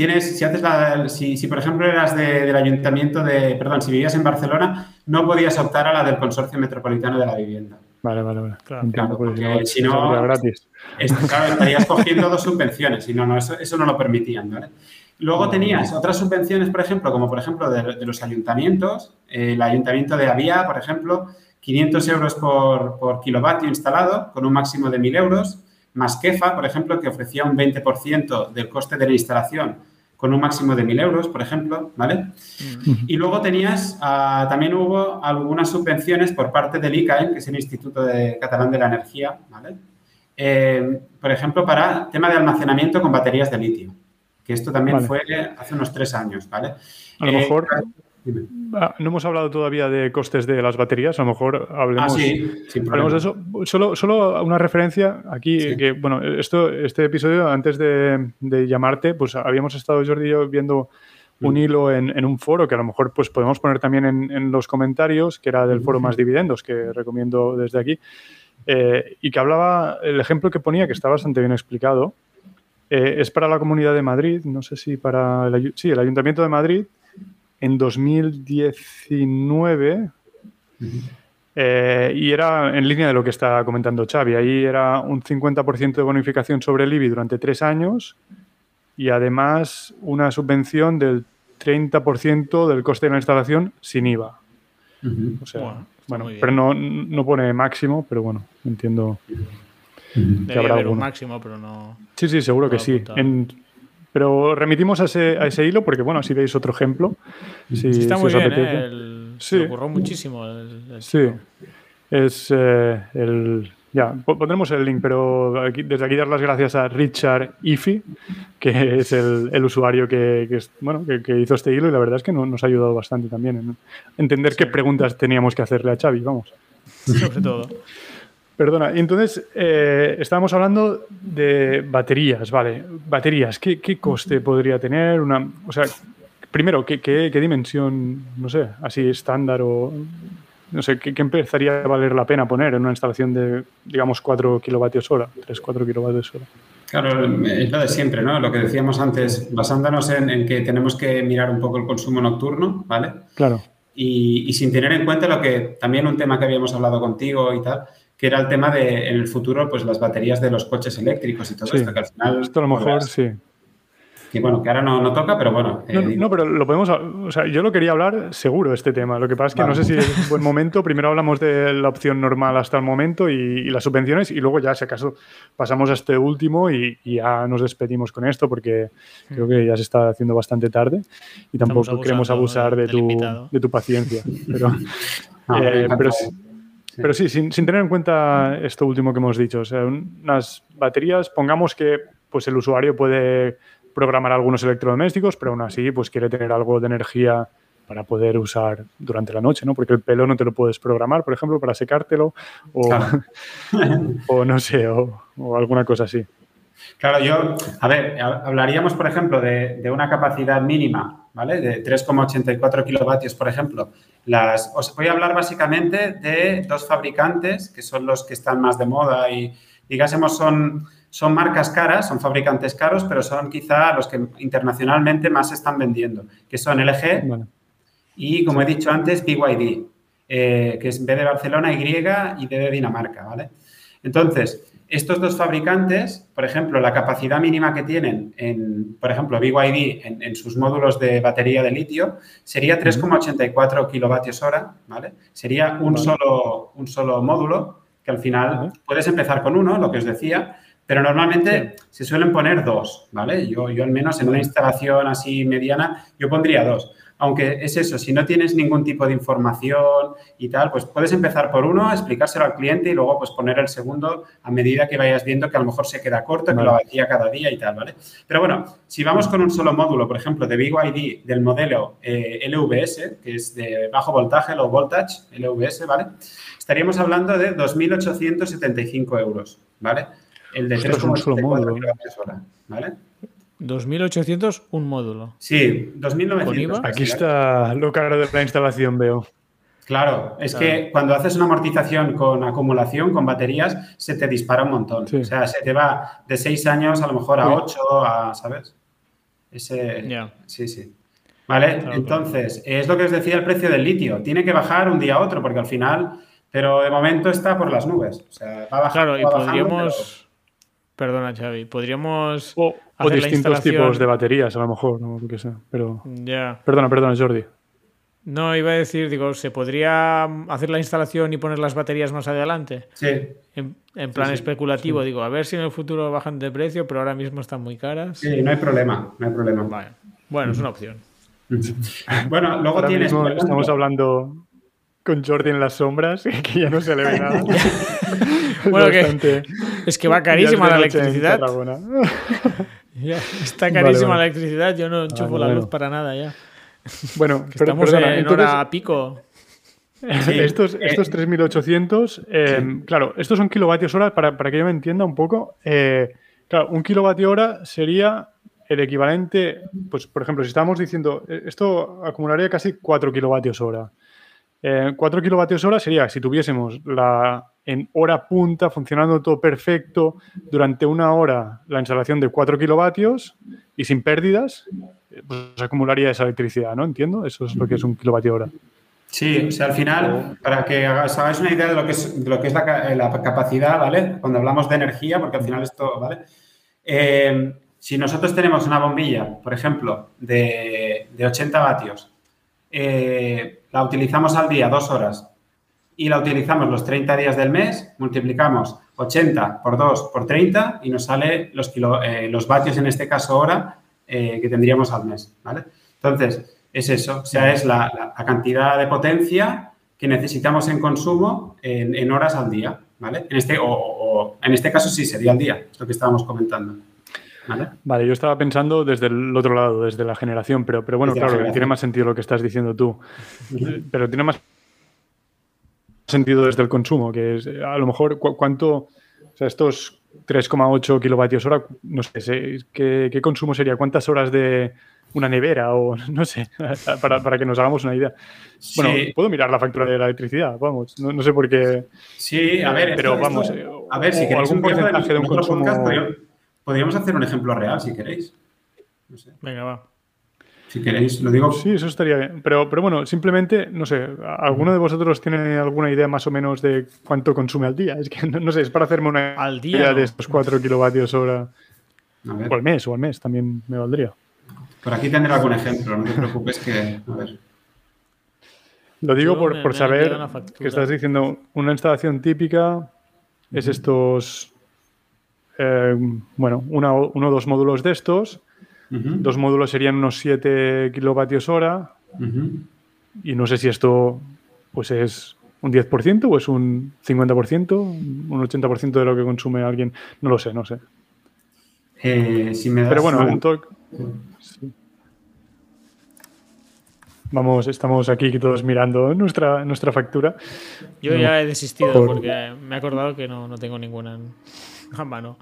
por ejemplo eras del ayuntamiento si vivías en Barcelona, no podías optar a la del Consorcio Metropolitano de la Vivienda. Vale. Claro, porque si no, gratis. Estarías cogiendo 2 subvenciones y eso no lo permitían, ¿vale? Luego tenías otras subvenciones, por ejemplo, como por ejemplo de los ayuntamientos, el ayuntamiento de Avià, por ejemplo, 500 euros por kilovatio instalado, con un máximo de 1.000 euros. Masquefa, por ejemplo, que ofrecía un 20% del coste de la instalación con un máximo de 1.000 euros, por ejemplo, ¿vale? Y luego también hubo algunas subvenciones por parte del ICAEN, que es el Instituto Catalán de la Energía, ¿vale? Por ejemplo, para tema de almacenamiento con baterías de litio, que esto también fue hace unos 3 años, ¿vale? A lo mejor... No hemos hablado todavía de costes de las baterías, a lo mejor hablemos de eso. Solo una referencia aquí, que bueno, este episodio, antes de llamarte, pues habíamos estado Jordi y yo viendo un hilo en un foro que a lo mejor pues podemos poner también en los comentarios, que era del foro Más Dividendos, que recomiendo desde aquí, y que hablaba, el ejemplo que ponía, que está bastante bien explicado, Es para la Comunidad de Madrid, no sé si para el Ayuntamiento de Madrid, en 2019, y era en línea de lo que está comentando Xavi. Ahí era un 50% de bonificación sobre el IBI durante 3 años y además una subvención del 30% del coste de la instalación sin IVA. O sea, bueno, pero no pone máximo, pero bueno, entiendo que habrá haber un máximo, pero no... Sí, seguro que sí. Pero remitimos a ese hilo porque, bueno, así veis otro ejemplo. Sí, está muy bien, se le ocurrió muchísimo. Sí, es ya, pondremos el link, pero desde aquí dar las gracias a Richard Ifi, que es el usuario que hizo este hilo, y la verdad es que nos ha ayudado bastante también en entender qué preguntas teníamos que hacerle a Xavi, vamos. Sobre todo. Perdona, y entonces estábamos hablando de baterías, ¿vale? Baterías, ¿qué coste podría tener? O sea, primero, ¿qué dimensión, no sé, así estándar o... No sé, ¿qué empezaría a valer la pena poner en una instalación de, digamos, 4 kilovatios hora, 3-4 kilovatios hora? Claro, es lo de siempre, ¿no? Lo que decíamos antes, basándonos en que tenemos que mirar un poco el consumo nocturno, ¿vale? Claro. Y sin tener en cuenta lo que, también un tema que habíamos hablado contigo y tal, que era el tema de, en el futuro, pues las baterías de los coches eléctricos y todo esto, que al final... Esto a lo mejor, sí. Que bueno, que ahora no toca, pero bueno. No, pero lo podemos... O sea, yo lo quería hablar seguro este tema. Lo que pasa es que no sé si es un buen momento. Primero hablamos de la opción normal hasta el momento y las subvenciones, y luego ya, si acaso, pasamos a este último y ya nos despedimos con esto porque creo que ya se está haciendo bastante tarde y tampoco queremos abusar de tu paciencia. Pero sí, sin tener en cuenta esto último que hemos dicho. O sea, unas baterías, pongamos que pues el usuario puede programar algunos electrodomésticos, pero aún así pues quiere tener algo de energía para poder usar durante la noche, ¿no? Porque el pelo no te lo puedes programar, por ejemplo, para secártelo o no sé, o alguna cosa así. Claro, hablaríamos, por ejemplo, de una capacidad mínima, ¿vale? De 3,84 kilovatios, por ejemplo. Os voy a hablar básicamente de 2 fabricantes, que son los que están más de moda y, digásemos, son marcas caras, son fabricantes caros, pero son quizá los que internacionalmente más se están vendiendo, que son LG y, como he dicho antes, BYD, que es B de Barcelona, Y y D de Dinamarca, ¿vale? Entonces, estos 2 fabricantes, por ejemplo, la capacidad mínima que tienen, por ejemplo, BYD en sus módulos de batería de litio sería 3,84 kilovatios hora, ¿vale? Sería un solo módulo, que al final puedes empezar con uno, lo que os decía, pero normalmente se suelen poner 2, ¿vale? Yo al menos en una instalación así mediana, yo pondría 2. Aunque es eso, si no tienes ningún tipo de información y tal, pues puedes empezar por uno, explicárselo al cliente y luego pues poner el segundo a medida que vayas viendo que a lo mejor se queda corto, que lo vacía cada día y tal, ¿vale? Pero bueno, si vamos con un solo módulo, por ejemplo, de BYD del modelo LVS, que es de bajo voltaje, low voltage, LVS, ¿vale? Estaríamos hablando de 2.875 euros, ¿vale? El de 3,84 kilovatios hora, ¿vale? 2.800, un módulo. Sí, 2.900. Aquí está lo caro de la instalación, veo. Claro, es que cuando haces una amortización con acumulación, con baterías, se te dispara un montón. Sí. O sea, se te va de 6 años a lo mejor a 8, ¿sabes? Sí. ¿Vale? Claro, entonces, es lo que os decía el precio del litio. Tiene que bajar un día a otro porque al final, pero de momento está por las nubes. O sea, va bajando. Claro, y podríamos... Perdona, Xavi, podríamos hacer distintos tipos de baterías, a lo mejor, no lo que sea, pero... Perdona, Jordi. No, iba a decir, ¿se podría hacer la instalación y poner las baterías más adelante? Sí. En plan especulativo, a ver si en el futuro bajan de precio, pero ahora mismo están muy caras. Sí, no hay problema. Vale. Bueno, es una opción. Bueno, luego ahora tienes... Mismo estamos hablando con Jordi en las sombras, que ya no se le ve nada. Bueno, es que va carísima la electricidad. Está carísima la electricidad, yo no enchufo la luz para nada ya. Bueno, estamos en hora pico. Sí, estos 3.800, claro, estos son kilovatios hora, para que yo me entienda un poco. Claro, un kilovatio hora sería el equivalente, pues por ejemplo, si estábamos diciendo, esto acumularía casi 4 kilovatios hora. 4 kilovatios hora sería si tuviésemos en hora punta funcionando todo perfecto durante una hora la instalación de 4 kilovatios y sin pérdidas, pues se acumularía esa electricidad, ¿no? Entiendo, eso es lo que es un kilovatio hora. Sí, o sea, al final, para que os hagáis una idea de lo que es la capacidad, ¿vale? Cuando hablamos de energía, porque al final esto, ¿vale? Si nosotros tenemos una bombilla, por ejemplo, de 80 vatios, la utilizamos al día 2 horas y la utilizamos los 30 días del mes, multiplicamos 80 por 2 por 30 y nos sale los vatios, en este caso hora, que tendríamos al mes, ¿vale? Entonces, es eso, o sea, es la cantidad de potencia que necesitamos en consumo en horas al día, ¿vale? En este caso sí sería al día, es lo que estábamos comentando. Vale, yo estaba pensando desde el otro lado, desde la generación, pero bueno, claro, tiene más sentido lo que estás diciendo tú. Pero tiene más sentido desde el consumo, que es a lo mejor cuánto, o sea, estos 3,8 kilovatios hora, no sé, ¿qué consumo sería? ¿Cuántas horas de una nevera o no sé, para que nos hagamos una idea? Bueno, sí. Puedo mirar la factura de la electricidad, vamos, no sé por qué. Sí, a ver, pero vamos, a ver, si queréis algún porcentaje de un consumo. Podríamos hacer un ejemplo real, si queréis. No sé. Venga, va. Si queréis, lo digo. Sí, eso estaría bien. Pero bueno, simplemente, no sé, ¿alguno de vosotros tiene alguna idea más o menos de cuánto consume al día? Es que no sé, es para hacerme una idea de estos 4 kilovatios hora. O al mes también me valdría. Por aquí tendré algún ejemplo, no te preocupes que... A ver. Lo digo por saber que estás diciendo una instalación típica es estos... uno o dos módulos de estos. Dos módulos serían unos 7 kilovatios hora. Y no sé si esto pues es un 10% o es un 50%, un 80% de lo que consume alguien. No lo sé. Si me das Pero bueno, sí. Vamos, estamos aquí todos mirando nuestra factura. Yo ya he desistido porque me he acordado que no tengo ninguna a mano.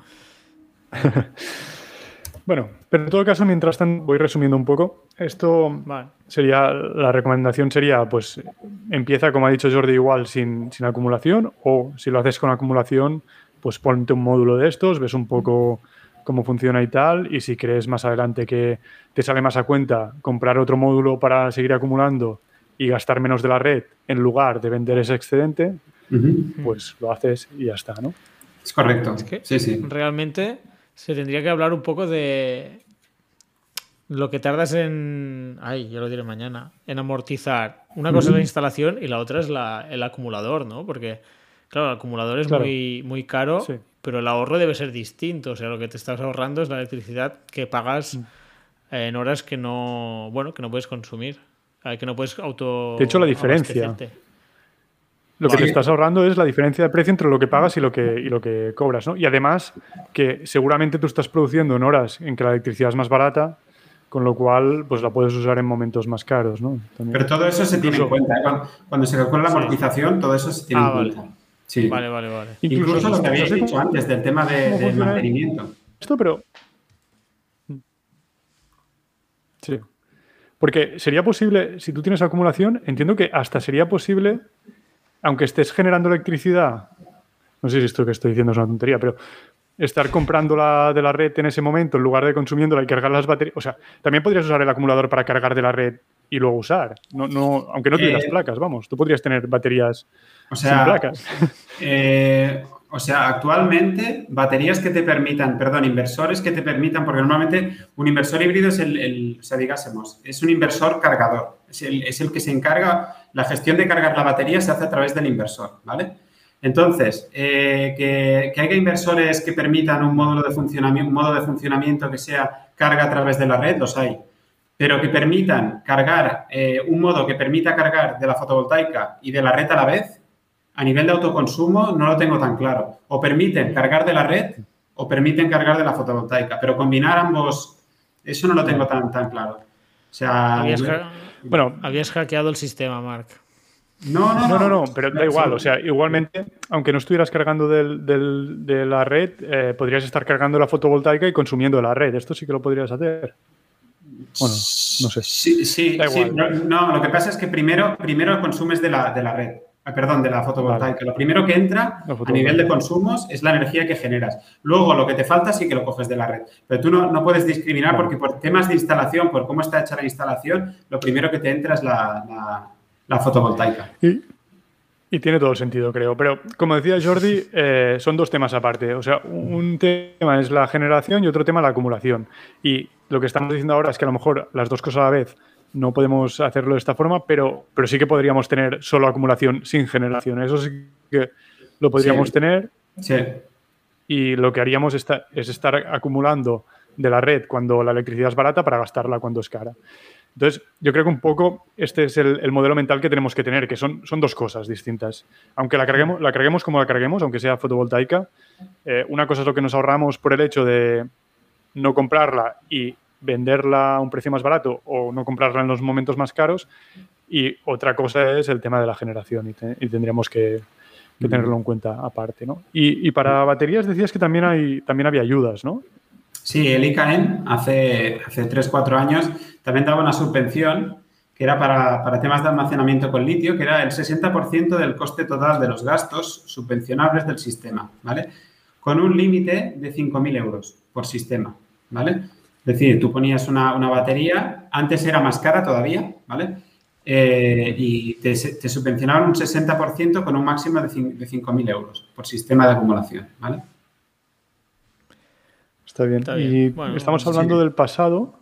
Bueno, pero en todo caso, mientras tanto, voy resumiendo un poco. Esto sería, la recomendación sería, pues, empieza, como ha dicho Jordi, igual sin acumulación, o si lo haces con acumulación, pues ponte un módulo de estos, ves un poco cómo funciona y tal, y si crees más adelante que te sale más a cuenta comprar otro módulo para seguir acumulando y gastar menos de la red en lugar de vender ese excedente, pues lo haces y ya está, ¿no? Es correcto. Es que sí. Realmente se tendría que hablar un poco de lo que tardas en... ya lo diré mañana. En amortizar. Una cosa es la instalación y la otra es el acumulador, ¿no? Porque, claro, el acumulador es muy, muy caro, sí, pero el ahorro debe ser distinto. O sea, lo que te estás ahorrando es la electricidad que pagas en horas que no puedes consumir. Que no puedes De hecho, la diferencia... Lo que te estás ahorrando es la diferencia de precio entre lo que pagas y lo que cobras, ¿no? Y además que seguramente tú estás produciendo en horas en que la electricidad es más barata, con lo cual pues la puedes usar en momentos más caros, ¿no? También. Pero todo eso se tiene en cuenta, ¿eh? Cuando se calcula la amortización, todo eso se tiene en cuenta. Sí. Vale. Incluso lo que habéis dicho antes del tema del mantenimiento. Esto, pero... Sí. Porque sería posible, si tú tienes acumulación, entiendo que hasta sería posible... Aunque estés generando electricidad, no sé si esto que estoy diciendo es una tontería, pero estar comprándola de la red en ese momento en lugar de consumiéndola y cargar las baterías... O sea, también podrías usar el acumulador para cargar de la red y luego usar. Aunque no tuvieras placas, vamos. Tú podrías tener baterías sin placas. Actualmente, inversores que te permitan, porque normalmente un inversor híbrido es es un inversor cargador. Es el que se encarga, la gestión de cargar la batería se hace a través del inversor, ¿vale? Entonces, que haya inversores que permitan un modo de funcionamiento que sea carga a través de la red, los hay. Pero que permitan cargar, un modo que permita cargar de la fotovoltaica y de la red a la vez, a nivel de autoconsumo no lo tengo tan claro. O permiten cargar de la red o permiten cargar de la fotovoltaica. Pero combinar ambos, eso no lo tengo tan claro. O sea... Habías hackeado el sistema, Marc. No, pero da igual. O sea, igualmente, aunque no estuvieras cargando de la red, podrías estar cargando la fotovoltaica y consumiendo la red. Esto sí que lo podrías hacer. Bueno, no sé. Sí. No, lo que pasa es que primero consumes de la red. Perdón, de la fotovoltaica. Vale. Lo primero que entra a nivel de consumos es la energía que generas. Luego, lo que te falta sí que lo coges de la red. Pero tú no puedes discriminar porque por temas de instalación, por cómo está hecha la instalación, lo primero que te entra es la fotovoltaica. Y tiene todo el sentido, creo. Pero, como decía Jordi, son dos temas aparte. O sea, un tema es la generación y otro tema la acumulación. Y lo que estamos diciendo ahora es que a lo mejor las dos cosas a la vez no podemos hacerlo de esta forma, pero sí que podríamos tener solo acumulación sin generación. Eso sí que lo podríamos tener. Sí. Y lo que haríamos es estar acumulando de la red cuando la electricidad es barata para gastarla cuando es cara. Entonces, yo creo que un poco este es el modelo mental que tenemos que tener, que son dos cosas distintas. Aunque la carguemos como la carguemos, aunque sea fotovoltaica, una cosa es lo que nos ahorramos por el hecho de no comprarla y venderla a un precio más barato o no comprarla en los momentos más caros, y otra cosa es el tema de la generación y tendríamos que tenerlo en cuenta aparte, ¿no? Y para baterías decías que también había ayudas, ¿no? Sí, el ICANN hace 3-4 años también daba una subvención que era para temas de almacenamiento con litio, que era el 60% del coste total de los gastos subvencionables del sistema, ¿vale? Con un límite de 5.000 euros por sistema, ¿vale? Es decir, tú ponías una batería, antes era más cara todavía, ¿vale? Y te subvencionaban un 60% con un máximo de 5.000 euros por sistema de acumulación, ¿vale? Está bien. Y bueno, estamos hablando del pasado.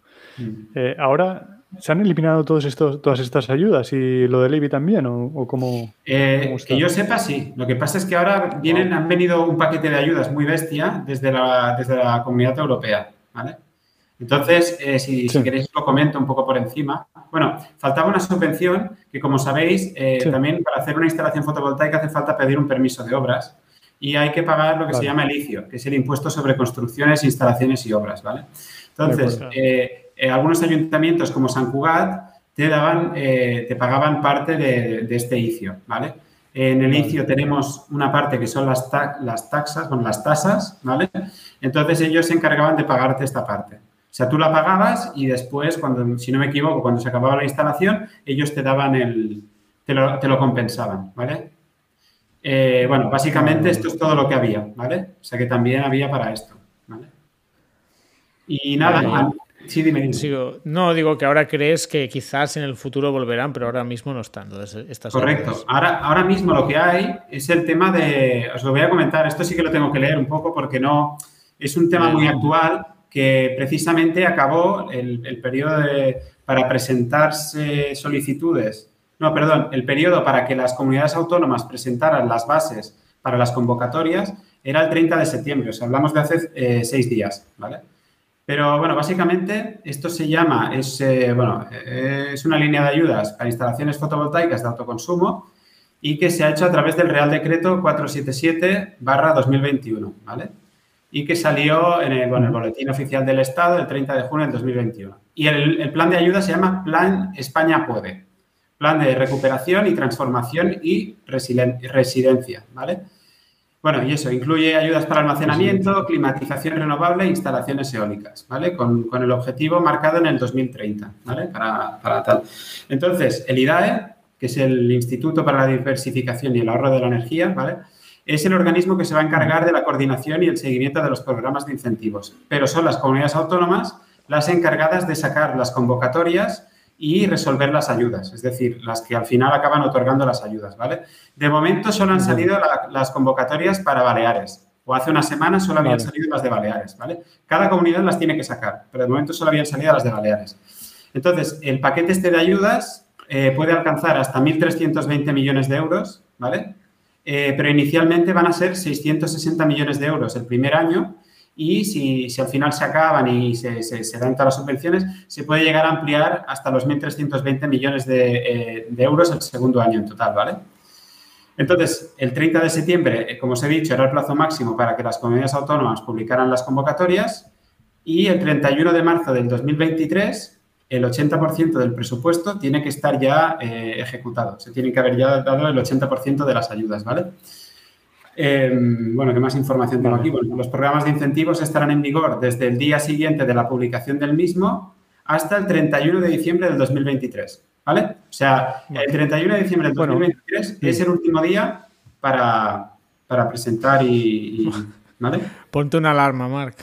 Ahora, ¿se han eliminado todas estas ayudas y lo del IBI también? ¿O cómo que yo sepa, sí. Lo que pasa es que ahora han venido un paquete de ayudas muy bestia desde la Comunidad Europea, ¿vale? Entonces, si queréis lo comento un poco por encima. Bueno, faltaba una subvención que, como sabéis, también para hacer una instalación fotovoltaica hace falta pedir un permiso de obras y hay que pagar lo que se llama el ICIO, que es el impuesto sobre construcciones, instalaciones y obras, ¿vale? Entonces, algunos ayuntamientos como Sant Cugat te pagaban parte de este ICIO, ¿vale? En el ICIO tenemos una parte que son las tasas, ¿vale? Entonces, ellos se encargaban de pagarte esta parte. O sea, tú la pagabas y después, si no me equivoco, cuando se acababa la instalación, ellos te daban te lo compensaban, ¿vale? Bueno, básicamente esto es todo lo que había, ¿vale? O sea, que también había para esto, ¿vale? Y nada, sí, dime. No, digo que ahora crees que quizás en el futuro volverán, pero ahora mismo no están. Correcto. Ahora mismo lo que hay es el tema de... Os lo voy a comentar, esto sí que lo tengo que leer un poco porque no... Es un tema muy actual que precisamente acabó el periodo para presentarse solicitudes. No, perdón, el periodo para que las comunidades autónomas presentaran las bases para las convocatorias era el 30 de septiembre, o sea, hablamos de hace 6 días, ¿vale? Pero, bueno, básicamente esto se llama, es una línea de ayudas para instalaciones fotovoltaicas de autoconsumo y que se ha hecho a través del Real Decreto 477/2021, ¿vale? Y que salió en el Boletín Oficial del Estado el 30 de junio del 2021. Y el plan de ayuda se llama Plan España Puede. Plan de recuperación y transformación y residencia, ¿vale? Bueno, y eso, incluye ayudas para almacenamiento, climatización renovable e instalaciones eólicas, ¿vale? Con el objetivo marcado en el 2030, ¿vale? Para tal. Entonces, el IDAE, que es el Instituto para la Diversificación y el Ahorro de la Energía, ¿vale? Es el organismo que se va a encargar de la coordinación y el seguimiento de los programas de incentivos, pero son las comunidades autónomas las encargadas de sacar las convocatorias y resolver las ayudas, es decir, las que al final acaban otorgando las ayudas, ¿vale? De momento solo han salido las convocatorias para Baleares, o hace una semana solo habían salido las de Baleares, ¿vale? Cada comunidad las tiene que sacar, pero de momento solo habían salido las de Baleares. Entonces, el paquete este de ayudas puede alcanzar hasta 1.320 millones de euros, ¿vale? Pero inicialmente van a ser 660 millones de euros el primer año y si al final se acaban y se dan todas las subvenciones, se puede llegar a ampliar hasta los 1.320 millones de euros el segundo año en total, ¿vale? Entonces, el 30 de septiembre, como os he dicho, era el plazo máximo para que las comunidades autónomas publicaran las convocatorias y el 31 de marzo del 2023 el 80% del presupuesto tiene que estar ya ejecutado. Se tiene que haber ya dado el 80% de las ayudas, ¿vale? Bueno, ¿qué más información tengo aquí? Bueno, los programas de incentivos estarán en vigor desde el día siguiente de la publicación del mismo hasta el 31 de diciembre del 2023, ¿vale? O sea, el 31 de diciembre del 2023 es el último día para presentar ¿vale? Ponte una alarma, Marc.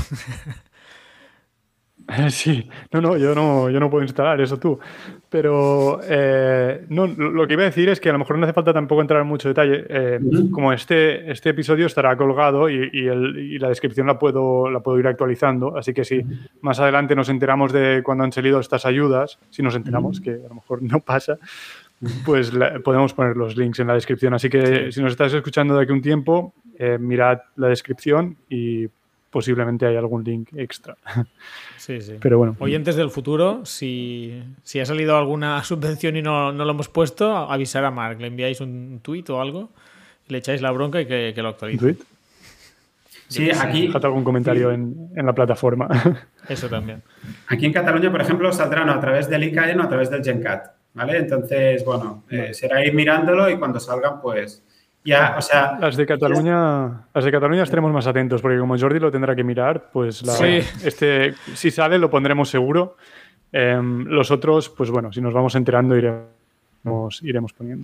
Sí, yo no puedo instalar eso tú. Pero no, lo que iba a decir es que a lo mejor no hace falta tampoco entrar en mucho detalle. Como este episodio estará colgado y la descripción la puedo ir actualizando, así que si más adelante nos enteramos de cuándo han salido estas ayudas, si nos enteramos, que a lo mejor no pasa, pues podemos poner los links en la descripción. Así que si nos estás escuchando de aquí un tiempo, mirad la descripción y posiblemente hay algún link extra. Sí. Pero bueno. Oyentes del futuro, si ha salido alguna subvención y no lo hemos puesto, avisar a Marc. Le enviáis un tuit o algo, le echáis la bronca y que lo actualice. ¿Un tuit? Sí, aquí... Dejad algún comentario en la plataforma. Eso también. Aquí en Cataluña, por ejemplo, saldrán a través del ICANN o a través del GenCat, ¿vale? Entonces, bueno, será ir mirándolo y cuando salgan, pues... Ya, o sea, las de Cataluña estaremos más atentos porque como Jordi lo tendrá que mirar, pues si sale lo pondremos seguro. Los otros, pues bueno, si nos vamos enterando iremos poniendo.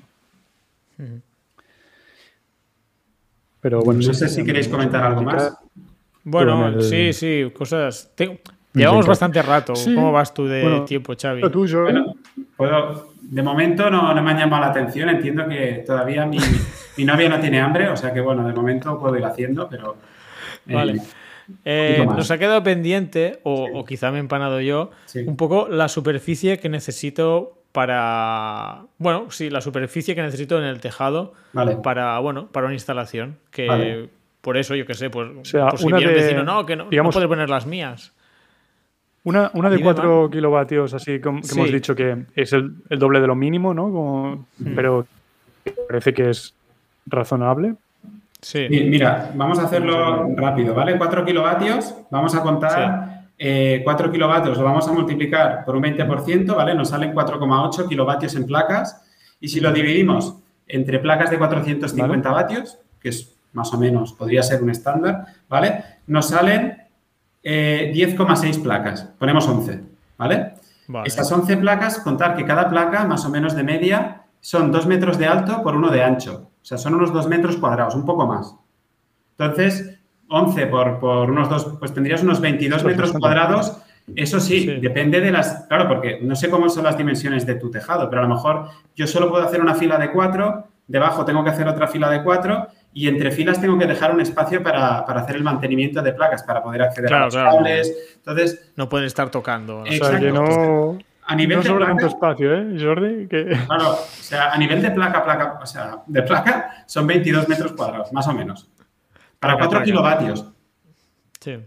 Pero bueno, no sé si queréis comentar algo más. Bueno, sí, cosas. Llevamos bastante rato. Sí. ¿Cómo vas tú de tiempo, Xavi? Tú, Jordi. Bueno, de momento no me han llamado la atención. Entiendo que todavía mi novia no tiene hambre, o sea que bueno, de momento puedo ir haciendo, pero... Vale. Nos ha quedado pendiente, o quizá me he empanado yo, un poco la superficie que necesito para... Bueno, sí, la superficie que necesito en el tejado para una instalación. Que por eso, yo qué sé, pues, si viene un vecino, que no puede poner las mías. Una de 4 kilovatios, así como que hemos dicho que es el doble de lo mínimo, ¿no? Pero parece que es razonable. Sí. Mira, vamos a hacerlo rápido, ¿vale? 4 kilovatios, vamos a contar 4 kilovatios, lo vamos a multiplicar por un 20%, ¿vale? Nos salen 4,8 kilovatios en placas y si lo dividimos entre placas de 450 vatios, que es más o menos, podría ser un estándar, ¿vale? Nos salen 10,6 placas, ponemos 11, ¿vale? Esas 11 placas, contar que cada placa, más o menos de media, son 2 metros de alto por 1 de ancho. O sea, son unos 2 metros cuadrados, un poco más. Entonces, 11 por unos 2, pues tendrías unos 22 metros cuadrados. Eso sí, depende de las... Claro, porque no sé cómo son las dimensiones de tu tejado, pero a lo mejor yo solo puedo hacer una fila de 4, debajo tengo que hacer otra fila de 4 y entre filas tengo que dejar un espacio para hacer el mantenimiento de placas, para poder acceder a los cables. Entonces... No pueden estar tocando. Exacto. O sea, que no... A nivel no de sobra placa, tanto espacio, Jordi? Claro, o sea, a nivel de placa, o sea, de placa son 22 metros cuadrados, más o menos. Para 4 kilovatios. Sí.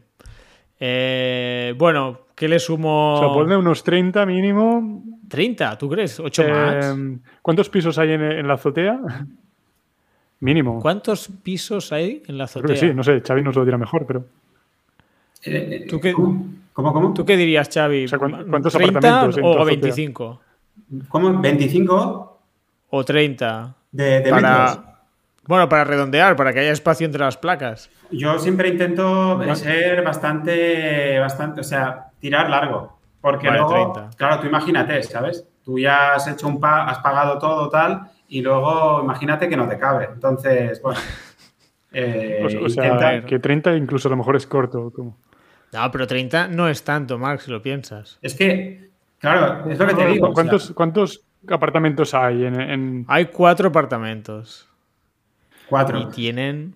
Bueno, ¿qué le sumo? O sea, ponle unos 30 mínimo. ¿30? ¿Tú crees? ¿8 más? ¿Cuántos pisos hay en la azotea? Mínimo. ¿Cuántos pisos hay en la azotea? Creo que sí, no sé, Xavi nos lo dirá mejor, pero... ¿Tú qué... ¿Cómo? ¿Tú qué dirías, Xavi? O sea, ¿cuántos 30 apartamentos en tu o azotea? 25? ¿Cómo? ¿25? ¿O 30? ¿De metros? Bueno, para redondear, para que haya espacio entre las placas. Yo siempre intento ser bastante, o sea, tirar largo. Porque luego, 30. Claro, tú imagínate, ¿sabes? Tú ya has hecho has pagado todo tal y luego imagínate que no te cabe. Entonces, bueno... o sea, que 30 incluso a lo mejor es corto. ¿Cómo? No, pero 30 no es tanto, Marc, si lo piensas. Es que, claro, es lo que te digo. ¿Cuántos apartamentos hay en...? Hay 4 apartamentos. 4. Y tienen...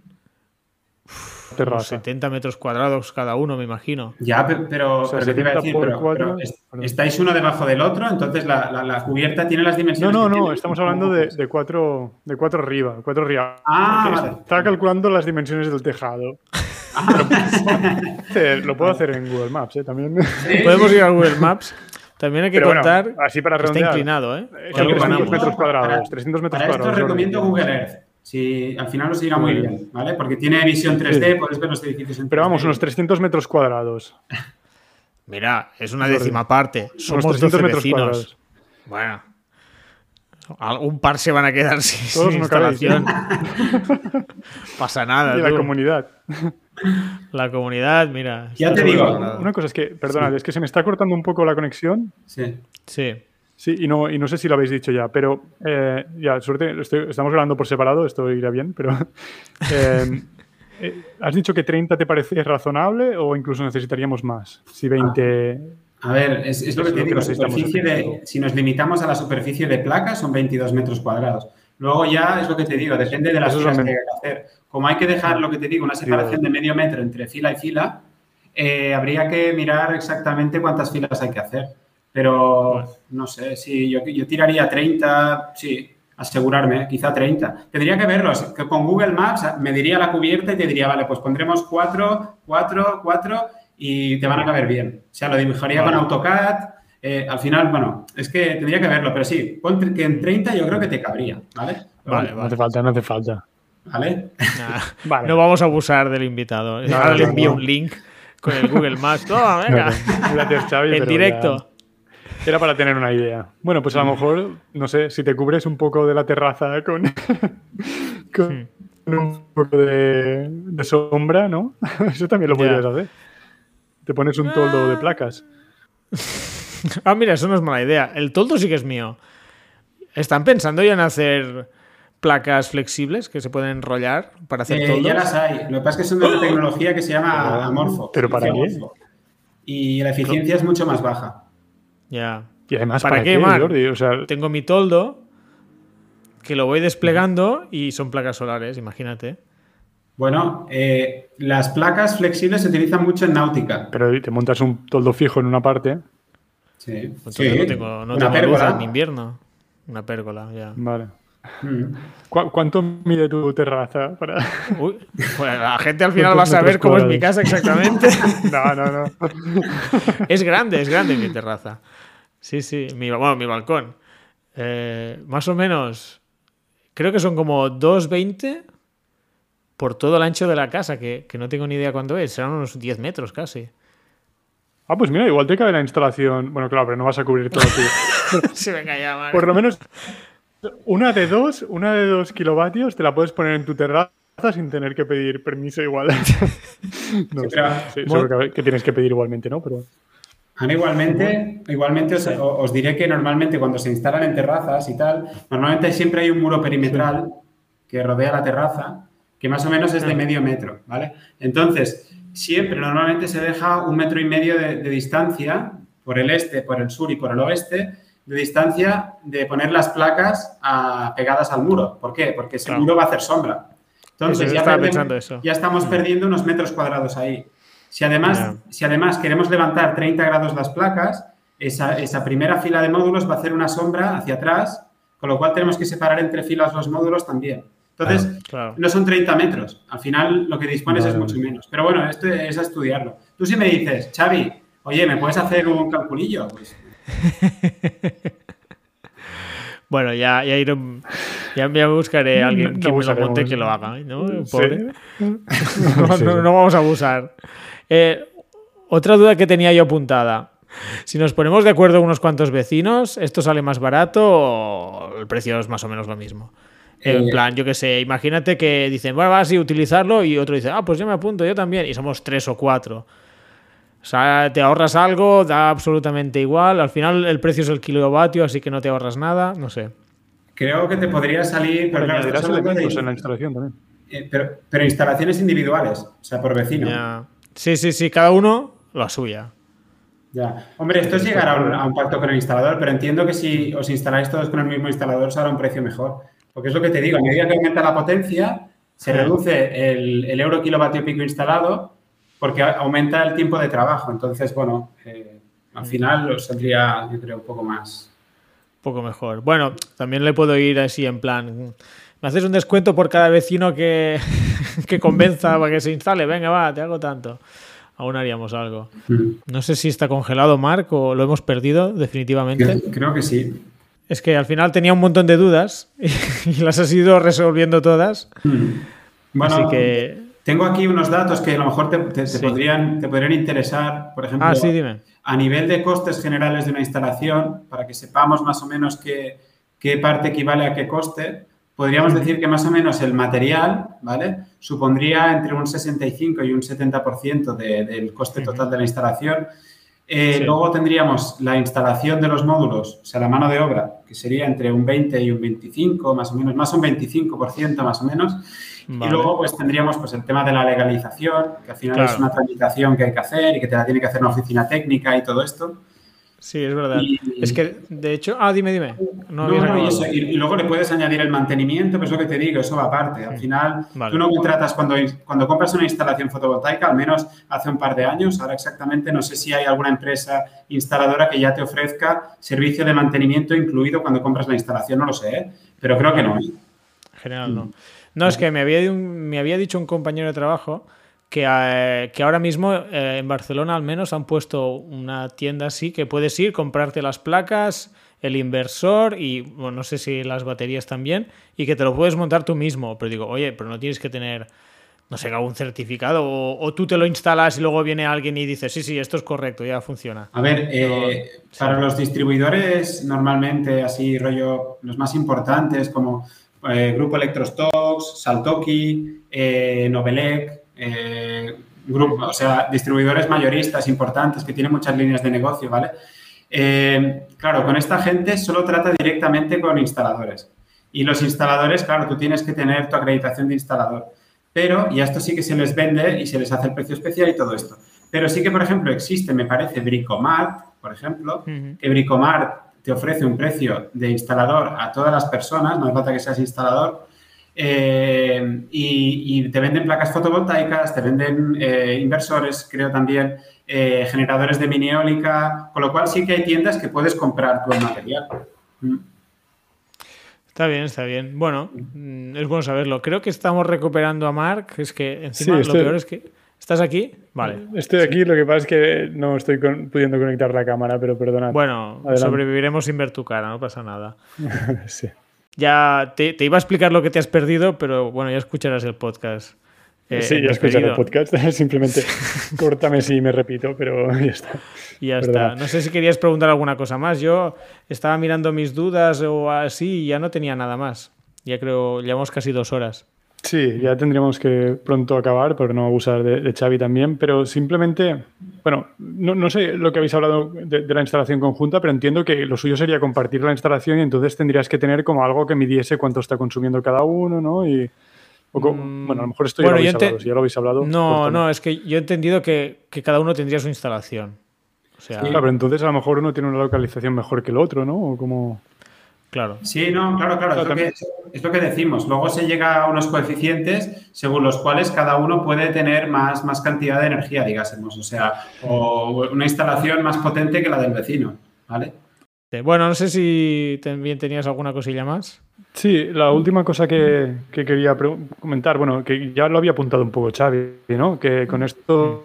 70 metros cuadrados cada uno, me imagino. Ya, pero, o sea, ¿qué te iba a decir? Pero estáis uno debajo del otro, entonces la cubierta tiene las dimensiones. No, estamos hablando de 4 arriba. 4 arriba. Vale. Estaba calculando las dimensiones del tejado. Lo puedo hacer en Google Maps, también. Podemos ir a Google Maps. También hay que contar. Bueno, así para redondear. Está inclinado, ¿eh? 300 metros cuadrados. 300 metros para cuadrados. Esto recomiendo Google Earth. Sí, al final nos irá muy bien, ¿vale? Porque tiene visión 3D, puedes ver los edificios en 3D. Pero vamos, unos 300 metros cuadrados. Mira, es una décima parte. Somos 300 12 metros vecinos. Cuadrados. Bueno, algún par se van a quedar sin Todos instalación. Pasa nada. Y la comunidad. La comunidad, mira. Ya te digo. Una cosa es que, perdonad, es que se me está cortando un poco la conexión. Sí. Sí. Sí, y no sé si lo habéis dicho ya, pero ya, suerte, estamos grabando por separado, esto irá bien, pero ¿has dicho que 30 te parece razonable o incluso necesitaríamos más? Si 20... A ver, es lo que te digo, si nos limitamos a la superficie de placas son 22 metros cuadrados. Luego ya es lo que te digo, depende de las filas que hay que hacer. Como hay que dejar, lo que te digo, una separación de medio metro entre fila y fila, habría que mirar exactamente cuántas filas hay que hacer. Pero, no sé, sí, yo tiraría 30, sí, asegurarme, quizá 30. Tendría que verlo, que con Google Maps me diría la cubierta y te diría, vale, pues pondremos 4, 4, 4 y te van a caber bien. O sea, lo dibujaría con AutoCAD. Al final, bueno, es que tendría que verlo, pero sí, ponte que en 30 yo creo que te cabría, ¿vale? Vale, no hace falta. ¿Vale? Vale. No vamos a abusar del invitado. Ahora le envío un link con el Google Maps. ¡Toma, venga! Gracias, Xavi. En directo. Ya... Era para tener una idea. Bueno, pues a lo mejor, no sé, si te cubres un poco de la terraza con un poco de sombra, ¿no? Eso también lo podrías hacer. Te pones un toldo de placas. Ah, mira, eso no es mala idea. El toldo sí que es mío. ¿Están pensando ya en hacer placas flexibles que se pueden enrollar para hacer toldos? Ya las hay. Lo que pasa es que son de una tecnología que se llama Amorfo. ¿Pero para qué? Y la eficiencia es mucho más baja. Ya. Y además, ¿para qué, Marc? Jordi? O sea... Tengo mi toldo que lo voy desplegando y son placas solares, imagínate. Bueno, las placas flexibles se utilizan mucho en náutica. Pero te montas un toldo fijo en una parte. Sí. Entonces no tengo luz en invierno. Una pérgola, ya. Vale. ¿Cuánto mide tu terraza? Uy, pues la gente al final va a saber cómo es mi casa exactamente. No. Es grande mi terraza. Sí, mi balcón. Más o menos, creo que son como 2,20 por todo el ancho de la casa, que no tengo ni idea cuánto es. Serán unos 10 metros casi. Ah, pues mira, igual te cabe la instalación. Bueno, claro, pero no vas a cubrir todo tú. Sí, venga ya, Marc. Por lo menos una de 2 kilovatios te la puedes poner en tu terraza sin tener que pedir permiso igual. No, seguro que tienes que pedir igualmente, ¿no? Pero... Ahora, igualmente os diré que normalmente cuando se instalan en terrazas y tal, normalmente siempre hay un muro perimetral que rodea la terraza, que más o menos es de medio metro, ¿vale? Entonces, siempre normalmente se deja 1,5 metros de distancia por el este, por el sur y por el oeste, de distancia de poner las placas pegadas al muro. ¿Por qué? Porque ese muro va a hacer sombra. Entonces, ya estamos perdiendo unos metros cuadrados ahí. Si además queremos levantar 30 grados las placas, esa primera fila de módulos va a hacer una sombra hacia atrás, con lo cual tenemos que separar entre filas los módulos también. Entonces, no son 30 metros. Al final, lo que dispones es mucho menos. Pero bueno, esto es a estudiarlo. Tú si me dices, Xavi, oye, ¿me puedes hacer un calculillo? Pues... Bueno, ya buscaré a alguien que me lo monte y que lo haga, ¿no? Pobre. No vamos a abusar. Otra duda que tenía yo apuntada. Si nos ponemos de acuerdo unos cuantos vecinos, ¿esto sale más barato o el precio es más o menos lo mismo? En plan, yo qué sé, imagínate que dicen, bueno, vas a utilizarlo y otro dice, pues yo me apunto, yo también, y somos 3 o 4. O sea, te ahorras algo, da absolutamente igual. Al final el precio es el kilovatio, así que no te ahorras nada, no sé. Creo que te podría salir... Pero claro, añadirás elementos en la instalación también. Pero instalaciones individuales, o sea, por vecino. Ya. Sí, cada uno la suya. Ya. Hombre, esto es llegar a un pacto con el instalador, pero entiendo que si os instaláis todos con el mismo instalador os hará un precio mejor. Porque es lo que te digo, a medida que aumenta la potencia, se reduce el euro kilovatio pico instalado porque aumenta el tiempo de trabajo. Entonces, bueno, al final os saldría, yo creo, un poco más. Un poco mejor. Bueno, también le puedo ir así en plan, ¿me haces un descuento por cada vecino que convenza para que se instale? Venga, va, te hago tanto. Aún haríamos algo. No sé si está congelado, Marc, o lo hemos perdido definitivamente. Creo que sí. Es que al final tenía un montón de dudas y las has ido resolviendo todas. Bueno, así que... tengo aquí unos datos que a lo mejor te podrían interesar. Por ejemplo, dime. A nivel de costes generales de una instalación, para que sepamos más o menos qué parte equivale a qué coste, podríamos decir que más o menos el material, ¿vale? Supondría entre un 65 y un 70% del coste total de la instalación. Luego tendríamos la instalación de los módulos, o sea, la mano de obra, que sería entre un 20 y un 25, más o menos, más un 25% más o menos. Vale. Y luego pues tendríamos pues el tema de la legalización, que al final es una tramitación que hay que hacer y que te la tiene que hacer una oficina técnica y todo esto. Sí, es verdad. Es que, de hecho... dime. Y luego le puedes añadir el mantenimiento, pues es lo que te digo, eso va aparte. Al final, tú no contratas cuando compras una instalación fotovoltaica, al menos hace un par de años, ahora exactamente, no sé si hay alguna empresa instaladora que ya te ofrezca servicio de mantenimiento incluido cuando compras la instalación, no lo sé, pero creo que no. General, no. No, es que me había dicho un compañero de trabajo que ahora mismo en Barcelona al menos han puesto una tienda así que puedes ir, comprarte las placas, el inversor y bueno, no sé si las baterías también, y que te lo puedes montar tú mismo. Pero digo, oye, pero no tienes que tener, no sé, algún certificado o tú te lo instalas y luego viene alguien y dice, sí, esto es correcto, ya funciona. A ver, para los distribuidores normalmente así rollo, los más importantes como Grupo Electrostox, Saltoki, Novelec, grupo, o sea, distribuidores mayoristas importantes que tienen muchas líneas de negocio, ¿vale? Claro, con esta gente solo trata directamente con instaladores. Y los instaladores, claro, tú tienes que tener tu acreditación de instalador. Pero, y a esto sí que se les vende y se les hace el precio especial y todo esto. Pero sí que, por ejemplo, existe, me parece, Bricomart, por ejemplo, que Bricomart te ofrece un precio de instalador a todas las personas, no hace falta que seas instalador, y te venden placas fotovoltaicas, te venden inversores, creo también, generadores de mini eólica, con lo cual sí que hay tiendas que puedes comprar tu material. Está bien. Bueno, es bueno saberlo. Creo que estamos recuperando a Marc, es que encima lo peor es que... ¿Estás aquí? Vale. Estoy aquí, lo que pasa es que no estoy pudiendo conectar la cámara, pero perdonad. Bueno, adelante. Sobreviviremos sin ver tu cara, no pasa nada. Sí. Ya te iba a explicar lo que te has perdido, pero bueno, ya escucharás el podcast. Sí, ya escucharé el podcast. Simplemente córtame si me repito, pero ya está. Y ya está. No sé si querías preguntar alguna cosa más. Yo estaba mirando mis dudas o así y ya no tenía nada más. Ya creo, llevamos casi 2 horas. Sí, ya tendríamos que pronto acabar por no abusar de Xavi también, pero simplemente, bueno, no sé lo que habéis hablado de la instalación conjunta, pero entiendo que lo suyo sería compartir la instalación y entonces tendrías que tener como algo que midiese cuánto está consumiendo cada uno, ¿no? Bueno, a lo mejor esto ya lo habéis hablado. Si ya lo habéis hablado. No, es que yo he entendido que cada uno tendría su instalación. O sea... Sí, claro, pero entonces a lo mejor uno tiene una localización mejor que el otro, ¿no? O como... Claro. Sí, no, claro. Es lo que decimos. Luego se llega a unos coeficientes según los cuales cada uno puede tener más cantidad de energía, digásemos. O sea, o una instalación más potente que la del vecino, ¿vale? Bueno, no sé si también tenías alguna cosilla más. Sí, la última cosa que quería comentar, bueno, que ya lo había apuntado un poco Xavi, ¿no? Que con estos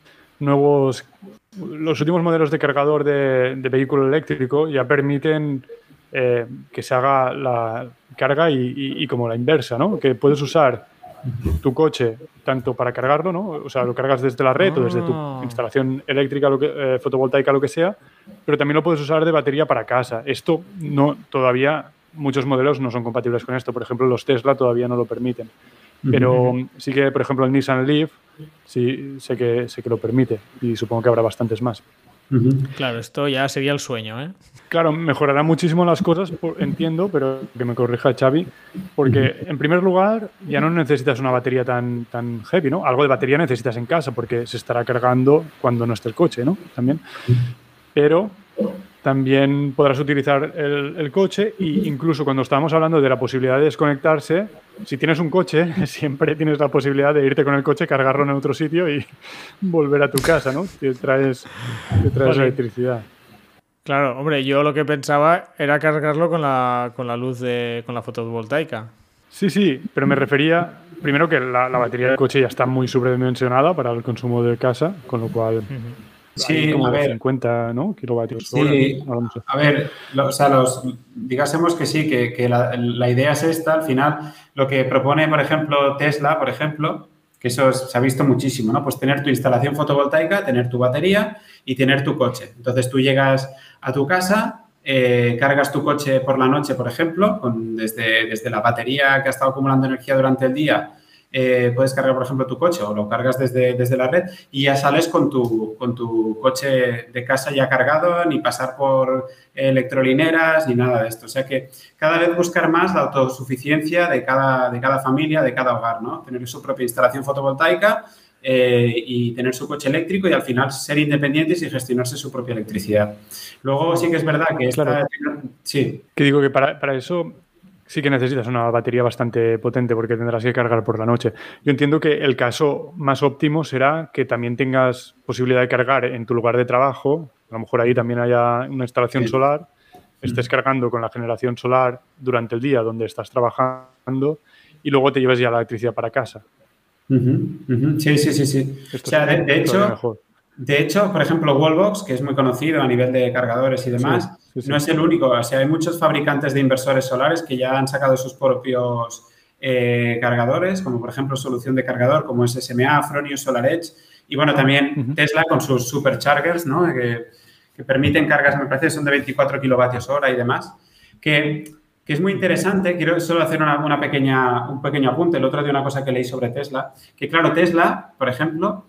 los últimos modelos de cargador de vehículo eléctrico ya permiten que se haga la carga y como la inversa, ¿no? Que puedes usar tu coche tanto para cargarlo, ¿no? O sea, lo cargas desde la red o desde tu instalación eléctrica, fotovoltaica, lo que sea, pero también lo puedes usar de batería para casa. Esto todavía muchos modelos no son compatibles con esto. Por ejemplo, los Tesla todavía no lo permiten. Pero sí que, por ejemplo, el Nissan Leaf sí sé que lo permite y supongo que habrá bastantes más. Claro, esto ya sería el sueño, ¿eh? Claro, mejorará muchísimo las cosas, entiendo, pero que me corrija Xavi, porque en primer lugar ya no necesitas una batería tan heavy, ¿no? Algo de batería necesitas en casa porque se estará cargando cuando no esté el coche, ¿no? También. Pero también podrás utilizar el coche e incluso cuando estábamos hablando de la posibilidad de desconectarse, si tienes un coche, siempre tienes la posibilidad de irte con el coche, cargarlo en otro sitio y volver a tu casa, ¿no? Te traes electricidad. Claro, hombre, yo lo que pensaba era cargarlo con la luz con la fotovoltaica. Sí, pero me refería primero que la batería del coche ya está muy sobredimensionada para el consumo de casa, con lo cual... Sí, como a ver, 50, ¿no? kilovatios. Sí, a ver, digásemos que sí, que la idea es esta. Al final, lo que propone, por ejemplo, Tesla, que eso se ha visto muchísimo, ¿no? Pues tener tu instalación fotovoltaica, tener tu batería y tener tu coche. Entonces, tú llegas a tu casa, cargas tu coche por la noche, por ejemplo, desde la batería que ha estado acumulando energía durante el día, puedes cargar, por ejemplo, tu coche o lo cargas desde la red y ya sales con tu coche de casa ya cargado, ni pasar por electrolineras ni nada de esto. O sea que cada vez buscar más la autosuficiencia de cada familia, de cada hogar, ¿no? Tener su propia instalación fotovoltaica y tener su coche eléctrico y al final ser independientes y gestionarse su propia electricidad. Luego sí que es verdad que claro. Sí. Que digo que para eso sí que necesitas una batería bastante potente porque tendrás que cargar por la noche. Yo entiendo que el caso más óptimo será que también tengas posibilidad de cargar en tu lugar de trabajo. A lo mejor ahí también haya una instalación solar. Estés cargando con la generación solar durante el día donde estás trabajando y luego te lleves ya la electricidad para casa. Sí. O sea, de hecho, por ejemplo, Wallbox, que es muy conocido a nivel de cargadores y demás, sí. No es el único. O sea, hay muchos fabricantes de inversores solares que ya han sacado sus propios cargadores, como por ejemplo solución de cargador, como es SMA, Fronius, SolarEdge. Y bueno, también Tesla con sus superchargers, ¿no? Que permiten cargas, me parece que son de 24 kilovatios hora y demás. Que es muy interesante. Quiero solo hacer un pequeño apunte. El otro día una cosa que leí sobre Tesla, que claro, Tesla, por ejemplo,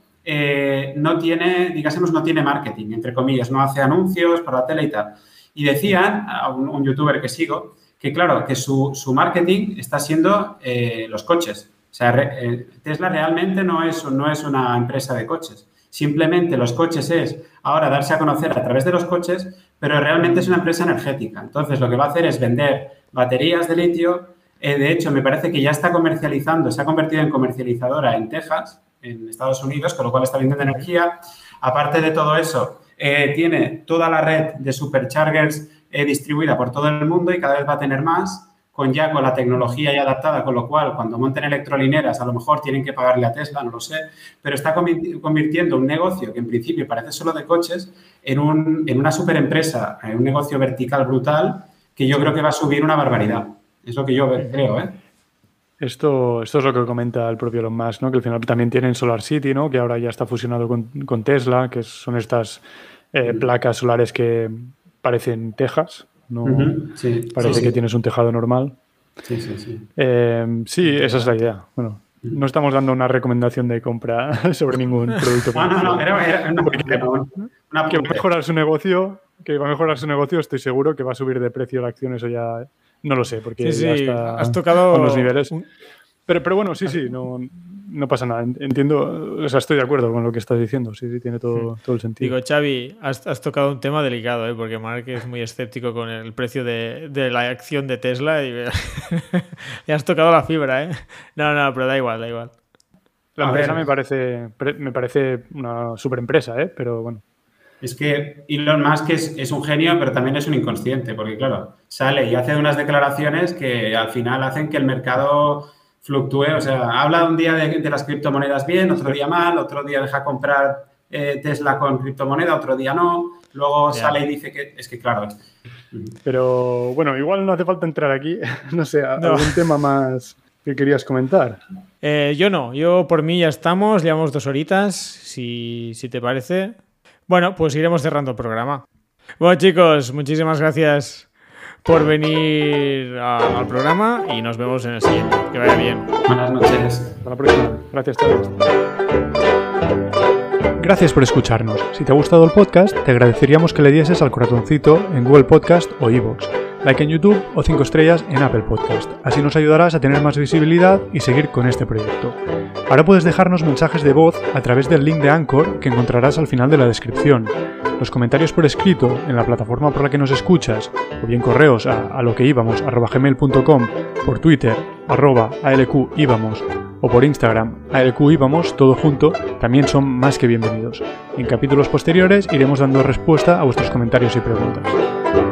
no tiene marketing, entre comillas, no hace anuncios para la tele y tal. Y decían a un youtuber que sigo que, claro, que su marketing está siendo los coches. O sea, Tesla realmente no es una empresa de coches. Simplemente los coches es ahora darse a conocer a través de los coches, pero realmente es una empresa energética. Entonces, lo que va a hacer es vender baterías de litio. De hecho, me parece que ya está comercializando, se ha convertido en comercializadora en Texas, en Estados Unidos, con lo cual está vendiendo energía. Aparte de todo eso, tiene toda la red de superchargers distribuida por todo el mundo y cada vez va a tener más, con la tecnología ya adaptada, con lo cual cuando monten electrolineras a lo mejor tienen que pagarle a Tesla, no lo sé, pero está convirtiendo un negocio que en principio parece solo de coches en una superempresa, en un negocio vertical brutal que yo creo que va a subir una barbaridad. Es lo que yo creo, ¿eh? Esto es lo que comenta el propio Elon Musk, ¿no? Que al final también tienen SolarCity, ¿no? Que ahora ya está fusionado con Tesla, que son estas placas solares que parecen tejas, ¿no? Parece que tienes un tejado normal. Sí. Sí, esa es la idea. Bueno, no estamos dando una recomendación de compra sobre ningún producto. No, era una que va a mejorar su negocio, estoy seguro que va a subir de precio la acción, eso ya no lo sé, porque ya está has tocado con los niveles. Pero bueno, sí, no pasa nada. Entiendo, o sea, estoy de acuerdo con lo que estás diciendo. Sí, tiene todo el sentido. Digo, Xavi, has tocado un tema delicado, ¿eh? Porque Mark es muy escéptico con el precio de la acción de Tesla y has tocado la fibra, ¿eh? No, pero da igual. La empresa me parece una super empresa, ¿eh? Pero bueno. Es que Elon Musk es un genio, pero también es un inconsciente, porque claro, sale y hace unas declaraciones que al final hacen que el mercado fluctúe. O sea, habla un día de las criptomonedas bien, otro día mal, otro día deja comprar Tesla con criptomoneda, otro día no, luego sale y dice que es que claro. Pero bueno, igual no hace falta entrar aquí, no sé, algún tema más que querías comentar. Yo por mí ya estamos, llevamos 2 horitas, si te parece. Bueno, pues iremos cerrando el programa. Bueno, chicos, muchísimas gracias por venir al programa y nos vemos en el siguiente. Que vaya bien. Buenas noches. Hasta la próxima. Gracias, Xavi. Gracias por escucharnos. Si te ha gustado el podcast, te agradeceríamos que le dieses al corazoncito en Google Podcast o iVoox, like en YouTube o 5 estrellas en Apple Podcast. Así nos ayudarás a tener más visibilidad y seguir con este proyecto. Ahora puedes dejarnos mensajes de voz a través del link de Anchor que encontrarás al final de la descripción. Los comentarios por escrito en la plataforma por la que nos escuchas, o bien correos a loqueibamos@gmail.com, por Twitter @alqibamos o por Instagram alqibamos, todo junto, también son más que bienvenidos. En capítulos posteriores iremos dando respuesta a vuestros comentarios y preguntas.